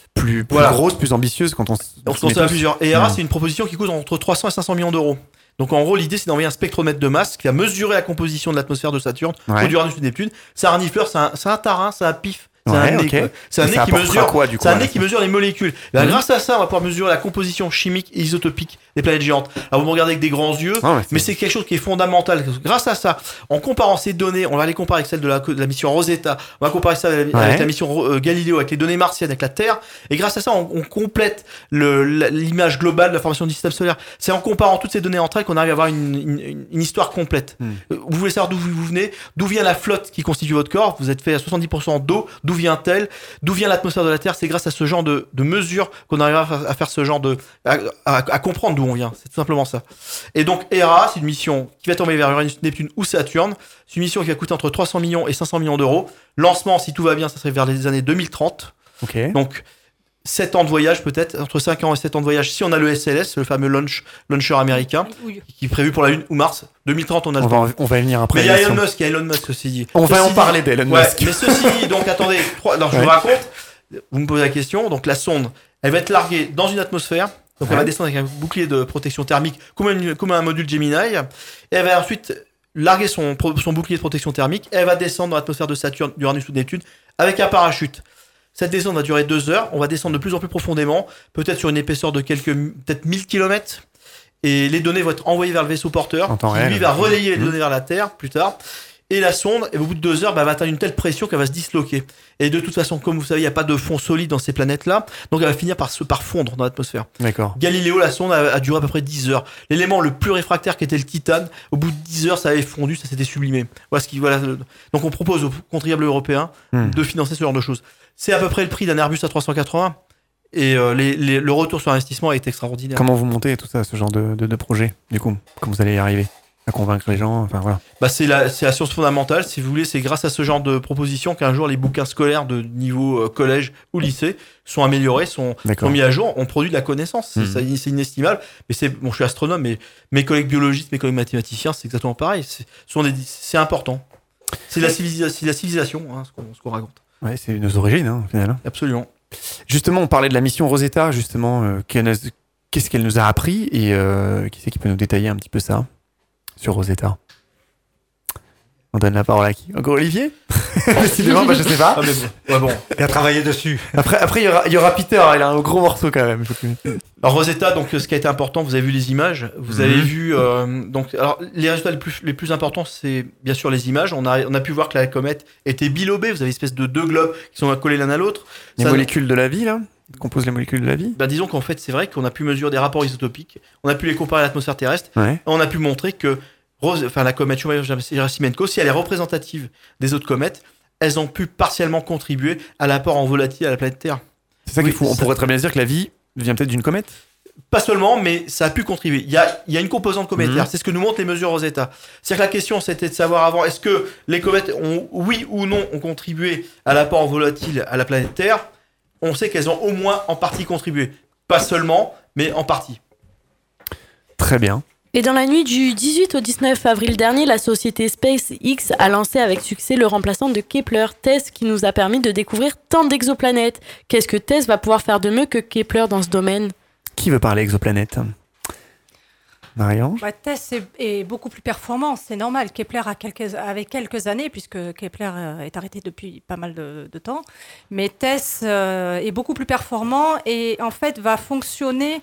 plus, plus Voilà. grosse, plus ambitieuse quand on s- On s'y se met lance à tous. plusieurs. Et E R A, Mm. c'est une proposition qui coûte entre trois cents et cinq cents millions d'euros. Donc en gros, l'idée, c'est d'envoyer un spectromètre de masse qui va mesurer la composition de l'atmosphère de Saturne Ouais. ou d'Uranus ou de Neptune. C'est un renifleur, c'est un, c'est un tarin, c'est un pif. C'est Ouais, un nez, ok. quoi. C'est un Et nez ça qui apportera mesure quoi, du coup, C'est un à nez la qui fin mesure les molécules. Ben, Mhm. Grâce à ça, on va pouvoir mesurer la composition chimique et isotopique des planètes géantes. Alors vous me regardez avec des grands yeux, Ah ouais, mais c'est quelque chose qui est fondamental. Grâce à ça, en comparant ces données, on va les comparer avec celles de la, de la mission Rosetta, on va comparer ça avec, Ouais. avec la mission euh, Galileo, avec les données martiennes, avec la Terre, et grâce à ça, on, on complète le- la- l'image globale de la formation du système solaire. C'est en comparant toutes ces données entre elles qu'on arrive à avoir une, une- une histoire complète. Hmm. Euh, Vous voulez savoir d'où vous, vous venez, d'où vient la flotte qui constitue votre corps, vous êtes fait à soixante-dix pour cent d'eau, d'où vient-elle, d'où vient l'atmosphère de la Terre. C'est grâce à ce genre de, de mesures qu'on arrive à, faire- à faire ce genre de... à, à- à comprendre d'où on vient. C'est tout simplement ça. Et donc E R A, c'est une mission qui va tomber vers Uranus, Neptune ou Saturne. C'est une mission qui va coûter entre trois cents millions et cinq cents millions d'euros. Lancement, si tout va bien, ça serait vers les années deux mille trente. Ok. Donc sept ans de voyage peut-être, entre cinq ans et sept ans de voyage si on a le S L S, le fameux launch, launcher américain, Oui. qui est prévu pour la Lune ou Mars. deux mille trente, on a On le va, temps. en- on va y venir après. Mais il y a Elon l'émission. Musk, il y a Elon Musk, ceci dit. On va Ceci en dit- parler d'Elon Ouais, Musk. mais ceci dit, donc attendez, trois- alors je Ouais. vous raconte, vous me posez la question, donc la sonde, elle va être larguée dans une atmosphère, donc elle Ouais. va descendre avec un bouclier de protection thermique, comme un, comme un module Gemini, et elle va ensuite larguer son, pro- son bouclier de protection thermique, et elle va descendre dans l'atmosphère de Saturne, d'Uranus ou de Neptune, avec un parachute. Cette descente va durer deux heures, on va descendre de plus en plus profondément, peut-être sur une épaisseur de quelques, peut-être mille kilomètres, et les données vont être envoyées vers le vaisseau porteur, En temps qui réel. lui va relayer les Mmh. données vers la Terre plus tard. Et la sonde, et au bout de deux heures, bah, va atteindre une telle pression qu'elle va se disloquer. Et de toute façon, comme vous savez, il n'y a pas de fond solide dans ces planètes-là, donc elle va finir par se par fondre dans l'atmosphère. D'accord. Galiléo, la sonde a, a duré à peu près dix heures. L'élément le plus réfractaire qui était le titane, au bout de dix heures, ça avait fondu, ça s'était sublimé. Voilà ce qui, voilà. le- Donc on propose aux contribuables européens Hmm. de financer ce genre de choses. C'est à peu près le prix d'un Airbus A trois cent quatre-vingts. Et euh, les- les- le retour sur investissement est extraordinaire. Comment vous montez tout ça, ce genre de, de, de projet, du coup? Comment vous allez y arriver à convaincre les gens? Enfin voilà. Bah, c'est la, c'est la science fondamentale, si vous voulez, c'est grâce à ce genre de propositions qu'un jour les bouquins scolaires de niveau euh, collège ou lycée sont améliorés, sont, D'accord. sont mis à jour, on produit de la connaissance, c'est, Mhm. ça- c'est inestimable. Mais c'est, bon, je suis astronome, mais mes collègues biologistes, mes collègues mathématiciens, c'est exactement pareil, c'est, ce sont des, c'est important. C'est la, civilisa- c'est la civilisation, hein, ce, qu'on, ce qu'on raconte. Ouais, c'est nos origines, hein, au final. Absolument. Justement, on parlait de la mission Rosetta, justement. euh, qu'elle nous- qu'est-ce qu'elle nous a appris et euh, qui c'est qui peut nous détailler un petit peu ça sur Rosetta? On donne la parole à qui? Encore Olivier? Décidément, bah, je sais pas. Ah, mais bon, ouais, bon. Il a travaillé dessus. Après, après il, y aura, il y aura Peter, il a un gros morceau quand même. Faut que- Alors Rosetta, donc ce qui a été important, vous avez vu les images, vous Mhm. avez vu euh, donc alors les résultats les plus les plus importants, c'est bien sûr les images. On a on a pu voir que la comète était bilobée. Vous avez une espèce de deux globes qui sont collés l'un à l'autre. Les Ça- molécules de la vie, là? Composent les molécules de la vie? Bah, disons qu'en fait c'est vrai qu'on a pu mesurer des rapports isotopiques. On a pu les comparer à l'atmosphère terrestre. Ouais. Et on a pu montrer que Rose, enfin la comète Churyumov-Gerasimenko, si elle est représentative des autres comètes, elles ont pu partiellement contribuer à l'apport en volatile à la planète Terre. C'est ça Oui, qu'il faut. On ça- pourrait très bien se dire que la vie vient peut-être d'une comète. Pas seulement, mais ça a pu contribuer. Il y a, il y a une composante cométaire. Mhm. C'est ce que nous montrent les mesures Rosetta. C'est-à-dire que la question, c'était de savoir avant, est-ce que les comètes ont, oui ou non, ont contribué à l'apport en volatile à la planète Terre? On sait qu'elles ont au moins en partie contribué. Pas seulement, mais en partie. Très bien. Et dans la nuit du dix-huit au dix-neuf avril dernier, la société SpaceX a lancé avec succès le remplaçant de Kepler, TESS, qui nous a permis de découvrir tant d'exoplanètes. Qu'est-ce que TESS va pouvoir faire de mieux que Kepler dans ce domaine? Qui veut parler exoplanète? Marianne? Bah, TESS est, est beaucoup plus performant, c'est normal. Kepler a quelques, avait quelques années, puisque Kepler euh, est arrêté depuis pas mal de, de temps. Mais TESS euh, est beaucoup plus performant et en fait va fonctionner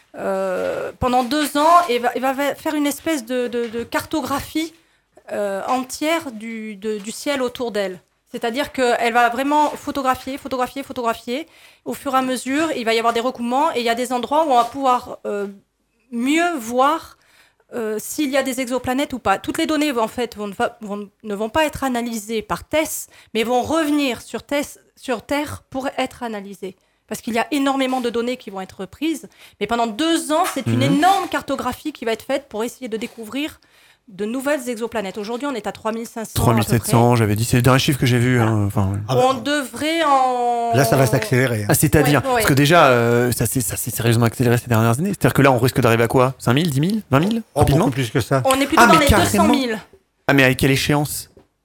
euh, pendant deux ans et va, et va faire une espèce de, de, de cartographie euh, entière du, de, du ciel autour d'elle. C'est-à-dire qu'elle va vraiment photographier, photographier, photographier. Au fur et à mesure, il va y avoir des recoupements et il y a des endroits où on va pouvoir euh, mieux voir euh, s'il y a des exoplanètes ou pas. Toutes les données, en fait, vont, vont, ne vont pas être analysées par TESS, mais vont revenir sur, TESS, sur Terre pour être analysées. Parce qu'il y a énormément de données qui vont être prises. Mais pendant deux ans, c'est une Mhm. énorme cartographie qui va être faite pour essayer de découvrir de nouvelles exoplanètes. Aujourd'hui, on est à trois mille cinq cents. trois mille sept cents, j'avais dit. C'est le dernier chiffre que j'ai vu. Hein. Enfin, ouais. Ah bah, On devrait en... là, ça va s'accélérer. hein. Ah, c'est-à-dire, Ouais, ouais. parce que déjà, euh, ça s'est ça s'est sérieusement accéléré ces dernières années. C'est-à-dire que là, on risque d'arriver à quoi? cinq mille, dix mille, vingt mille? Oh, Rapidement? beaucoup plus que ça. On est plutôt Ah, dans mais les carrément. deux cent mille. Ah, mais à quelle échéance?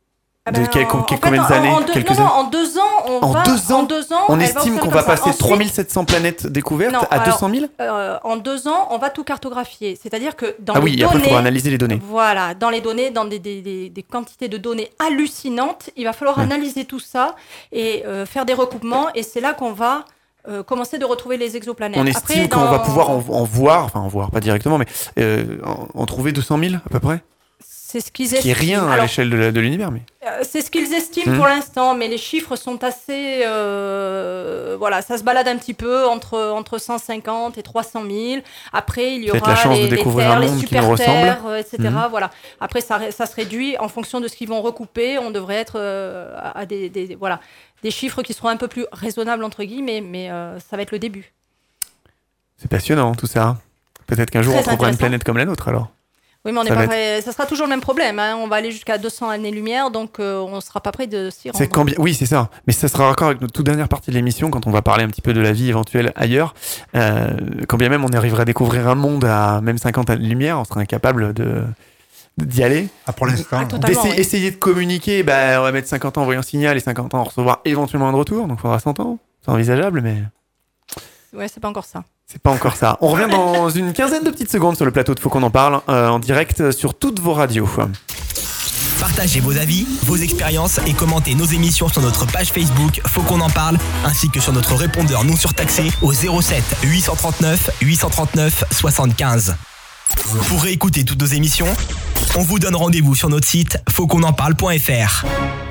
Ah De ben, quel- en- quel- en fait, combien en- d'années en deux- Quelques non, non, années en deux ans, on En va. deux ans en deux ans, On elle estime va qu'on observer va comme ça. passer Ensuite, trois mille sept cents planètes découvertes Non, à alors, deux cent mille. euh, en deux ans, on va tout cartographier. C'est-à-dire que dans Ah les oui, et après, il données, faudra analyser les données. voilà, dans les données, dans des, des, des, des quantités de données hallucinantes, il va falloir Ouais. analyser tout ça et euh, faire des recoupements. Et c'est là qu'on va euh, commencer de retrouver les exoplanètes. On Après, estime qu'on dans- va pouvoir en, en voir, enfin en voir, pas directement, mais euh, en, en trouver deux cent mille à peu près. C'est ce qu'ils Ce qui est estiment. rien à Alors, l'échelle de, la- de l'univers, mais. Euh, C'est ce qu'ils estiment Mhm. pour l'instant, mais les chiffres sont assez. euh, voilà, ça se balade un petit peu entre, entre cent cinquante et trois cent mille. Après, il y Peut-être aura la chance les, de les découvrir terres, un les monde qui nous super terres, ressemble. euh, et cetera. Mhm. Voilà. Après, ça, ré- ça se réduit en fonction de ce qu'ils vont recouper. On devrait être euh, à à des, des- voilà, des chiffres qui seront un peu plus raisonnables, entre guillemets, mais euh, ça va être le début. C'est passionnant tout ça. Peut-être qu'un jour Très on trouvera une intéressant. planète comme la nôtre alors. Oui, mais on Ça n'est va pas prêt. Ça sera toujours le même problème. Hein. On va aller jusqu'à deux cents années-lumière, donc euh, on ne sera pas prêt de s'y rendre. C'est quand bien... Oui, c'est ça. Mais ça sera raccord avec notre toute dernière partie de l'émission quand on va parler un petit peu de la vie éventuelle ailleurs. Euh, quand bien même on arriverait à découvrir un monde à même cinquante années-lumière, on sera incapable de d'y aller. Ah, pour l'instant. Ah, totalement, D'essayer oui. essayer de communiquer, bah, on va mettre cinquante ans en voyant un signal et cinquante ans en recevoir éventuellement un de retour, donc il faudra cent ans. C'est envisageable, mais Ouais, c'est pas encore ça. c'est pas encore ça. On revient dans une quinzaine de petites secondes sur le plateau de Faut qu'on en parle, euh, en direct sur toutes vos radios. Partagez vos avis, vos expériences et commentez nos émissions sur notre page Facebook Faut qu'on en parle, ainsi que sur notre répondeur non surtaxé au zéro sept huit cent trente-neuf huit cent trente-neuf soixante-quinze. Pour réécouter toutes nos émissions, on vous donne rendez-vous sur notre site faut qu'on en parle point f r.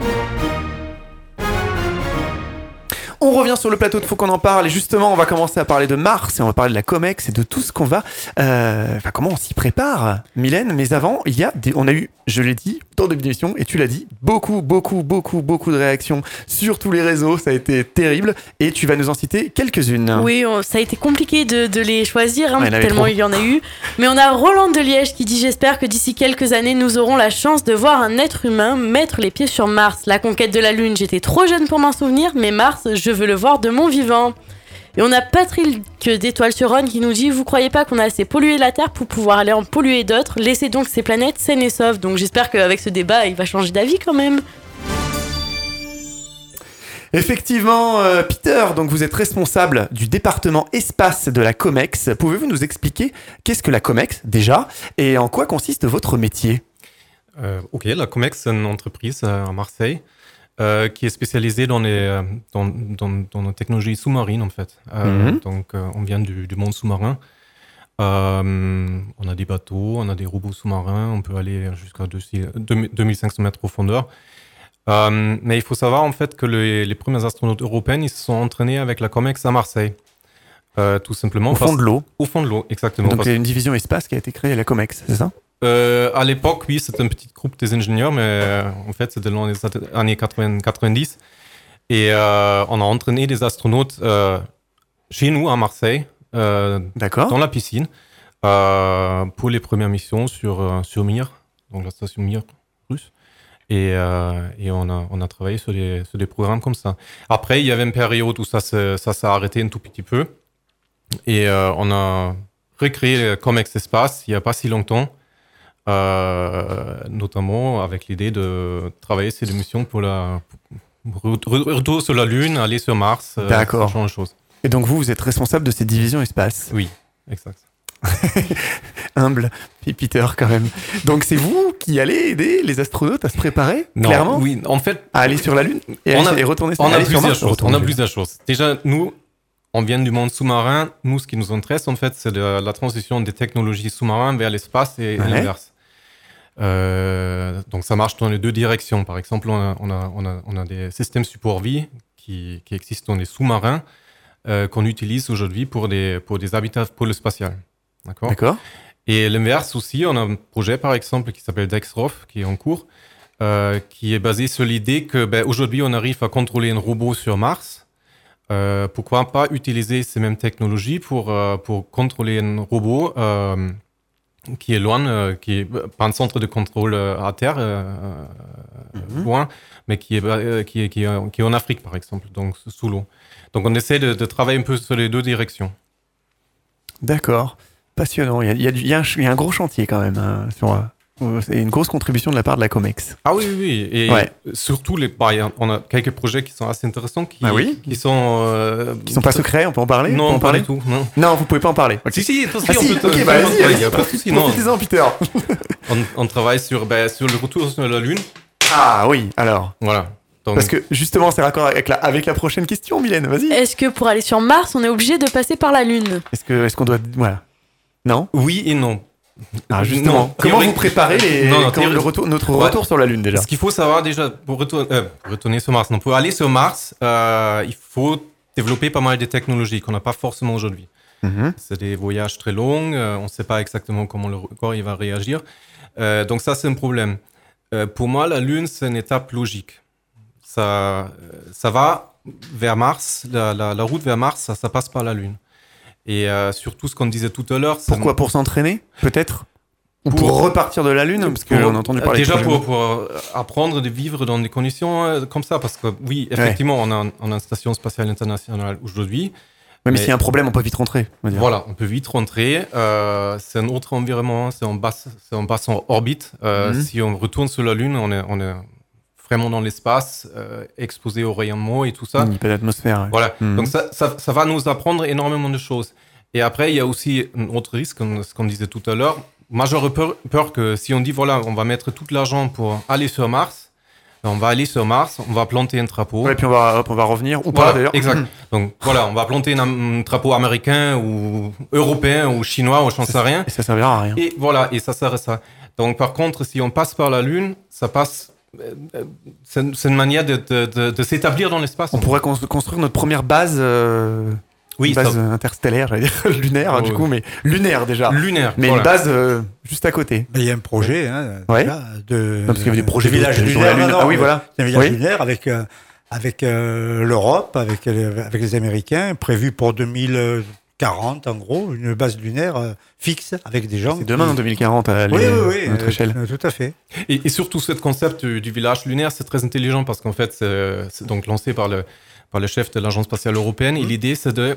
On revient sur le plateau de Faut qu'on en parle et justement on va commencer à parler de Mars et on va parler de la COMEX et de tout ce qu'on va... Euh, enfin comment on s'y prépare, Mylène. Mais avant, il y a des, on a eu, je l'ai dit dans le début d'émission et tu l'as dit, beaucoup, beaucoup, beaucoup, beaucoup de réactions sur tous les réseaux. Ça a été terrible et tu vas nous en citer quelques-unes. Oui, on- ça a été compliqué de, de les choisir, hein, Ouais, il y en avait tellement trop. il y en a eu. Mais on a Roland de Liège qui dit « J'espère que d'ici quelques années, nous aurons la chance de voir un être humain mettre les pieds sur Mars. La conquête de la Lune, j'étais trop jeune pour m'en souvenir, mais Mars, je veux le voir de mon vivant. » Et on a Patrick d'Étoile sur Rhône qui nous dit « Vous croyez pas qu'on a assez pollué la Terre pour pouvoir aller en polluer d'autres? Laissez donc ces planètes saines et sauves. » Donc j'espère qu'avec ce débat, il va changer d'avis quand même. Effectivement, euh, Peter, donc vous êtes responsable du département espace de la COMEX. Pouvez-vous nous expliquer qu'est-ce que la COMEX déjà et en quoi consiste votre métier? Euh, ok, la COMEX, c'est une entreprise euh, à Marseille euh, qui est spécialisée dans les, euh, dans, dans, dans les technologies sous-marines, en fait. Euh, Mhm. Donc, euh, on vient du, du monde sous-marin. Euh, on a des bateaux, on a des robots sous-marins, on peut aller jusqu'à deux mille cinq cents mètres de profondeur. Euh, mais il faut savoir, en fait, que les, les premiers astronautes européens, ils se sont entraînés avec la COMEX à Marseille. Euh, tout simplement. Au fond parce- de l'eau. Au fond de l'eau, exactement. Donc Parce- il y a une division espace qui a été créée à la COMEX, c'est ça? Euh, à l'époque, oui, c'était un petit groupe des ingénieurs, mais euh, en fait, c'était dans les années quatre-vingts quatre-vingt-dix. Et euh, on a entraîné des astronautes euh, chez nous, à Marseille, euh, D'accord. dans la piscine, euh, pour les premières missions sur, euh, sur Mir, donc la station Mir russe. Et, euh, et on, a, on a travaillé sur des, sur des programmes comme ça. Après, il y avait une période où ça, se- ça s'est arrêté un tout petit peu. Et euh, on a recréé le COMEX Espace il n'y a pas si longtemps. Euh, notamment avec l'idée de travailler sur des missions pour la pour re- retour sur la Lune, aller sur Mars, euh, D'accord. ce genre de choses. Et donc vous, vous êtes responsable de cette division espace. Oui, exact. Humble, et Peter quand même. Donc c'est vous qui allez aider les astronautes à se préparer, Non, clairement, oui, en fait, à aller sur la Lune et, On aller- a- et retourner sur on a aller sur plusieurs Mars, choses. retourner. On a plusieurs choses. Déjà, nous, on vient du monde sous-marin. Nous, ce qui nous intéresse, en fait, c'est de- la transition des technologies sous-marins vers l'espace et, et Ouais. l'inverse. Euh, donc, ça marche dans les deux directions. Par exemple, on a, on a, on a, on a des systèmes support-vie qui, qui existent dans les sous-marins euh, qu'on utilise aujourd'hui pour des, pour des habitats pour le spatial. D'accord. D'accord. Et l'inverse aussi, on a un projet par exemple qui s'appelle Dexrof, qui est en cours, euh, qui est basé sur l'idée que ben, aujourd'hui on arrive à contrôler un robot sur Mars. Euh, pourquoi pas utiliser ces mêmes technologies pour, euh, pour contrôler un robot euh, qui est loin, euh, qui est pas un centre de contrôle euh, à terre, euh, Mhm. loin, mais qui est, euh, qui, est, qui, est, qui est en Afrique par exemple, donc sous l'eau. Donc on essaie de, de travailler un peu sur les deux directions. D'accord. Passionnant. Il y a, il y a du- il y a un, ch- il y a un gros chantier quand même hein, sur, euh, C'est une grosse contribution de la part de la COMEX. Ah oui, oui, oui. Et Ouais. surtout, les, bah, y a- on a quelques projets qui sont assez intéressants, qui, Ah oui qui sont... euh, Qui sont pas secrets, on peut en parler On peut Non, en pas parler du tout. Non. Non, vous pouvez pas en parler. Si, si, toi aussi, Ah on si, peut te- ok, bah vas-y, il y a pas de souci, non. profitez-en, Peter. On, on travaille sur, bah, sur le retour sur la Lune. Ah oui, alors. Voilà. Donc, Parce que justement, c'est raccord avec la, avec la prochaine question, Mylène, vas-y. Est-ce que pour aller sur Mars, on est obligé de passer par la Lune? Est-ce que, est-ce qu'on doit, voilà. Non. oui et non. Ah, justement. Non. Comment Théorie- vous préparez les, Non, non, quand théorie- le retour, notre Ouais. retour sur la Lune déjà? Ce qu'il faut savoir déjà, pour retourner, euh, retourner sur Mars, non, pour aller sur Mars, euh, il faut développer pas mal de technologies qu'on n'a pas forcément aujourd'hui. Mhm. C'est des voyages très longs, euh, on ne sait pas exactement comment le corps il va réagir. Euh, donc ça, c'est un problème. Euh, pour moi, la Lune, c'est une étape logique. Ça, euh, ça va vers Mars, la, la, la route vers Mars, ça, ça passe par la Lune. Et euh, surtout, ce qu'on disait tout à l'heure... c'est- Pourquoi? Pour s'entraîner, peut-être? Ou pour, Pour- repartir de la Lune? Parce Pour- qu'on a entendu parler Déjà de pour, pour euh, apprendre de vivre dans des conditions euh, comme ça, parce que oui, effectivement, on, a, on a une station spatiale internationale aujourd'hui. Oui, mais, mais- s'il y a un problème, on peut vite rentrer. On va dire. Voilà, on peut vite rentrer. Euh, c'est un autre environnement, c'est en basse, c'est en basse en orbite. Euh, Mhm. Si on retourne sur la Lune, on est, on est vraiment dans l'espace, euh, exposé au rayonnement et tout ça. Il n'y a pas d'atmosphère. ouais. Voilà, Mhm. donc ça, ça, ça va nous apprendre énormément de choses. Et après, il y a aussi un autre risque, comme ce qu'on disait tout à l'heure. Moi, j'aurais peur, peur que si on dit, voilà, on va mettre tout l'argent pour aller sur Mars, on va aller sur Mars, on va planter un drapeau. Ouais, et puis on va, hop, on va revenir, ou Voilà, pas d'ailleurs. exact. Donc voilà, on va planter un, un drapeau américain ou européen ou chinois ou j'en sais rien. Et ça servira à rien. Et voilà, et ça sert à ça. Donc par contre, si on passe par la Lune, ça passe... euh, euh, C'est c'est une manière de, de, de, de s'établir dans l'espace. On pourrait cons- construire notre première base, euh, Oui, une base ça- euh, interstellaire, j'allais dire lunaire, Oh, du oui. coup, mais lunaire déjà. lunaire. Mais voilà. une base euh, juste à côté. Ben, il y a un projet hein, Ouais. déjà, de, Non, parce qu'il y avait des projets de village de- sur la lunaire. Lune. non, Ah oui, mais voilà. C'est un village Oui. lunaire avec, euh, avec euh, l'Europe, avec, euh, avec les Américains, prévu pour deux mille quarante en gros, une base lunaire euh, fixe avec des gens. C'est demain en qui- deux mille quarante à, Oui, les- oui, oui, à notre euh, échelle. euh, tout à fait. Et, et surtout, ce concept du, du village lunaire, c'est très intelligent parce qu'en fait, c'est c'est donc lancé par le, par le chef de l'Agence spatiale européenne. Et l'idée, c'est de...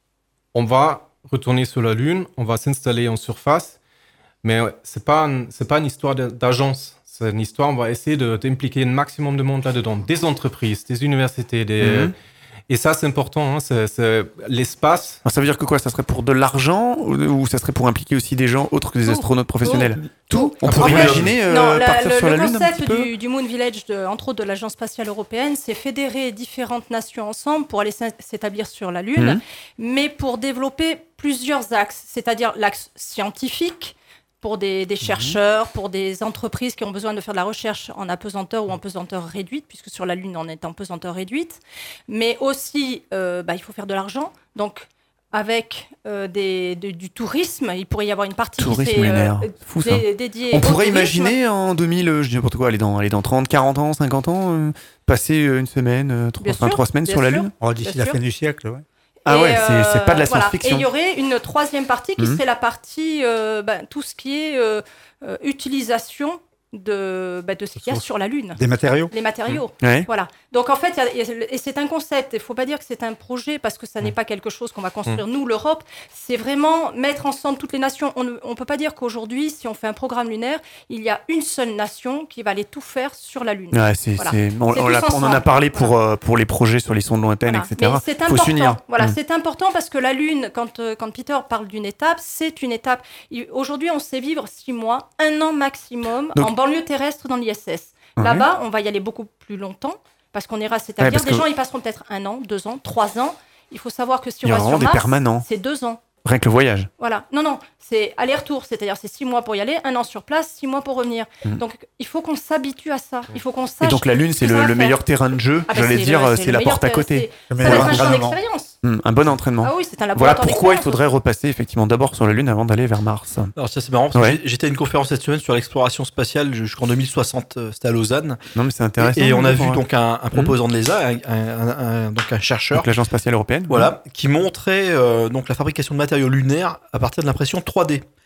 On va retourner sur la Lune, on va s'installer en surface, mais c'est pas un- c'est pas une histoire de- d'agence. C'est une histoire, on va essayer de- d'impliquer un maximum de monde là-dedans. Des entreprises, des universités, des... Mhm. Et ça, c'est important. Hein, c'est c'est l'espace. Alors, ça veut dire que quoi? Ça serait pour de l'argent ou, ou ça serait pour impliquer aussi des gens autres que des Tout. astronautes professionnels? Tout. On Après, pourrait le- imaginer euh, Non, la- partir le, sur le la Lune un petit concept peu? du, du Moon Village, de, entre autres de l'Agence spatiale européenne, c'est fédérer différentes nations ensemble pour aller s'in- s'établir sur la Lune, Mhm. mais pour développer plusieurs axes, c'est-à-dire l'axe scientifique pour des, des chercheurs, pour des entreprises qui ont besoin de faire de la recherche en apesanteur ou en pesanteur réduite, puisque sur la Lune, on est en pesanteur réduite, mais aussi, euh, bah, il faut faire de l'argent, donc avec euh, des, de- du tourisme, il pourrait y avoir une partie Tourisme qui serait lunaire. Fou, ça. dé- dédiée On au pourrait tourisme. imaginer en deux mille, euh, je dis n'importe quoi, aller dans, aller dans trente, quarante ans, cinquante ans, euh, passer euh, une semaine, euh, trois, Bien enfin, sûr, trois semaines bien sur la sûr. Lune. Oh, d'ici Bien la sûr. fin du siècle, ouais. Ah Et, ouais, c'est- c'est pas de la voilà. science-fiction. Et il y aurait une troisième partie qui Mhm. serait la partie, euh, ben, tout ce qui est euh, euh, utilisation de, ben, de ce qu'il y a Ressources. sur la Lune. Des matériaux. Les matériaux. Ouais. Voilà. Donc en fait, il y a- il y a- et c'est un concept. Il ne faut pas dire que c'est un projet parce que ça n'est pas quelque chose qu'on va construire nous, l'Europe. C'est vraiment mettre ensemble toutes les nations. On ne on peut pas dire qu'aujourd'hui, si on fait un programme lunaire, il y a une seule nation qui va aller tout faire sur la Lune. Ouais, c'est, Voilà. c'est- on, C'est on tous l'a- on en a ensemble. parlé pour, euh, pour les projets sur les sondes lointaines, Voilà. et cetera. Mais c'est Faut important. s'unir. Voilà, Mm. c'est important parce que la Lune, quand, euh, quand Peter parle d'une étape, c'est une étape. Il- Aujourd'hui, on sait vivre six mois, un an maximum Donc- en banlieue terrestre dans l'I S S. Ouais. Là-bas, on va y aller beaucoup plus longtemps parce qu'on ira Ouais, s'établir. parce Des que- gens, ils passeront peut-être un an, deux ans, trois ans. Il faut savoir que si Il y on a va vraiment sur des Mars, permanents. c'est deux ans. Rien que le voyage. Voilà. Non, non, c'est aller-retour, c'est-à-dire c'est six mois pour y aller, un an sur place, six mois pour revenir. Mm. Donc il faut qu'on s'habitue à ça. Il faut qu'on Et sache. donc la Lune, c'est ce que ça le, va le faire. meilleur terrain de jeu. Ah ben, J'allais c'est dire, le- euh, c'est c'est le la meilleur porte à terrain, côté. Le Ça va meilleur être un champ entraînement. d'expérience. Mm, un bon entraînement. Ah oui, c'est un Voilà laboratoire pourquoi il d'expérience. faudrait repasser effectivement d'abord sur la Lune avant d'aller vers Mars. Alors ça c'est marrant parce que Ouais. j'ai- j'étais à une conférence cette semaine sur l'exploration spatiale jusqu'en deux mille soixante, euh, c'était à Lausanne. Non, mais c'est intéressant. Et, et on a pour, vu euh, donc un, un proposant de l'E S A, un, un- un- un- donc un chercheur, donc l'Agence spatiale européenne. voilà, qui montrait euh, donc la fabrication de matériaux lunaires à partir de l'impression trois D.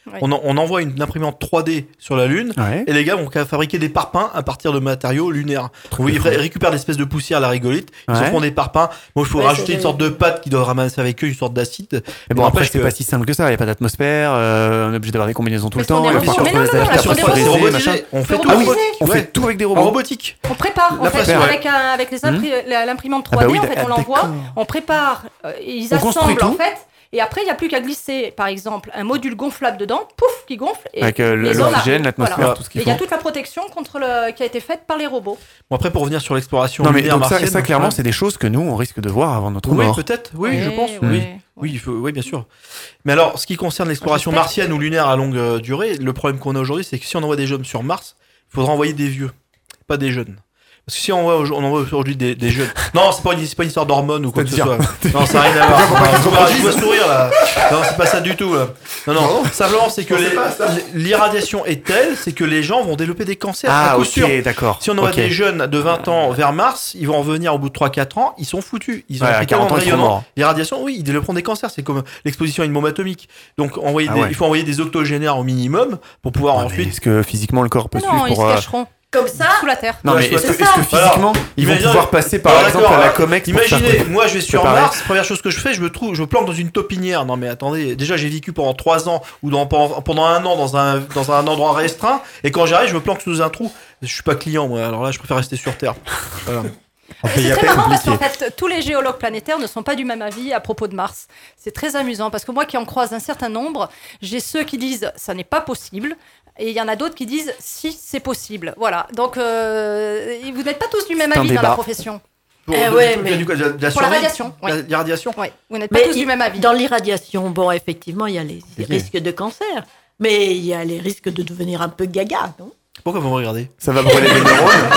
Ouais. On, en- on envoie une imprimante trois D sur la Lune, Ouais. et les gars vont fabriquer des parpaings à partir de matériaux lunaires. Donc, ils ré- récupèrent des espèces de poussière à la rigolite, ils Ouais. en font des parpaings. Bon, il faut Ouais, rajouter c'est une sorte de pâte qui doit ramasser avec eux, une sorte d'acide. Mais Mais bon, après, n'empêche c'est que- pas si simple que ça. Il n'y a pas d'atmosphère. euh, on est obligé d'avoir des combinaisons tout Mais le temps. ce sont Il va des falloir robots. qu'on Mais les non, non, adapte non, après ce sont pour des les robots. aider, robotisé. machin. On fait C'est tout. Ah oui, robotisé. on Ouais. fait tout avec des En robots. robotique. On prépare, en La fait, prépare, avec, un- avec les impri- la- l'imprimante Ah trois D, bah oui, en fait, ah, on l'envoie, d'accord. on prépare, euh, ils On construit assemblent, en tout. fait, et après, il n'y a plus qu'à glisser, par exemple, un module gonflable dedans, pouf, qui gonfle, et Avec euh, les zones l'oxygène, arrivent. l'atmosphère, Voilà. tout ce Et qu'il il y a faut. toute la protection contre le... qui a été faite par les robots. Bon, après, pour revenir sur l'exploration Non, mais lunaire donc ça, martienne, ça, clairement, ouais. c'est des choses que nous, on risque de voir avant notre Oui, mort. peut-être, oui, Ouais, je pense, ouais, oui. ouais. Oui, il faut, oui, bien sûr. Mais alors, ce qui concerne l'exploration J'espère. martienne ou lunaire à longue euh, durée, le problème qu'on a aujourd'hui, c'est que si on envoie des jeunes sur Mars, il faudra envoyer des vieux, pas des jeunes. Parce que si on envoie, au- on envoie aujourd'hui des, des jeunes, non, c'est pas une, c'est pas une histoire d'hormones ou quoi que ce soit. C'est-à-dire Non, ça n'a rien à voir. Non, je vois- je vois sourire là. Non, c'est pas ça du tout. Là. Non, non. Simplement, c'est que les- l'irradiation est telle, c'est que les gens vont développer des cancers à Ah, coup ok, sûr. d'accord. Si on envoie Ok. des jeunes de vingt ans vers Mars, ils vont en venir au bout de trois quatre ans, ils sont foutus. Ils ont Ouais, à pris tellement quarante ans, de ils seront rayonnement. morts. L'irradiation, oui, ils développeront des cancers. C'est comme l'exposition à une bombe atomique. Donc, envoyer Ah des- ouais. il faut envoyer des octogénaires au minimum pour pouvoir Ouais, mais ensuite. Est-ce que physiquement le corps peut Non, suivre ils pour. se euh, cacheront Comme ça, sous la terre. Non, Ouais, mais c'est est-ce que, ça. est-ce que Alors, physiquement, ils vont imaginez- pouvoir passer par Alors, exemple d'accord, à la alors, Comex pour Imaginez, faire- moi je vais sur préparer. Mars, première chose que je fais, je me trouve, je me plante dans une taupinière. Non mais attendez, déjà j'ai vécu pendant trois ans ou dans, pendant, pendant un an dans un, dans un endroit restreint, et quand j'arrive, je me plante sous un trou. Je suis pas client moi, alors là je préfère rester sur Terre. Voilà. Enfin, il y C'est a très pas marrant parce compliqué. qu'en fait, tous les géologues planétaires ne sont pas du même avis à propos de Mars. C'est très amusant parce que moi qui en croise un certain nombre, j'ai ceux qui disent ça n'est pas possible et il y en a d'autres qui disent si c'est possible. Voilà. Donc euh, vous n'êtes pas tous du même C'est un avis dans débat. la profession. Pour, Eh de- ouais, de- mais- du coup, de la- de la Pour la survie, radiation, ouais. la- l'irradiation. Ouais. Vous n'êtes pas mais tous il- du même avis. dans l'irradiation, bon, effectivement, il y a les C'est risques de cancer, mais il y a les risques de devenir un peu gaga, non? Pourquoi vous me regardez? Ça va brûler des neurones.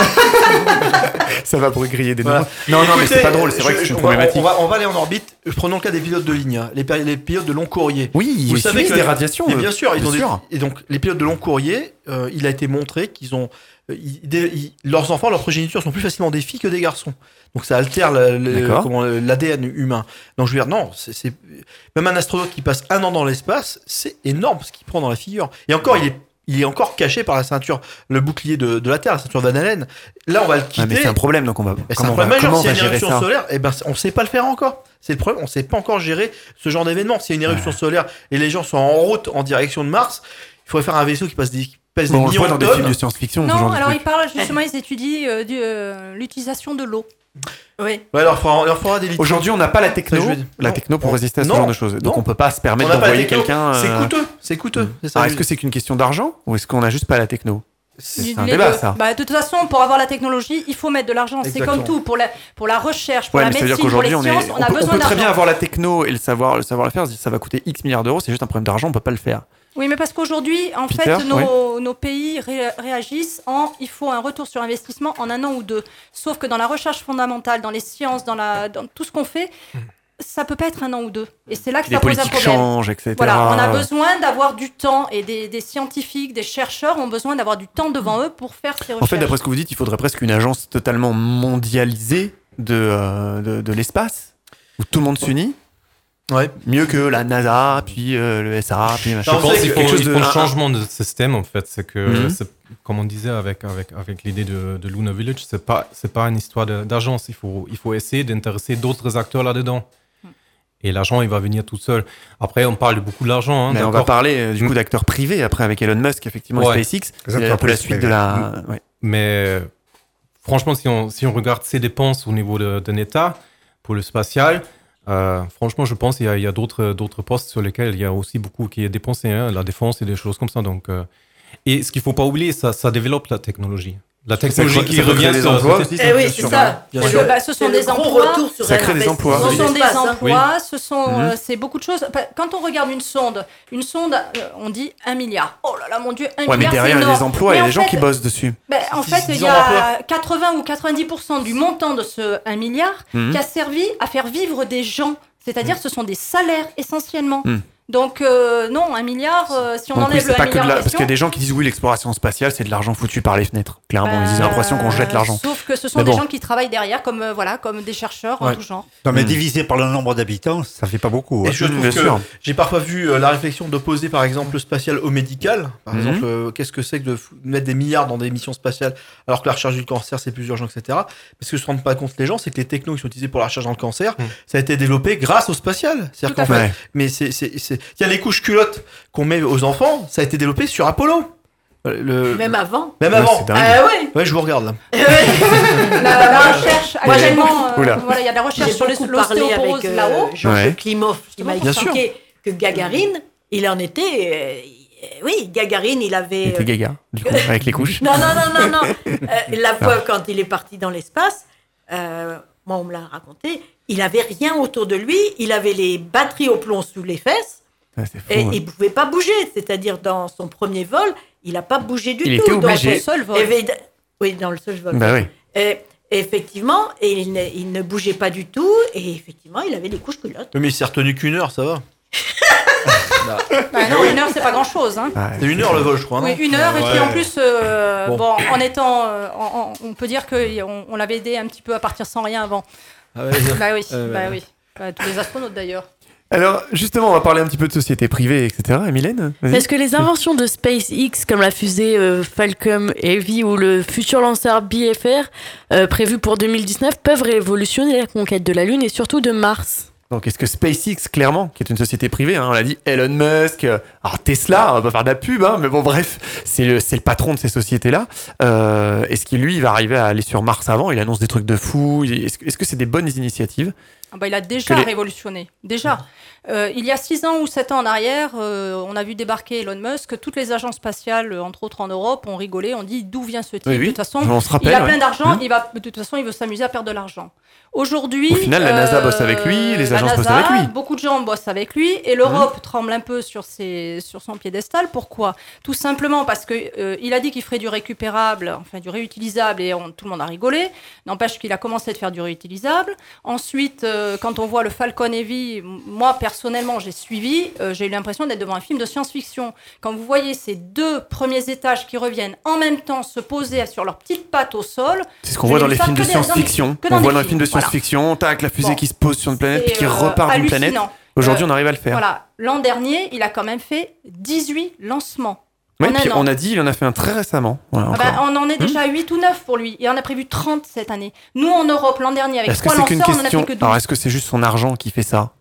Ça va brûler griller des Voilà. neurones. Non, non, mais Écoutez, c'est pas drôle, c'est vrai je- que c'est je- une on va- problématique. On va, on va aller en orbite. Prenons le cas des pilotes de ligne, hein. les, pi- les pilotes de long courrier. Oui, Vous ils savez subissent que des radiations. Et eux. bien sûr, ils ont des- sûr. et donc les pilotes de long courrier, euh, il a été montré qu'ils ont euh, ils- des- ils- leurs enfants, leur progéniture sont plus facilement des filles que des garçons. Donc ça altère le- le- D'accord. comment, le- l'A D N humain. Donc je veux dire non, c'est c'est- même un astronaute qui passe un an dans l'espace, c'est énorme ce qu'il prend dans la figure. Et encore, il est il est encore caché par la ceinture, le bouclier de, de la Terre, la ceinture Van Allen. Là, on va le quitter. Ah, mais c'est un problème, donc on va. Mais c'est comment un on va- problème majeur. comment on S'il y va a une gérer éruption ça solaire, eh ben, on ne sait pas le faire encore. C'est le problème, on ne sait pas encore gérer ce genre d'événement. S'il y a une éruption solaire et les gens sont en route en direction de Mars, il faudrait faire un vaisseau qui passe des, qui pèse Bon, on des le millions voit dans de des tonnes. films de science-fiction. ce Non, genre de alors truc. ils parlent justement, ils étudient euh, du, euh, l'utilisation de l'eau. Oui. Ouais, alors il faudra, il faudra des litres. Aujourd'hui, on n'a pas la techno, Ça, je veux dire, la non. techno pour On- résister à ce non, genre de choses. Donc non. on peut pas se On permettre n'a pas la d'envoyer techno. quelqu'un. C'est euh, coûteux, c'est coûteux. C'est ça, Alors, je est-ce que c'est qu'une question d'argent ou est-ce qu'on n'a juste pas la techno? C'est Les un débat, deux. ça. Bah, de toute façon, pour avoir la technologie, il faut mettre de l'argent. C'est Exactement. comme tout. Pour la, pour la recherche, pour Ouais, la mais ça veut dire médecine, pour les qu'aujourd'hui, on, est, sciences, on, on, a peut, on besoin peut très bien d'argent. avoir la techno et le savoir, le savoir le faire. Ça va coûter X milliards d'euros, c'est juste un problème d'argent, on peut pas le faire. Oui, mais parce qu'aujourd'hui, en Peter, fait, nos, nos pays ré- réagissent en il faut un retour sur investissement en un an ou deux. Sauf que dans la recherche fondamentale, dans les sciences, dans, la, dans tout ce qu'on fait, ça peut pas être un an ou deux. Et c'est là que Les ça pose un politiques problème. changent, et cetera. Voilà, on a besoin d'avoir du temps et des, des scientifiques, des chercheurs ont besoin d'avoir du temps devant eux pour faire ces recherches. En fait, d'après ce que vous dites, il faudrait presque une agence totalement mondialisée de, euh, de, de l'espace, où tout le monde s'unit. Ouais. Mieux que la NASA, puis euh, le S A, puis machin. Non, Je pense c'est qu'il faut, quelque chose il de- faut un un- changement de système en fait. C'est que, Mhm. c'est- comme on disait avec, avec, avec l'idée de, de Luna Village, c'est pas, c'est pas une histoire de- d'agence. Il faut, il faut essayer d'intéresser d'autres acteurs là-dedans. Et l'argent, il va venir tout seul. Après, on parle beaucoup de l'argent. Hein, Mais on va d'accord. parler euh, du coup Mm. d'acteurs privés après avec Elon Musk, effectivement, Ouais. et SpaceX. Les C'est un peu la entreprises suite de privées. la. Ouais. Mais euh, franchement, si on, si on regarde ses dépenses au niveau de- d'un État pour le spatial, euh, franchement, je pense qu'il y a, il y a d'autres, d'autres postes sur lesquels il y a aussi beaucoup qui est dépensé, hein, la défense et des choses comme ça. Donc, euh, et ce qu'il ne faut pas oublier, ça, ça développe la technologie. La technologie crée- qui ça crée revient des sur la emplois société. Eh oui, bien c'est sûr. ça. Bien Parce sûr. que, bah, ce sont C'est des le gros emplois. retour sur Ça crée des investissement emplois. dans Ce sont des l'espace, hein. emplois, ce sont, Mhm. euh, c'est beaucoup de choses. Pa- Quand on regarde une sonde, une sonde, euh, on dit un milliard. Oh là là, mon Dieu, un Ouais, mais milliard, derrière, il c'est y a des énorme. emplois et il y Mais a en des gens fait, qui bossent dessus. ben, en Dix- fait, il dix y ans a quatre-vingts ou quatre-vingt-dix pour cent du montant de ce un milliard Mhm. qui a servi à faire vivre des gens. C'est-à-dire, ce sont des salaires essentiellement. Mhm. Donc euh, non, un milliard, euh, si on Donc, oui, enlève c'est le pas un que de milliard la- en Parce qu'il y question... a des gens qui disent oui, l'exploration spatiale, c'est de l'argent foutu par les fenêtres. Clairement, ils ont euh, l'impression qu'on jette l'argent. Sauf que ce sont Mais des bon. gens qui travaillent derrière, comme, euh, voilà, comme des chercheurs en Ouais. tout genre. Non, mais Hmm. divisé par le nombre d'habitants, ça fait pas beaucoup. Et hein. je Mmh, trouve bien que sûr. j'ai parfois vu euh, la réflexion d'opposer par exemple le spatial au médical. Par Mhm. exemple, euh, qu'est-ce que c'est que de f- mettre des milliards dans des missions spatiales alors que la recherche du cancer c'est plus urgent, et cetera. Mais ce que se rendent pas compte les gens, c'est que les technos qui sont utilisés pour la recherche dans le cancer, Mhm. ça a été développé grâce au spatial. C'est-à-dire Tout à qu'en fait, Ouais. mais c'est, c'est, c'est... il y a les couches culottes qu'on met aux enfants, ça a été développé sur Apollo. Euh, Le... Même avant. Même Ouais, avant. c'est dingue. Ah ouais. Ouais, je vous regarde là. La, la recherche, Moi, j'ai actuellement, euh, Oula. voilà, il y a de la recherche J'ai sur beaucoup le- parlé l'ostéoporose avec euh, là-haut. Georges Ouais. Klimov qui m'a Bien sûr. expliqué que Gagarine, il en était... euh, oui, Gagarine, il avait... Il était gaga, du coup, avec les couches. Non, non, non, non, non. Euh, la fois quand il est parti dans l'espace, euh, moi on me l'a raconté, il avait rien autour de lui, il avait les batteries au plomb sous les fesses Ouais, c'est fou, et hein. il pouvait pas bouger. C'est-à-dire dans son premier vol, il n'a pas bougé du Il tout. était Donc, obligé. Le seul vol. évid- Oui, dans le seul vol. Bah oui. Et, effectivement, et il, ne, il ne bougeait pas du tout et effectivement, il avait des couches culottes. Oui, mais il s'est retenu qu'une heure, ça va. Bah non, une heure, c'est pas grand-chose. Hein. Ouais. C'est une heure le vol, je crois. Oui, non une heure, et puis Ouais. en plus, euh, Bon. bon. en étant, euh, en- en- on peut dire qu'on on l'avait aidé un petit peu à partir sans rien avant. Ah ouais, Bah oui, Euh, bah ouais. oui. Bah, tous les astronautes d'ailleurs. Alors, justement, on va parler un petit peu de société privée, et cetera. Et Mylène, vas-y. Est-ce que les inventions de SpaceX, comme la fusée euh, Falcon Heavy ou le futur lanceur B F R, euh, prévu pour deux mille dix-neuf, peuvent révolutionner la conquête de la Lune et surtout de Mars? Donc, est-ce que SpaceX, clairement, qui est une société privée, hein, on l'a dit, Elon Musk, euh, alors Tesla, on va pas faire de la pub, hein, mais bon, bref, c'est le, c'est le patron de ces sociétés-là. Euh, est-ce qu'il, lui, il va arriver à aller sur Mars avant? Il annonce des trucs de fou. Il- Est-ce, que- est-ce que c'est des bonnes initiatives? Ah bah, il a déjà Que les- révolutionné. Déjà. Euh, il y a six ans ou sept ans en arrière, euh, on a vu débarquer Elon Musk. Toutes les agences spatiales, euh, entre autres en Europe, ont rigolé. On dit d'où vient ce type? Oui, oui. De toute façon, On se rappelle. il a ouais. plein d'argent. Mmh. Il va, de toute façon, il veut s'amuser à perdre de l'argent. Aujourd'hui, Au final, la NASA bosse avec lui, les la agences bossent NASA, avec lui. Beaucoup de gens bossent avec lui, et l'Europe tremble un peu sur ses, sur son piédestal. Pourquoi? Tout simplement parce que euh, il a dit qu'il ferait du récupérable, enfin du réutilisable, et on- tout le monde a rigolé. N'empêche qu'il a commencé de faire du réutilisable. Ensuite, euh, quand on voit le Falcon Heavy, m- moi personnellement, j'ai suivi. euh, j'ai eu l'impression d'être devant un film de science-fiction. Quand vous voyez ces deux premiers étages qui reviennent en même temps se poser sur leurs petites pattes au sol. C'est ce qu'on Je voit l'ai dans vu les ça films de que dans- dans- science-fiction. que dans On des voit dans les films de films, voilà. science-fiction, tac, la fusée Bon. qui se pose sur une planète, puis C'est, qui euh, repart d'une planète. hallucinant. Aujourd'hui, Euh, on arrive à le faire. Voilà. L'an dernier, il a quand même fait dix-huit lancements. Ouais, en un puis an. on a dit, il en a fait un très récemment. Voilà, Ah bah, encore. on en est déjà à huit ou neuf pour lui. Et on a prévu trente cette année. Nous, en Europe, l'an dernier, avec Est-ce que trois c'est qu'une lanceurs, on en a question fait que douze. Alors, est-ce que c'est juste son argent qui fait ça?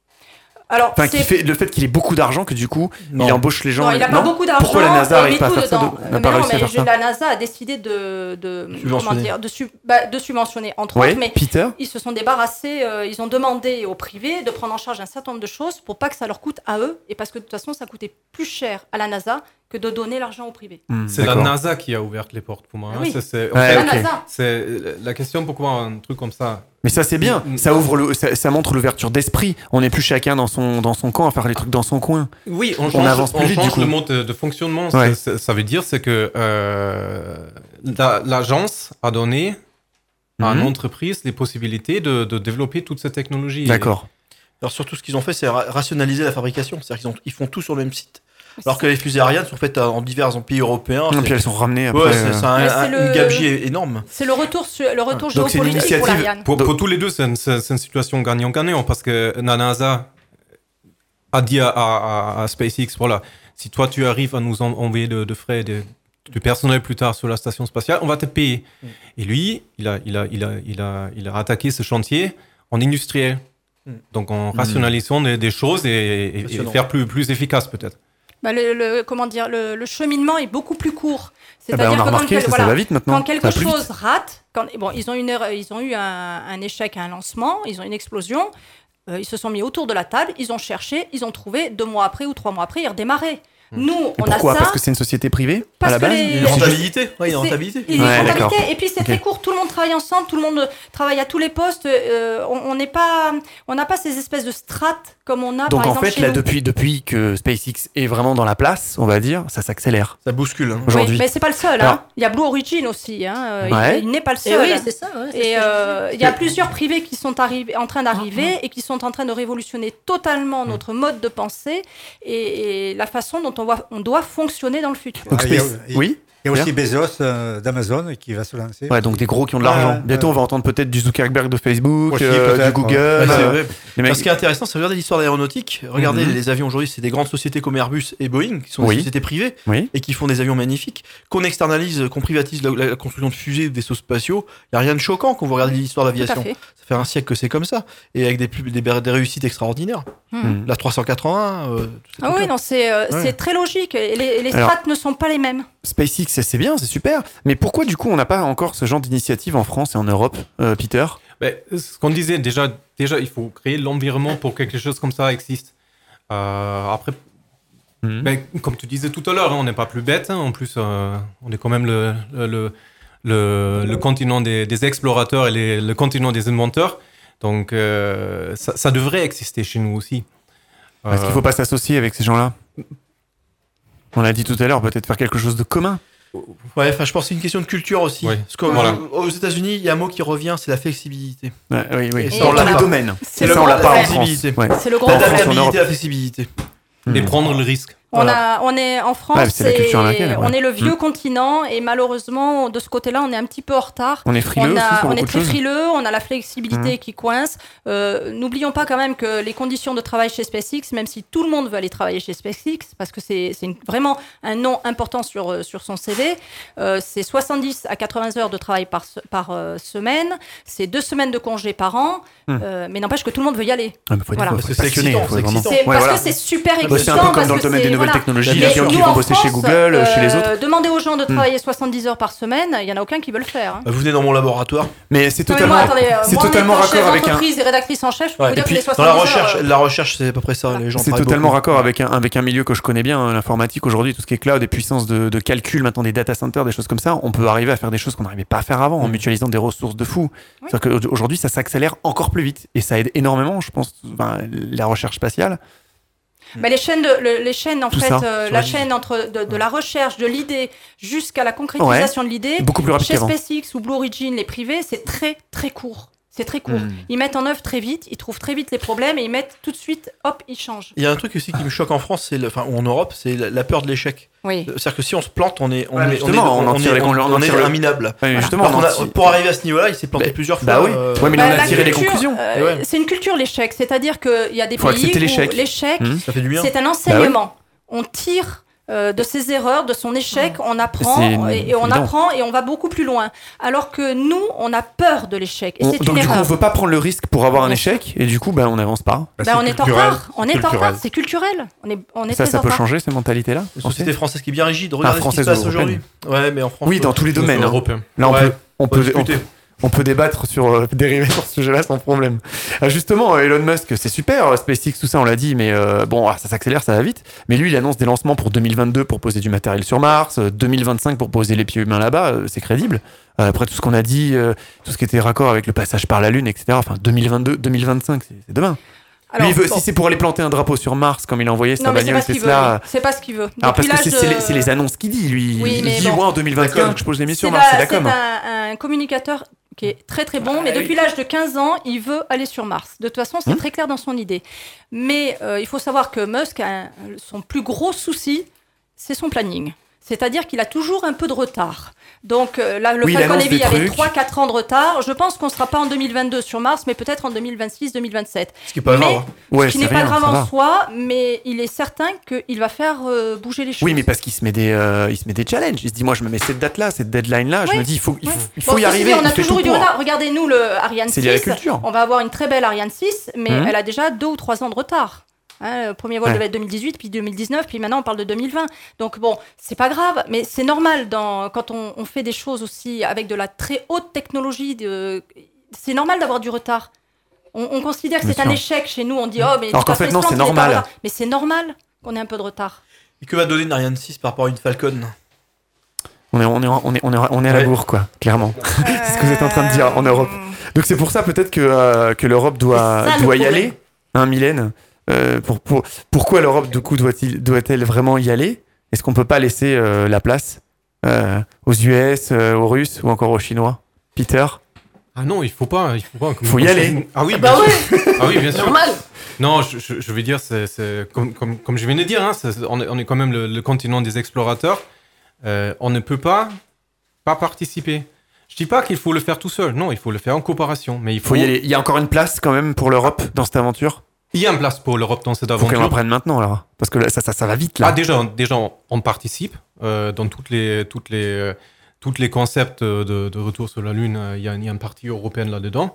Alors, Enfin, qui c'est- fait le fait qu'il ait beaucoup d'argent que du coup, Non. il embauche les gens. Non, il n'a et- pas beaucoup d'argent. Pourquoi la NASA et n'arrive met pas à tout faire ça dedans. de- Mais n'a pas non, réussi à mais faire je- ça La NASA a décidé de, de, Subventionner. comment dire, de, su- bah, de subventionner, entre Ouais, autres, mais Peter. ils se sont débarrassés, euh, ils ont demandé au privé de prendre en charge un certain nombre de choses pour pas que ça leur coûte à eux, et parce que de toute façon, ça coûtait plus cher à la NASA que de donner l'argent au privé. Hmm, C'est la d'accord. NASA qui a ouvert les portes pour moi. Ah hein. oui. Ça, c'est, en Ouais, fait, La ok. NASA. c'est euh, la question pourquoi un truc comme ça. Mais ça c'est bien, Mm. ça ouvre le, ça, ça montre l'ouverture d'esprit. On n'est plus chacun dans son dans son coin à faire les trucs dans son coin. Oui, on On change, avance plus on vite, change du coup. le mode de, de fonctionnement. Ouais. C'est- c'est- ça veut dire c'est que euh, la- l'agence a donné à Mhm. une entreprise les possibilités de, de développer toute cette technologie. D'accord. Alors surtout ce qu'ils ont fait, c'est ra- rationaliser la fabrication. C'est-à-dire qu'ils ont- ils font tout sur le même site. Alors que les fusées Ariane sont faites en divers pays européens. Et c'est- puis elles sont ramenées après. Ouais, c'est euh, c'est un, Mais un- c'est une le- gabegie é- énorme. C'est le retour, sur, le retour Donc c'est une géopolitique pour initiative l'Ariane. Pour, pour tous les deux, c'est une, c'est- c'est une situation gagnant-gagnant parce que la NASA a dit à, à- à SpaceX, voilà, si toi tu arrives à nous en- envoyer de, de frais de, du personnel plus tard sur la station spatiale, on va te payer. Mm. Et lui, il a, il, a, il, a, il, a, il a attaqué ce chantier en industriel. Mm. Donc en rationalisant des, des choses et, et- et Passionnant. faire plus, plus efficace peut-être. Bah, le, le- comment dire, le, le cheminement est beaucoup plus court. Ah bah, on a que quand remarqué, quel- ça, voilà, ça va vite maintenant. quand quelque Ça va plus vite. chose rate, quand, bon, ils ont, une erreur- ils ont eu un, un échec à un lancement, ils ont une explosion, euh, ils se sont mis autour de la table, ils ont cherché, ils ont trouvé, deux mois après ou trois mois après, ils redémarraient. Nous, Et on pourquoi a ça. Parce que c'est une société privée Parce à la que base les- Il y a une rentabilité. Ouais, il y a une C'est- rentabilité. Il y a Ouais, une d'accord. rentabilité, et puis c'est Ok. très court, tout le monde travaille ensemble, tout le monde travaille à tous les postes. euh, on on n'est pas, on n'a pas ces espèces de strates comme on a Donc par en exemple fait, chez là, nous. depuis, depuis que SpaceX est vraiment dans la place, on va dire, ça s'accélère Ça bouscule. Hein. aujourd'hui. Oui, mais c'est pas le seul. Alors- Hein. Il y a Blue Origin aussi. Hein. euh, il- Ouais. Il, n'est pas le Et seul. oui, c'est ça. ouais, c'est Et ce que je euh, disais. il y a plusieurs privés qui sont arrivés, en train d'arriver et qui sont en train de révolutionner totalement notre mode de pensée et, et la façon dont on, voit, on doit fonctionner dans le futur. Donc Ah, il y a- Space- il y a- oui. Il y a aussi Bien. Bezos euh, d'Amazon qui va se lancer. Ouais, donc des gros qui ont de Ouais, l'argent. ouais, Bientôt, ouais. on va entendre peut-être du Zuckerberg de Facebook, Aussi, euh, peut-être, du Google. Ouais, c'est euh, vrai. les Enfin, mecs- ce qui est intéressant, c'est de regarder l'histoire de l'aéronautique. Regardez Mhm. les avions aujourd'hui, c'est des grandes sociétés comme Airbus et Boeing, qui sont Oui. des sociétés privées Oui. et qui font des avions magnifiques. Qu'on externalise, qu'on privatise la, la construction de fusées ou des sauts spatiaux, il n'y a rien de choquant quand vous regardez l'histoire de Tout à l'aviation. fait. Ça fait un siècle que c'est comme ça. Et avec des, plus- des, des réussites extraordinaires. Hmm. La trois cent quatre-vingts. Euh, tout ces Ah oui, trucs-là. non, c'est euh, Ouais. c'est très logique. Et les, et les Alors- strates ne sont pas les mêmes. SpaceX, c'est c'est bien, c'est super. Mais pourquoi, du coup, on n'a pas encore ce genre d'initiative en France et en Europe, euh, Peter? Ben, ce qu'on disait, déjà, déjà, il faut créer l'environnement pour que quelque chose comme ça existe. Euh, après, Mhm. ben, comme tu disais tout à l'heure, hein, on n'est pas plus bête. Hein, en plus, euh, on est quand même le, le, le, le- le continent des, des explorateurs et les- le continent des inventeurs. Donc, euh, ça, ça devrait exister chez nous aussi. Est-ce qu'il ne Euh, faut pas s'associer avec ces gens-là? On l'a dit tout à l'heure, peut-être faire quelque chose de commun. Ouais, enfin, je pense que c'est une question de culture aussi. Oui. Parce que, Voilà. euh, aux États-Unis, il y a un mot qui revient, c'est la flexibilité. Ouais, oui, oui. Et Ça, on l'a voilà. le domaine. C'est Ça, le on l'a grand pas en frère. France. Flexibilité. Ouais. C'est le grand Pas frère. d'adaptation. en Europe. L'adaptabilité, la flexibilité. Et Mhm. prendre le risque. On, Voilà. a, on est en France, Ouais, c'est la culture américaine, on ouais. est le vieux Mm. continent et malheureusement de ce côté-là on est un petit peu en retard. On est frileux on, a- aussi sur on est beaucoup de très choses. frileux, on a la flexibilité Mm. qui coince. Euh, N'oublions pas quand même que les conditions de travail chez SpaceX, même si tout le monde veut aller travailler chez SpaceX, parce que c'est c'est une- vraiment un nom important sur, euh, sur son C V, euh, c'est soixante-dix à quatre-vingts heures de travail par, se- par euh, semaine, c'est deux semaines de congé par an, Mm. euh, mais n'empêche que tout le monde veut y aller. Ah, mais faut être, Voilà. faut Parce que être c'est passionné. excitant, faut c'est vraiment- excitant. C'est Ouais, parce voilà. que c'est super Bah, excitant. c'est un peu comme parce dans le que domaine c'est- des nouvelles voilà. technologies, Mais les gens nous, qui en vont bosser chez France, Google, euh, chez les autres. Demander aux gens de Hmm. travailler soixante-dix heures par semaine, il y en a aucun qui veut le faire. hein. Vous venez dans mon laboratoire. Mais c'est Non, mais totalement, moi, attendez, euh, c'est moi, en totalement étant raccord chef avec un. d'entreprise et rédactrice en chef, je peux Ouais. vous dire Et que puis, les Dans soixante-dix la heures, recherche, euh, la recherche, c'est à peu près ça. Les gens C'est travaillent totalement beaucoup. raccord avec un, avec un milieu que je connais bien, hein, l'informatique aujourd'hui, tout ce qui est cloud, des puissances de, de calcul, maintenant des data centers, des choses comme ça. On peut arriver à faire des choses qu'on n'arrivait pas à faire avant en Mm. mutualisant des ressources de fou. Oui. C'est-à-dire qu'aujourd'hui, ça s'accélère encore plus vite et ça aide énormément, je pense, ben, la recherche spatiale. bah, les chaînes, de, le- les chaînes en Tout fait, ça, euh, sur la la chaîne entre de, de la recherche, de l'idée jusqu'à la concrétisation de l'idée, Beaucoup plus rapide chez qu'avant. SpaceX ou Blue Origin, les privés, c'est très très court. C'est très court. Mm. Ils mettent en œuvre très vite, ils trouvent très vite les problèmes et ils mettent tout de suite, hop, ils changent. Il y a un truc aussi qui me choque en France, c'est le- enfin ou en Europe, c'est la, la peur de l'échec. Oui. C'est-à-dire que si on se plante, on est, on Ouais, est, on est, justement, on en tire est, les con- on en on est tire le- minable. Ouais, justement, Alors on qu'on en a- tire- pour arriver à ce niveau-là, il s'est planté Bah, plusieurs bah fois. oui. euh, Ouais, mais il Bah, en a la tiré les culture, conclusions. euh, Et ouais. C'est une culture l'échec, c'est-à-dire qu'il y a des Faut pays accepter où l'échec. l'échec, Mmh. Ça fait du bien. c'est un enseignement. On tire euh, de ses erreurs, de son échec, on apprend C'est et, et on évident. apprend et on va beaucoup plus loin. Alors que nous, on a peur de l'échec et On- c'est donc une du coup, on erreur. veut pas prendre le risque pour avoir un Bien échec et du coup, bah, on n'avance pas. Ben, on est en retard, on est en retard, c'est culturel. On est, on est Ça, très ça en peut retard. changer ces mentalités-là. Une pensez société française qui est bien rigide. Regardez ce qui se française passe ou aujourd'hui. Ouais, mais en France. Oui, dans tous les domaines. hein. européen. Là, on Ouais. peut, on on peut, peut on discuter. On peut débattre sur, euh, dériver sur ce sujet-là sans problème. Euh, justement, Elon Musk, c'est super, euh, SpaceX, tout ça, on l'a dit, mais euh, bon, ah, ça s'accélère, ça va vite. Mais lui, il annonce des lancements pour deux mille vingt-deux pour poser du matériel sur Mars, euh, deux mille vingt-cinq pour poser les pieds humains là-bas, euh, c'est crédible. Euh, après tout ce qu'on a dit, euh, tout ce qui était raccord avec le passage par la Lune, et cetera. Enfin, deux mille vingt-deux, deux mille vingt-cinq, c'est c'est demain. Alors, lui, il veut, bon. si c'est pour aller planter un drapeau sur Mars, comme il a envoyé sa Non, mais c'est bagnole pas ce qu'il veut. Tesla. lui. C'est pas ce qu'il veut. Alors, parce Depuis que c'est l'âge c'est de- les, c'est les annonces qu'il dit, lui. Oui, il mais dit, bon. ouais, en deux mille vingt-cinq, je pose les miens sur C'est Mars, la- c'est la com. un, un communicateur qui est très très bon, mais Ah, depuis oui. l'âge de quinze ans, il veut aller sur Mars. De toute façon, c'est Hum. très clair dans son idée. Mais euh, il faut savoir que Musk, a un- son plus gros souci, c'est son planning. C'est-à-dire qu'il a toujours un peu de retard. Donc euh, là, le Oui, il Falcon annonce Heavy des avait trucs. trois quatre ans de retard. Je pense qu'on ne sera pas en deux mille vingt-deux sur Mars, mais peut-être en deux mille vingt-six deux mille vingt-sept. Ce qui est pas Mais- grave. hein. Ouais, Ce qui c'est n'est pas rien, grave ça en va. soi, mais il est certain qu'il va faire euh, bouger les choses. Oui, mais parce qu'il se met des, euh, il se met des challenges. Il se dit, moi, je me mets cette date-là, cette deadline-là. Je Oui, me dis, il faut, il oui. faut, il Bon, faut y ceci arriver. dit, on a il fait toujours tout eu du pour. retard. Regardez-nous le Ariane C'est six. l'agriculture. On va avoir une très belle Ariane six, mais Mhm. elle a déjà deux ou trois ans de retard. Hein, le premier vol Ouais. devait être deux mille dix-huit, puis deux mille dix-neuf, puis maintenant on parle de deux mille vingt. Donc bon, c'est pas grave, mais c'est normal dans, quand on, on fait des choses aussi avec de la très haute technologie. De, c'est normal d'avoir du retard. On, on considère que Bien c'est un sûr. échec chez nous. On dit oh mais Alors qu'en Tesla fait, non, se plante, c'est il est pas en normal. retard. Mais c'est normal qu'on ait un peu de retard. Et que va donner une Ariane six par rapport à une Falcon? On est, on est, on est, on est, on est à la Ouais. bourre, quoi, clairement. C'est ce que vous êtes en train de dire en Europe. Donc c'est pour ça peut-être que, euh, que l'Europe doit, C'est ça, le doit y problème. aller, hein, Mylène. Euh, pour, pour, pourquoi l'Europe, du coup, doit-il, doit-elle vraiment y aller? Est-ce qu'on peut pas laisser euh, la place euh, aux U S, euh, aux Russes ou encore aux Chinois? Peter? Ah non, il faut pas. Il faut pas. Faut y aller. Ah oui, Bah bien ouais, sûr. Ah oui, bien sûr. normal. Non, je, je, je veux dire, c'est, c'est comme, comme, comme je viens de dire, hein, c'est- on, est, on est quand même le, le continent des explorateurs. Euh, on ne peut pas pas participer. Je dis pas qu'il faut le faire tout seul. Non, il faut le faire en coopération. Mais il faut, Faut y aller. Il y a encore une place quand même pour l'Europe dans cette aventure? Il y a une place pour l'Europe dans cette Faut qu'elle en aventure. prenne maintenant, là. Parce que là, ça, ça, ça va vite, là. Ah déjà, déjà, on- on participe euh, dans toutes les, toutes les, euh, toutes les concepts de, de retour sur la Lune. euh, Il y a, il y a une partie européenne là-dedans.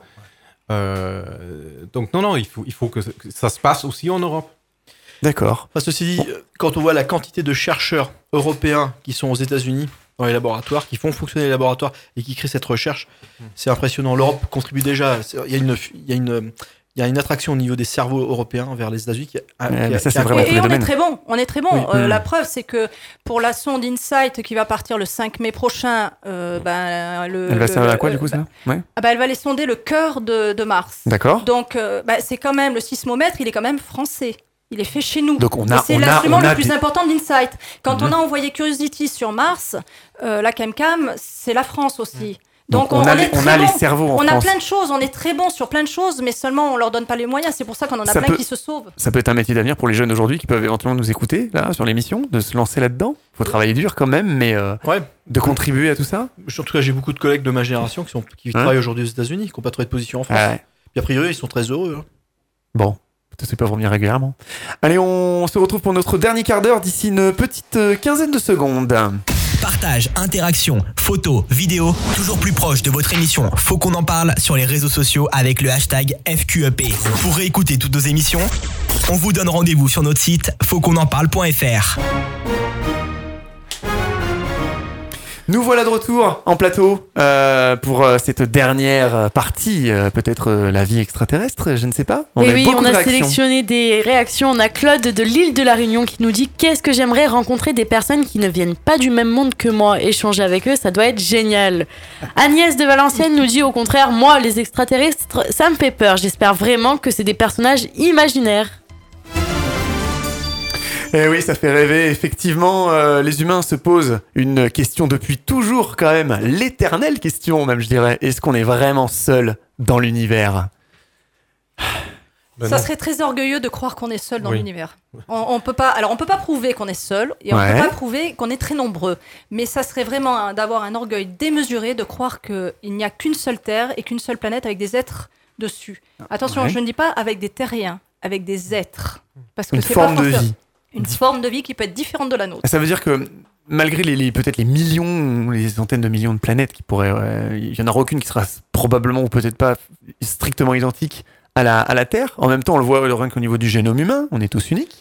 Euh, donc non, non, il faut, il faut que, que ça se passe aussi en Europe. D'accord. Enfin, ceci dit, euh, quand on voit la quantité de chercheurs européens qui sont aux États-Unis dans les laboratoires, qui font fonctionner les laboratoires et qui créent cette recherche, c'est impressionnant. L'Europe contribue déjà. c'est- Il y a une, il y a une, il y a une attraction au niveau des cerveaux européens vers les États-Unis qui, a- Ouais, qui a- mais ça, qui c'est a- vraiment Et, tous et les on est domaines. très bon, on est très bon. Oui. Euh, Mm. La preuve, c'est que pour la sonde InSight qui va partir le cinq mai prochain, euh, ben, le, Elle va le- servir à quoi, euh, du coup, ça? Ouais. ah ben, elle va aller sonder le cœur de, de Mars. D'accord. Donc, euh, ben, c'est quand même le sismomètre, il est quand même français. Il est fait chez nous. Donc, on Et a, c'est on a, l'instrument on le a plus des- important d'InSight. Quand Mhm. on a envoyé Curiosity sur Mars, euh, la ChemCam, c'est la France aussi. Donc, Donc, on, a, est les, on très a les bon. cerveaux en On a France. plein de choses, on est très bon sur plein de choses, mais seulement on leur donne pas les moyens. C'est pour ça qu'on en a Ça plein peut- qui se sauvent. Ça peut être un métier d'avenir pour les jeunes aujourd'hui qui peuvent éventuellement nous écouter, là, sur l'émission, de se lancer là-dedans. Faut travailler dur quand même, mais euh, Ouais. de contribuer à tout ça. En tout cas, j'ai beaucoup de collègues de ma génération qui, sont, qui Hein travaillent aujourd'hui aux États-Unis, qui n'ont pas trouvé de position en France. Ah ouais. Puis a priori, ils sont très heureux. hein. Bon, peut-être c'est pas revenir régulièrement. Allez, on se retrouve pour notre dernier quart d'heure d'ici une petite euh, quinzaine de secondes. Partage, interaction, photos, vidéos, toujours plus proche de votre émission. Faut qu'on en parle sur les réseaux sociaux avec le hashtag F Q E P. Pour réécouter toutes nos émissions, on vous donne rendez-vous sur notre site faut qu'on en parle point F R. Nous voilà de retour en plateau euh, pour euh, cette dernière partie, euh, peut-être euh, la vie extraterrestre, je ne sais pas. Et a oui, beaucoup on de a réactions. sélectionné des réactions. On a Claude de l'île de la Réunion qui nous dit « Qu'est-ce que j'aimerais rencontrer des personnes qui ne viennent pas du même monde que moi. Échanger avec eux, ça doit être génial. » Agnès de Valenciennes nous dit au contraire « Moi, les extraterrestres, ça me fait peur. J'espère vraiment que c'est des personnages imaginaires. » Eh oui, ça fait rêver. Effectivement, euh, les humains se posent une question depuis toujours quand même, l'éternelle question même, je dirais. Est-ce qu'on est vraiment seul dans l'univers? Ben ça non. serait très orgueilleux de croire qu'on est seul dans Oui. l'univers. On, on peut pas. Alors, on peut pas prouver qu'on est seul et on Ouais. peut pas prouver qu'on est très nombreux. Mais ça serait vraiment un- d'avoir un orgueil démesuré de croire qu'il n'y a qu'une seule Terre et qu'une seule planète avec des êtres dessus. Attention, Ouais. je ne dis pas avec des terriens, avec des êtres, parce que Une c'est forme pas de forcément- vie. Une forme de vie qui peut être différente de la nôtre. Ça veut dire que malgré les, les- peut-être les millions, les centaines de millions de planètes qui pourraient, euh, il y en aura aucune qui sera probablement ou peut-être pas strictement identique à la, à la Terre. En même temps, on le voit rien qu'au niveau du génome humain, on est tous uniques.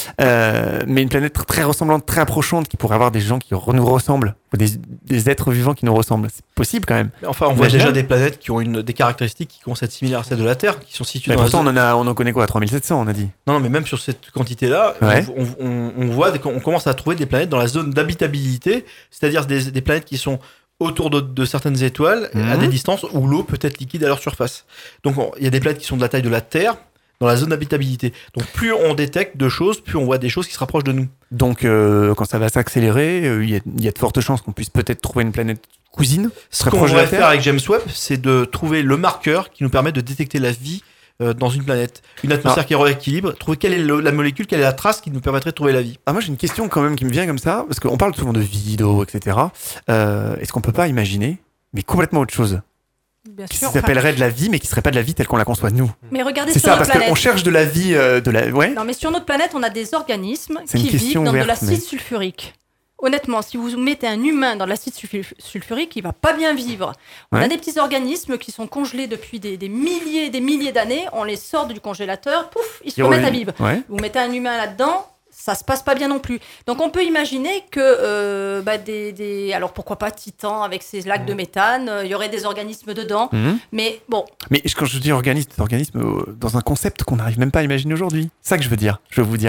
Euh, mais une planète très ressemblante, très approchante, qui pourrait avoir des gens qui re- nous ressemblent, ou des, des êtres vivants qui nous ressemblent. C'est possible quand même. Enfin, on voit Imagine. déjà des planètes qui ont une, des caractéristiques qui commencent à être similaires à celles de la Terre, qui sont situées Mais dans la pourtant, zone- on en, a, on en connaît quoi, trois mille sept cents, on a dit. Non, non, mais même sur cette quantité-là, Ouais. on, on- on voit, des- on commence à trouver des planètes dans la zone d'habitabilité, c'est-à-dire des, des planètes qui sont autour de, de certaines étoiles, Mhm. à des distances où l'eau peut être liquide à leur surface. Donc, on- il y a des planètes qui sont de la taille de la Terre, dans la zone d'habitabilité. Donc, plus on détecte de choses, plus on voit des choses qui se rapprochent de nous. Donc, euh, quand ça va s'accélérer, euh, il y, a- il y a de fortes chances qu'on puisse peut-être trouver une planète cousine, Ce très qu'on proche de la devrait Terre. faire avec James Webb, c'est de trouver le marqueur qui nous permet de détecter la vie euh, dans une planète. Une atmosphère Ah. qui est rééquilibre, trouver quelle est le- la molécule, quelle est la trace qui nous permettrait de trouver la vie. Ah, moi j'ai une question quand même qui me vient comme ça, parce qu'on parle souvent de vie, d'eau, et cetera. Euh, Est-ce qu'on peut pas imaginer, mais complètement autre chose, Bien qui sûr. s'appellerait de la vie, mais qui serait pas de la vie telle qu'on la conçoit nous? Mais regardez C'est sur ça, notre parce planète. qu'on cherche de la vie, euh, de la... Ouais. Non, mais sur notre planète, on a des organismes C'est une qui question vivent dans de ouverte, l'acide mais- sulfurique. Honnêtement, si vous mettez un humain dans de l'acide sulfu- sulfurique, il va pas bien vivre. On Ouais. a des petits organismes qui sont congelés depuis des, des milliers et des milliers d'années. On les sort du congélateur, pouf, ils se Ils remettent à reviennent. vivre. Ouais. Vous mettez un humain là-dedans, ça se passe pas bien non plus. Donc on peut imaginer que euh, bah, des, des- alors pourquoi pas Titan avec ses lacs de méthane, euh, il y aurait des organismes dedans. Mhm. Mais bon, Mais quand je dis organisme, c'est organisme euh, dans un concept qu'on n'arrive même pas à imaginer aujourd'hui. C'est ça que je veux dire, je veux vous dire.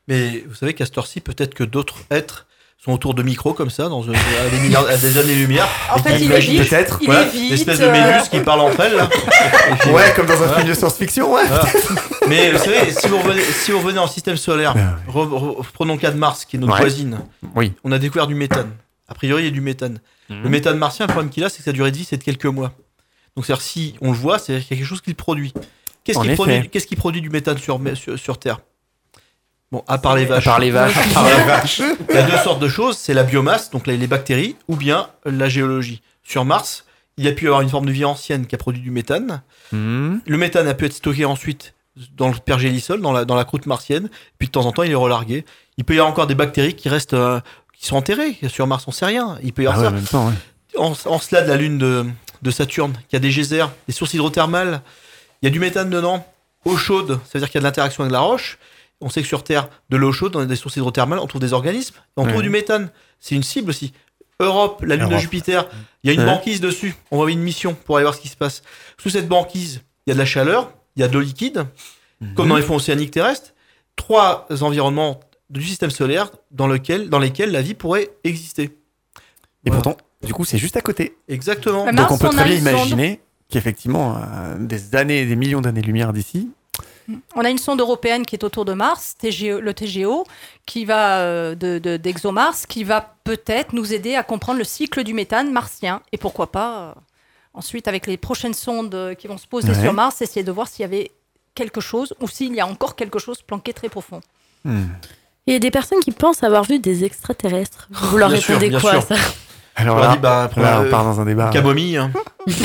Mais vous savez qu'à cette heure-ci, peut-être que d'autres êtres sont autour de micros comme ça, dans, à, des milliards, à des années-lumière. En fait, il évite, peut-être, il voilà, évite, l'espèce de euh, méduses qui parlent entre elles. Là. Puis, Ouais, comme dans un voilà. film de science-fiction, ouais. Voilà. Mais vous savez, si vous revenez, si vous revenez en système solaire, Ah re- re- prenons le cas de Mars, qui est notre Ouais. voisine. Oui. On a découvert du méthane. A priori, il y a du méthane. Mhm. Le méthane martien, le problème qu'il a, c'est que sa durée de vie, c'est de quelques mois. Donc, c'est-à-dire, si on le voit, c'est quelque chose qu'il produit. Qu'est-ce En qui effet. produit, qu'est-ce qui produit du méthane sur, sur, sur Terre? Bon, à part les À vaches. part les vaches. À part les vaches. Il y a deux sortes de choses, c'est la biomasse, donc les, les bactéries, ou bien la géologie. Sur Mars, il y a pu y avoir une forme de vie ancienne qui a produit du méthane. Mhm. Le méthane a pu être stocké ensuite dans le pergélisol, dans la, dans la croûte martienne, puis de temps en temps, il est relargué. Il peut y avoir encore des bactéries qui restent, euh, qui sont enterrées. Sur Mars, on sait rien. Il peut y Ah avoir ouais, en ça. même temps, ouais. En, en cela de la lune de, de Saturne, qui a des geysers, des sources hydrothermales, il y a du méthane dedans, eau chaude, ça veut dire qu'il y a de l'interaction avec la roche. On sait que sur Terre, de l'eau chaude, dans des sources hydrothermales, on trouve des organismes, et on Ouais. trouve du méthane. C'est une cible aussi. Europe, la lune de Europe. Jupiter, il y a une Ouais. banquise dessus. On va une mission pour aller voir ce qui se passe. Sous cette banquise, il y a de la chaleur, il y a de l'eau liquide, comme dans les fonds océaniques terrestres. Trois environnements du système solaire dans, lequel, dans lesquels la vie pourrait exister. Et Voilà. pourtant, du coup, c'est juste à côté. Exactement. Mais Donc Mars, on peut on très a bien une sonde. imaginer qu'effectivement, euh, des années, des millions d'années-lumière d'ici. On a une sonde européenne qui est autour de Mars, T G O, le T G O, qui va euh, de, de- d'ExoMars, qui va peut-être nous aider à comprendre le cycle du méthane martien. Et pourquoi pas, euh, ensuite, avec les prochaines sondes euh, qui vont se poser Ouais. sur Mars, essayer de voir s'il y avait quelque chose ou s'il y a encore quelque chose planqué très profond. Hmm. Il y a des personnes qui pensent avoir vu des extraterrestres. Vous leur Bien sûr, répondez bien quoi à sûr. ça? Alors On leur là, dit, bah, là, euh, on part dans un débat. Camomille. Hein.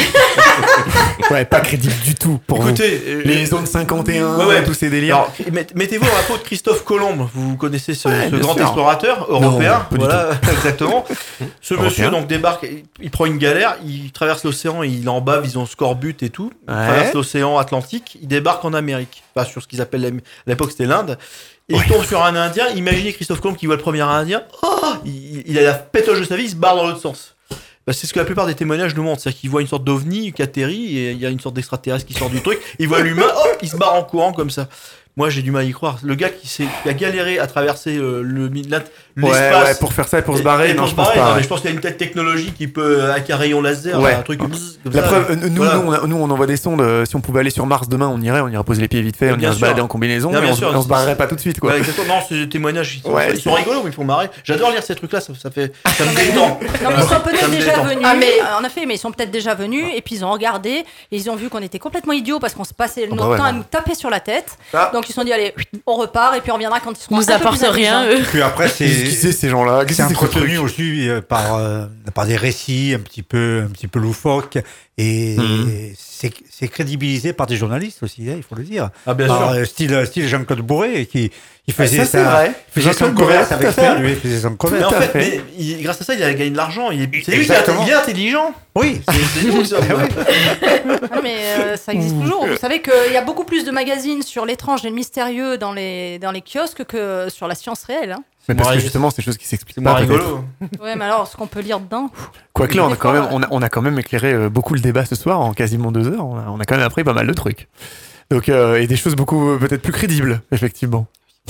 Ouais, pas crédible du tout pour Écoutez, euh, vous. Les zones cinquante et un, Ouais, ouais. tous ces délires. alors, met- mettez-vous dans la peau de Christophe Colomb. Vous connaissez ce, Ouais, ce bien grand sûr. explorateur européen. pas du Voilà, exactement. Ce Européen. monsieur donc débarque, il, il prend une galère, il traverse l'océan, il est en bas, ils ont scorbut et tout. Il Ouais. traverse l'océan Atlantique, il débarque en Amérique, pas sur ce qu'ils appellent l'Am- à l'époque c'était l'Inde. Et Ouais. il tombe sur un Indien. Imaginez Christophe Colomb qui voit le premier Indien. Oh, il, il a la pétoche de sa vie, il se barre dans l'autre sens. Bah, c'est ce que la plupart des témoignages nous montrent, c'est-à-dire qu'il voit une sorte d'ovni qui atterrit et il y a une sorte d'extraterrestre qui sort du truc. Il voit l'humain, hop, il se barre en courant comme ça. Moi, j'ai du mal à y croire. Le gars qui, s'est, qui a galéré à traverser euh, le, l'at- Ouais, l'espace. ouais, pour faire ça et pour se et- barrer, et non, pour je se pense barrer, pas. non, ouais. mais je pense qu'il y a une telle technologie qui peut, avec un rayon laser, Ouais. un truc bzzz, comme La ça. preuve, euh, nous, Voilà. nous, on a- nous, on envoie des sondes. euh, Si on pouvait aller sur Mars demain, on irait, on irait poser les pieds vite fait, Mais on bien irait se sûr. balader en combinaison, Non, mais bien on, se- sûr, on se c'est- barrerait pas tout de suite, quoi. Ouais, exactement. Non, ces témoignages, ils sont, Ouais, ils sont c'est- rigolos, mais ils font marrer. J'adore lire ces trucs-là, ça, ça fait, ça me détend. Non, mais ils sont Ça peut-être me déjà détend. venus. Ah, mais- Euh, en effet, mais ils sont peut-être déjà venus et puis ils ont regardé et ils ont vu qu'on était complètement idiots parce qu'on se passait bah notre ouais, temps à non. nous taper sur la tête. Ah. Donc ils se sont dit allez, on repart et puis on reviendra quand ils seront Nous un peu plus apportent rien, intelligents. eux. Puis après, Qu'est-ce que c'est c'est ces gens-là Qu'est-ce c'est que c'est que ce entretenu truc aussi euh, par, euh, par des récits un petit peu, un petit peu loufoques et, Mhm. et c'est c'est crédibilisé par des journalistes aussi, hein, il faut le dire. Ah, bien Par, sûr. euh, style, style Jean-Claude Bourré qui, qui faisait ça, c'est sa- vrai. il faisait son Jean-Claude Bourré, commerce tout à avec fait. ça, lui, il faisait son Mais commerce. en Tout à fait, fait. mais il- grâce à ça, il a gagné de l'argent. Il est, c'est lui qui Exactement. est, il est intelligent. Oui, C'est, c'est nous, ça. Ah, mais euh, ça existe toujours. Vous savez qu'il y a beaucoup plus de magazines sur l'étrange et le mystérieux dans les, dans les kiosques que sur la science réelle. Hein. Mais parce que moins- justement, c'est des choses qui s'expliquent C'est pas. moins peut-être. rigolo. Ouais, mais alors ce qu'on peut lire dedans. Quoique là, on a Des quand fois, même, on a, on a quand même éclairé euh, beaucoup le débat ce soir en quasiment deux heures. On a, on a quand même appris pas mal de trucs. Donc, euh, et des choses beaucoup euh, peut-être plus crédibles, effectivement.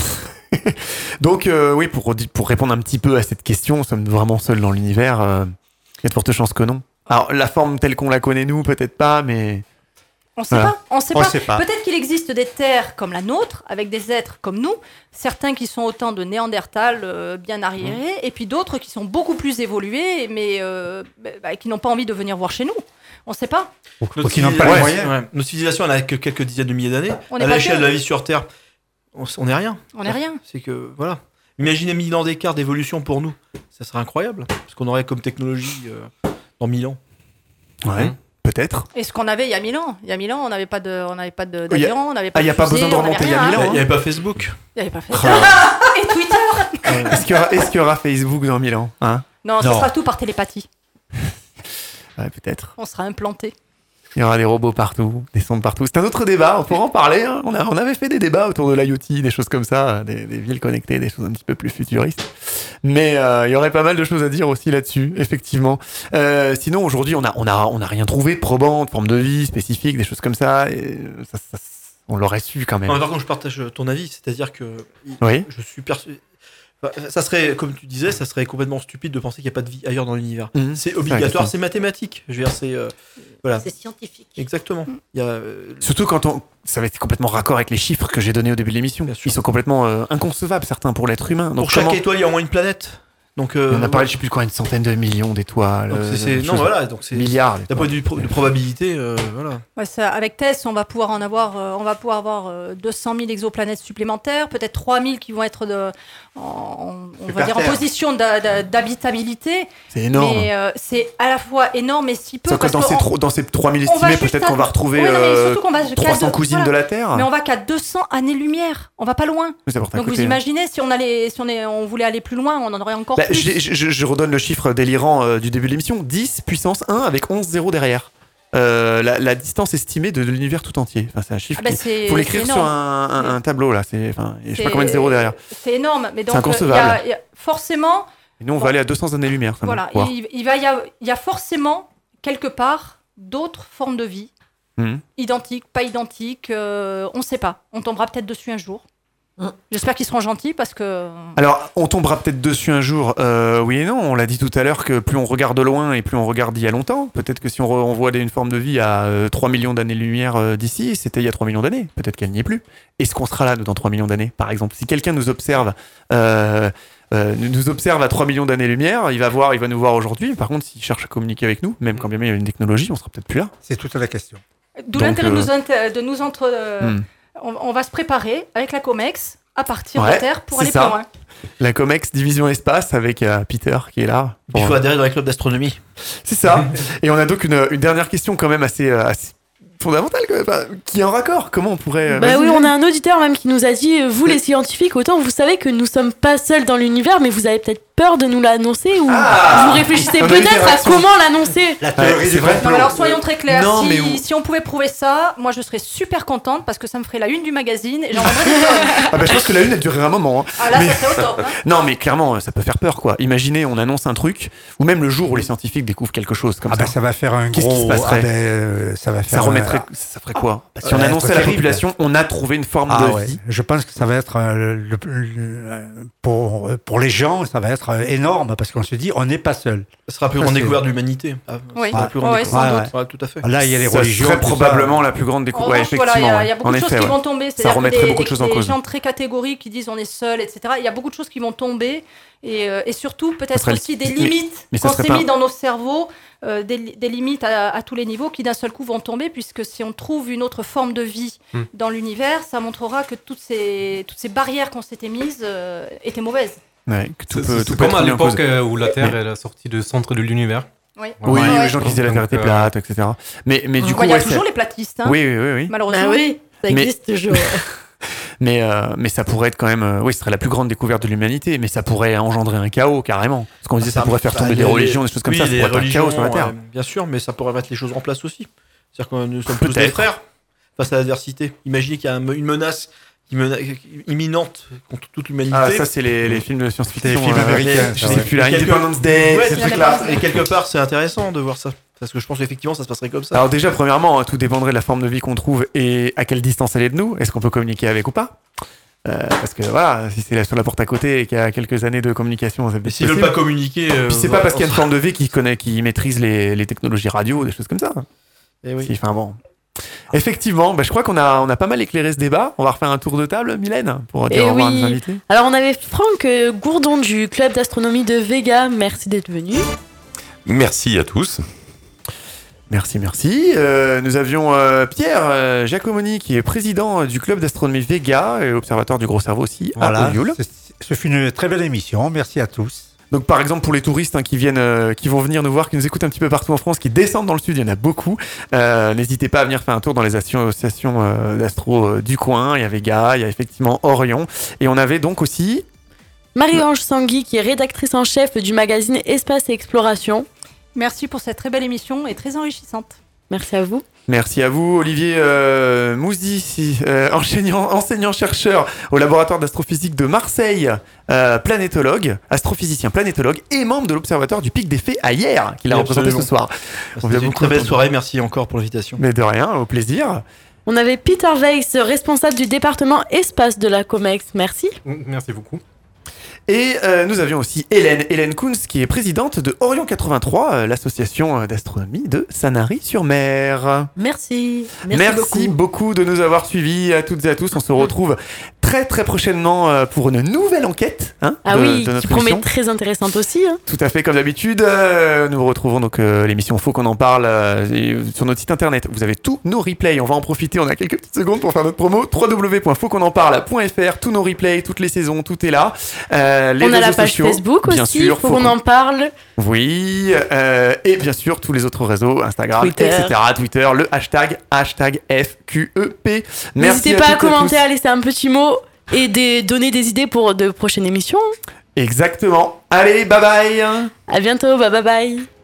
Donc, euh, oui, pour, pour répondre un petit peu à cette question, sommes vraiment seuls dans l'univers. euh, Il y a de fortes chances que non. Alors, la forme telle qu'on la connaît, nous, peut-être pas, mais. On sait Voilà. pas. On sait On pas. sait pas. Peut-être qu'il existe des terres comme la nôtre, avec des êtres comme nous, certains qui sont autant de Néandertal euh, bien arriérés, et puis d'autres qui sont beaucoup plus évolués, mais euh, bah, bah, qui n'ont pas envie de venir voir chez nous. On sait pas. ou qui n'ont pas les Ouais, moyens. ouais. Notre civilisation, elle a que quelques dizaines de milliers d'années. On est À pas l'échelle que. de la vie sur Terre, on on n'est rien. On n'est rien. C'est que, voilà. Imaginez mille ans d'écart d'évolution pour nous. Ça serait incroyable. Parce qu'on aurait comme technologie euh, dans mille ans. Ouais, peut-être. Et ce qu'on avait il y a mille ans. Il y a mille ans, on n'avait pas de, on n'avait pas de, Il y a- d'avion, on n'avait pas Ah, il y a de pas fusée, besoin de on n'avait remonter il y a rien. mille Il ans, n'y avait pas Facebook. Il n'y avait pas fait ça. Et Twitter. Est-ce qu'il y, aura- est-ce qu'il y aura Facebook dans mille ans, hein? Non, ça Non. sera tout par télépathie. Ouais, peut-être. On sera implanté. Il y aura des robots partout, des sondes partout. C'est un autre débat, on pourra en parler. Hein. On, a, on avait fait des débats autour de l'IoT, des choses comme ça, des, des villes connectées, des choses un petit peu plus futuristes. Mais euh, il y aurait pas mal de choses à dire aussi là-dessus, effectivement. Euh, sinon, aujourd'hui, on a, on, a, on a rien trouvé de probant, de forme de vie spécifique, des choses comme ça. Et ça, ça On l'aurait su quand même. En même temps, quand je partage ton avis, c'est-à-dire que Oui. je suis persuadé. Enfin, ça serait, comme tu disais, ça serait complètement stupide de penser qu'il n'y a pas de vie ailleurs dans l'univers. Mmh. C'est C'est obligatoire, la c'est mathématique. Je veux dire, c'est euh, voilà. C'est scientifique. Exactement. Il y a, euh, Surtout quand on. Ça va être complètement raccord avec les chiffres que j'ai donnés au début de l'émission. Bien sûr. Ils sont complètement euh, inconcevables, certains, pour l'être humain. Donc, pour chaque comment- étoile, il y a au moins une planète. Donc, euh, On a parlé, je sais plus quoi, une centaine de millions d'étoiles. donc c'est- c'est- euh, non, choses- voilà. Donc c'est Milliards. d'un point de vue pro- de probabilité, euh, voilà. Ouais, ça, avec Tess, on va pouvoir en avoir, euh, on va pouvoir avoir euh, deux cent mille exoplanètes supplémentaires, peut-être trois mille qui vont être de, en, on C'est va par dire en terre. position d'a- d'a- d'habitabilité. C'est énorme. Mais euh, c'est à la fois énorme et si peu. Sauf que parce dans, que ces on- tro- dans ces trois mille on va estimés, juste peut-être à- qu'on va retrouver Ouais, non, mais euh, surtout qu'on va- trois cents qu'à- cousines voilà. de la Terre. Mais on va qu'à deux cents années-lumière. On va pas loin. Mais ça porte à Donc côté. vous imaginez, si on allait, si on, est, on voulait aller plus loin, on en aurait encore Bah, plus. je, je- je redonne le chiffre délirant euh, du début de l'émission. dix puissance un avec onze zéros derrière. Euh, la, la distance estimée de l'univers tout entier. Enfin, c'est un chiffre Ah bah, qui... c'est- faut l'écrire c'est sur énorme. un, un- un tableau là. C'est, enfin, je sais pas C'est- combien de zéros derrière. C'est énorme. Mais donc, C'est euh, il y inconcevable. a- il y a forcément, Et nous, on Bon. va aller à deux cents années-lumière. ça voilà, va voir. il, il va y a, il y a forcément quelque part d'autres formes de vie, Mhm. identiques, pas identiques. euh, on ne sait pas. On tombera peut-être dessus un jour. Mm. J'espère qu'ils seront gentils parce que. Alors, on tombera peut-être dessus un jour. Euh, oui et non. On l'a dit tout à l'heure que plus on regarde de loin et plus on regarde d'il y a longtemps. Peut-être que si on, re- on voit des- une forme de vie à euh, trois millions d'années-lumière euh, d'ici, c'était il y a trois millions d'années. Peut-être qu'elle n'y est plus. Est-ce qu'on sera là dans trois millions d'années, par exemple? Si quelqu'un nous observe, euh, euh, nous observe à trois millions d'années-lumière, il va voir, il va nous voir aujourd'hui. Par contre, s'il cherche à communiquer avec nous, même quand bien même il y a une technologie, on sera peut-être plus là. C'est toute la question. D'où Donc, l'intérêt euh, de nous, inter- de nous entre. euh, Hmm. on, on va se préparer avec la COMEX à partir Ouais, de Terre pour c'est aller ça. plus loin. La Comex Division Espace avec euh, Peter qui est là. Il Bon, faut adhérer dans les clubs d'astronomie. c'est ça. Et on a donc une, une dernière question quand même assez, euh, assez fondamentale, quand même, enfin, qui est en raccord. Comment on pourrait... euh, Bah vas-y, oui, Hélène. on a un auditeur même qui nous a dit euh, vous les scientifiques, autant vous savez que nous sommes pas seuls dans l'univers, mais vous avez peut-être peur de nous l'annoncer ou Ah vous réfléchissez On a une peut-être à interaction. comment l'annoncer. La Ouais, théorie c'est du vrai. Non, complot. mais alors soyons très clairs. Non, si, mais où- si on pouvait prouver ça, moi je serais super contente parce que ça me ferait la une du magazine et j'en vendrais des tonnes. Ah bah, je pense que la une, elle durerait un moment. hein. Ah là, Mais- ça serait au top. hein. Non, mais clairement, ça peut faire peur, quoi. Imaginez, on annonce un truc, ou même le jour où les scientifiques découvrent quelque chose comme Ah ça. ben ça va faire un Qu'est-ce qui gros. se passerait ah ben, euh, ça va Ça faire. remettrait... un- Ça ferait quoi Si ça on va annonçait être à la terrible. population, on a trouvé une forme Ah de ouais. vie. Je pense que ça va être euh, le- le- pour pour les gens, ça va être euh, énorme parce qu'on se dit on n'est pas seul. Ce sera la plus Ça, grande c'est- découverte de l'humanité. Ah, Oui. ce sera la plus grande Ouais, découverte. sans Ouais, doute. Ouais, tout à fait. Là, il y a les Ça religions. serait tout ça. probablement la plus grande En découverte. revanche, Ouais, voilà, il y effectivement. a, il y a ouais. beaucoup En de choses effet, qui ouais. vont tomber. Ça C'est-à-dire que remettrait des, beaucoup de choses en des cause. gens très catégoriques qui disent on est seul, et cetera. Il y a beaucoup de choses qui vont tomber. Et, euh, et surtout, peut-être serait le- aussi des mais- limites mais ça qu'on serait s'est pas- mis dans nos cerveaux, euh, des, des limites à, à tous les niveaux qui d'un seul coup vont tomber, puisque si on trouve une autre forme de vie Hmm. dans l'univers, ça montrera que toutes ces, toutes ces barrières qu'on s'était mises euh, étaient mauvaises. Ouais, que tout C'est- peut, c'est tout peut comme être à remis en cause. l'époque euh, où la Terre est la sortie du centre de l'univers. Oui, Oui, Ouais. les gens qui disaient la Terre était Donc, euh, plate, et cetera. Mais, mais du Bon, coup, il y a ouais, toujours c'est- les platistes, hein, oui, oui, oui, oui. malheureusement. Bah oui, ça Mais- existe toujours. Mais, euh, mais ça pourrait être quand même, euh, oui, ce serait la plus grande découverte de l'humanité, mais ça pourrait engendrer un chaos carrément. Parce qu'on disait ça, Ça- pourrait faire bah, tomber les- des religions, des choses comme oui, ça, ça les pourrait être un religions, chaos sur la Terre. euh, bien sûr, mais ça pourrait mettre les choses en place aussi. C'est-à-dire que nous sommes tous des Peut-être. frères face à l'adversité. Imaginez qu'il y a un- une menace qui mena- imminente contre toute l'humanité. Ah, ça, c'est les, les films de science-fiction. C'est les films euh, américains, Je ça, sais ouais. plus, là, Et quelque- Independence Day, Ouais, ces et trucs-là. quelque- et quelque part, c'est intéressant de voir ça. Parce que je pense qu'effectivement, ça se passerait comme ça. Alors déjà, premièrement, hein, tout dépendrait de la forme de vie qu'on trouve et à quelle distance elle est de nous. Est-ce qu'on peut communiquer avec ou pas? Euh, parce que voilà, si c'est là sur la porte à côté et qu'il y a quelques années de communication, ça peut Mais être s'ils veulent possible. pas communiquer. euh, Puis c'est pas parce qu'il y a une forme de vie qui connaît, qui maîtrise les, les technologies radio, des choses comme ça. Eh oui. Si, enfin bon. Effectivement, bah, je crois qu'on a, on a pas mal éclairé ce débat. On va refaire un tour de table, Mylène, pour dire Eh au revoir oui. à nos invités. Alors on avait Franck euh, Gourdon du club d'astronomie de Vega, merci d'être venu. Merci à tous. Merci, merci. Euh, nous avions euh, Pierre euh, Giacomoni, qui est président du club d'astronomie Vega et observateur du Gros Cerveau aussi à Voilà. Olioul. C'est- Ce fut une très belle émission. Merci à tous. Donc par exemple pour les touristes hein, qui viennent, euh, qui vont venir nous voir, qui nous écoutent un petit peu partout en France, qui descendent dans le sud, il y en a beaucoup. Euh, n'hésitez pas à venir faire un tour dans les associations euh, d'astro euh, du coin. Il y a Vega, il y a effectivement Orion, et on avait donc aussi. Marie-Ange Sangui qui est rédactrice en chef du magazine Espace et Exploration. Merci pour cette très belle émission et très enrichissante. Merci à vous. Merci à vous, Olivier euh, Mouzi, euh, enseignant, enseignant-chercheur au laboratoire d'astrophysique de Marseille, euh, planétologue, astrophysicien planétologue et membre de l'Observatoire du Pic des Fées à hier, qu'il a Oui, représenté ce absolument. soir. On C'était vient une beaucoup très belle entendre. soirée. Merci encore pour l'invitation. Mais de rien, au plaisir. On avait Peter Weiss, responsable du département espace de la Comex. Merci. Merci beaucoup. Et euh, nous avions aussi Hélène, Hélène Kunz, qui est présidente de Orion quatre-vingt-trois, euh, l'association d'astronomie de Sanary-sur-Mer. Merci. Merci, Merci beaucoup. beaucoup de nous avoir suivis à toutes et à tous. On se retrouve très très prochainement euh, pour une nouvelle enquête. Hein, ah de, oui, de notre qui promet émission. très intéressante aussi. Hein. Tout à fait, comme d'habitude. Euh, nous retrouvons donc euh, l'émission Faut qu'on en parle euh, sur notre site internet. Vous avez tous nos replays. On va en profiter. On a quelques petites secondes pour faire notre promo. w w w point faut qu'on en parle point f r. Tous nos replays, toutes les saisons, tout est là. Euh, les on a la page sociaux, Facebook bien aussi, sûr, faut qu'on en parle. Oui, euh, et bien sûr tous les autres réseaux, Instagram, Twitter. et cetera. Twitter, le hashtag, hashtag F Q E P. Merci N'hésitez à pas à toutes et commenter, tous. à laisser un petit mot et des, donner des idées pour de prochaines émissions. Exactement. Allez, bye bye. À bientôt, bye bye bye.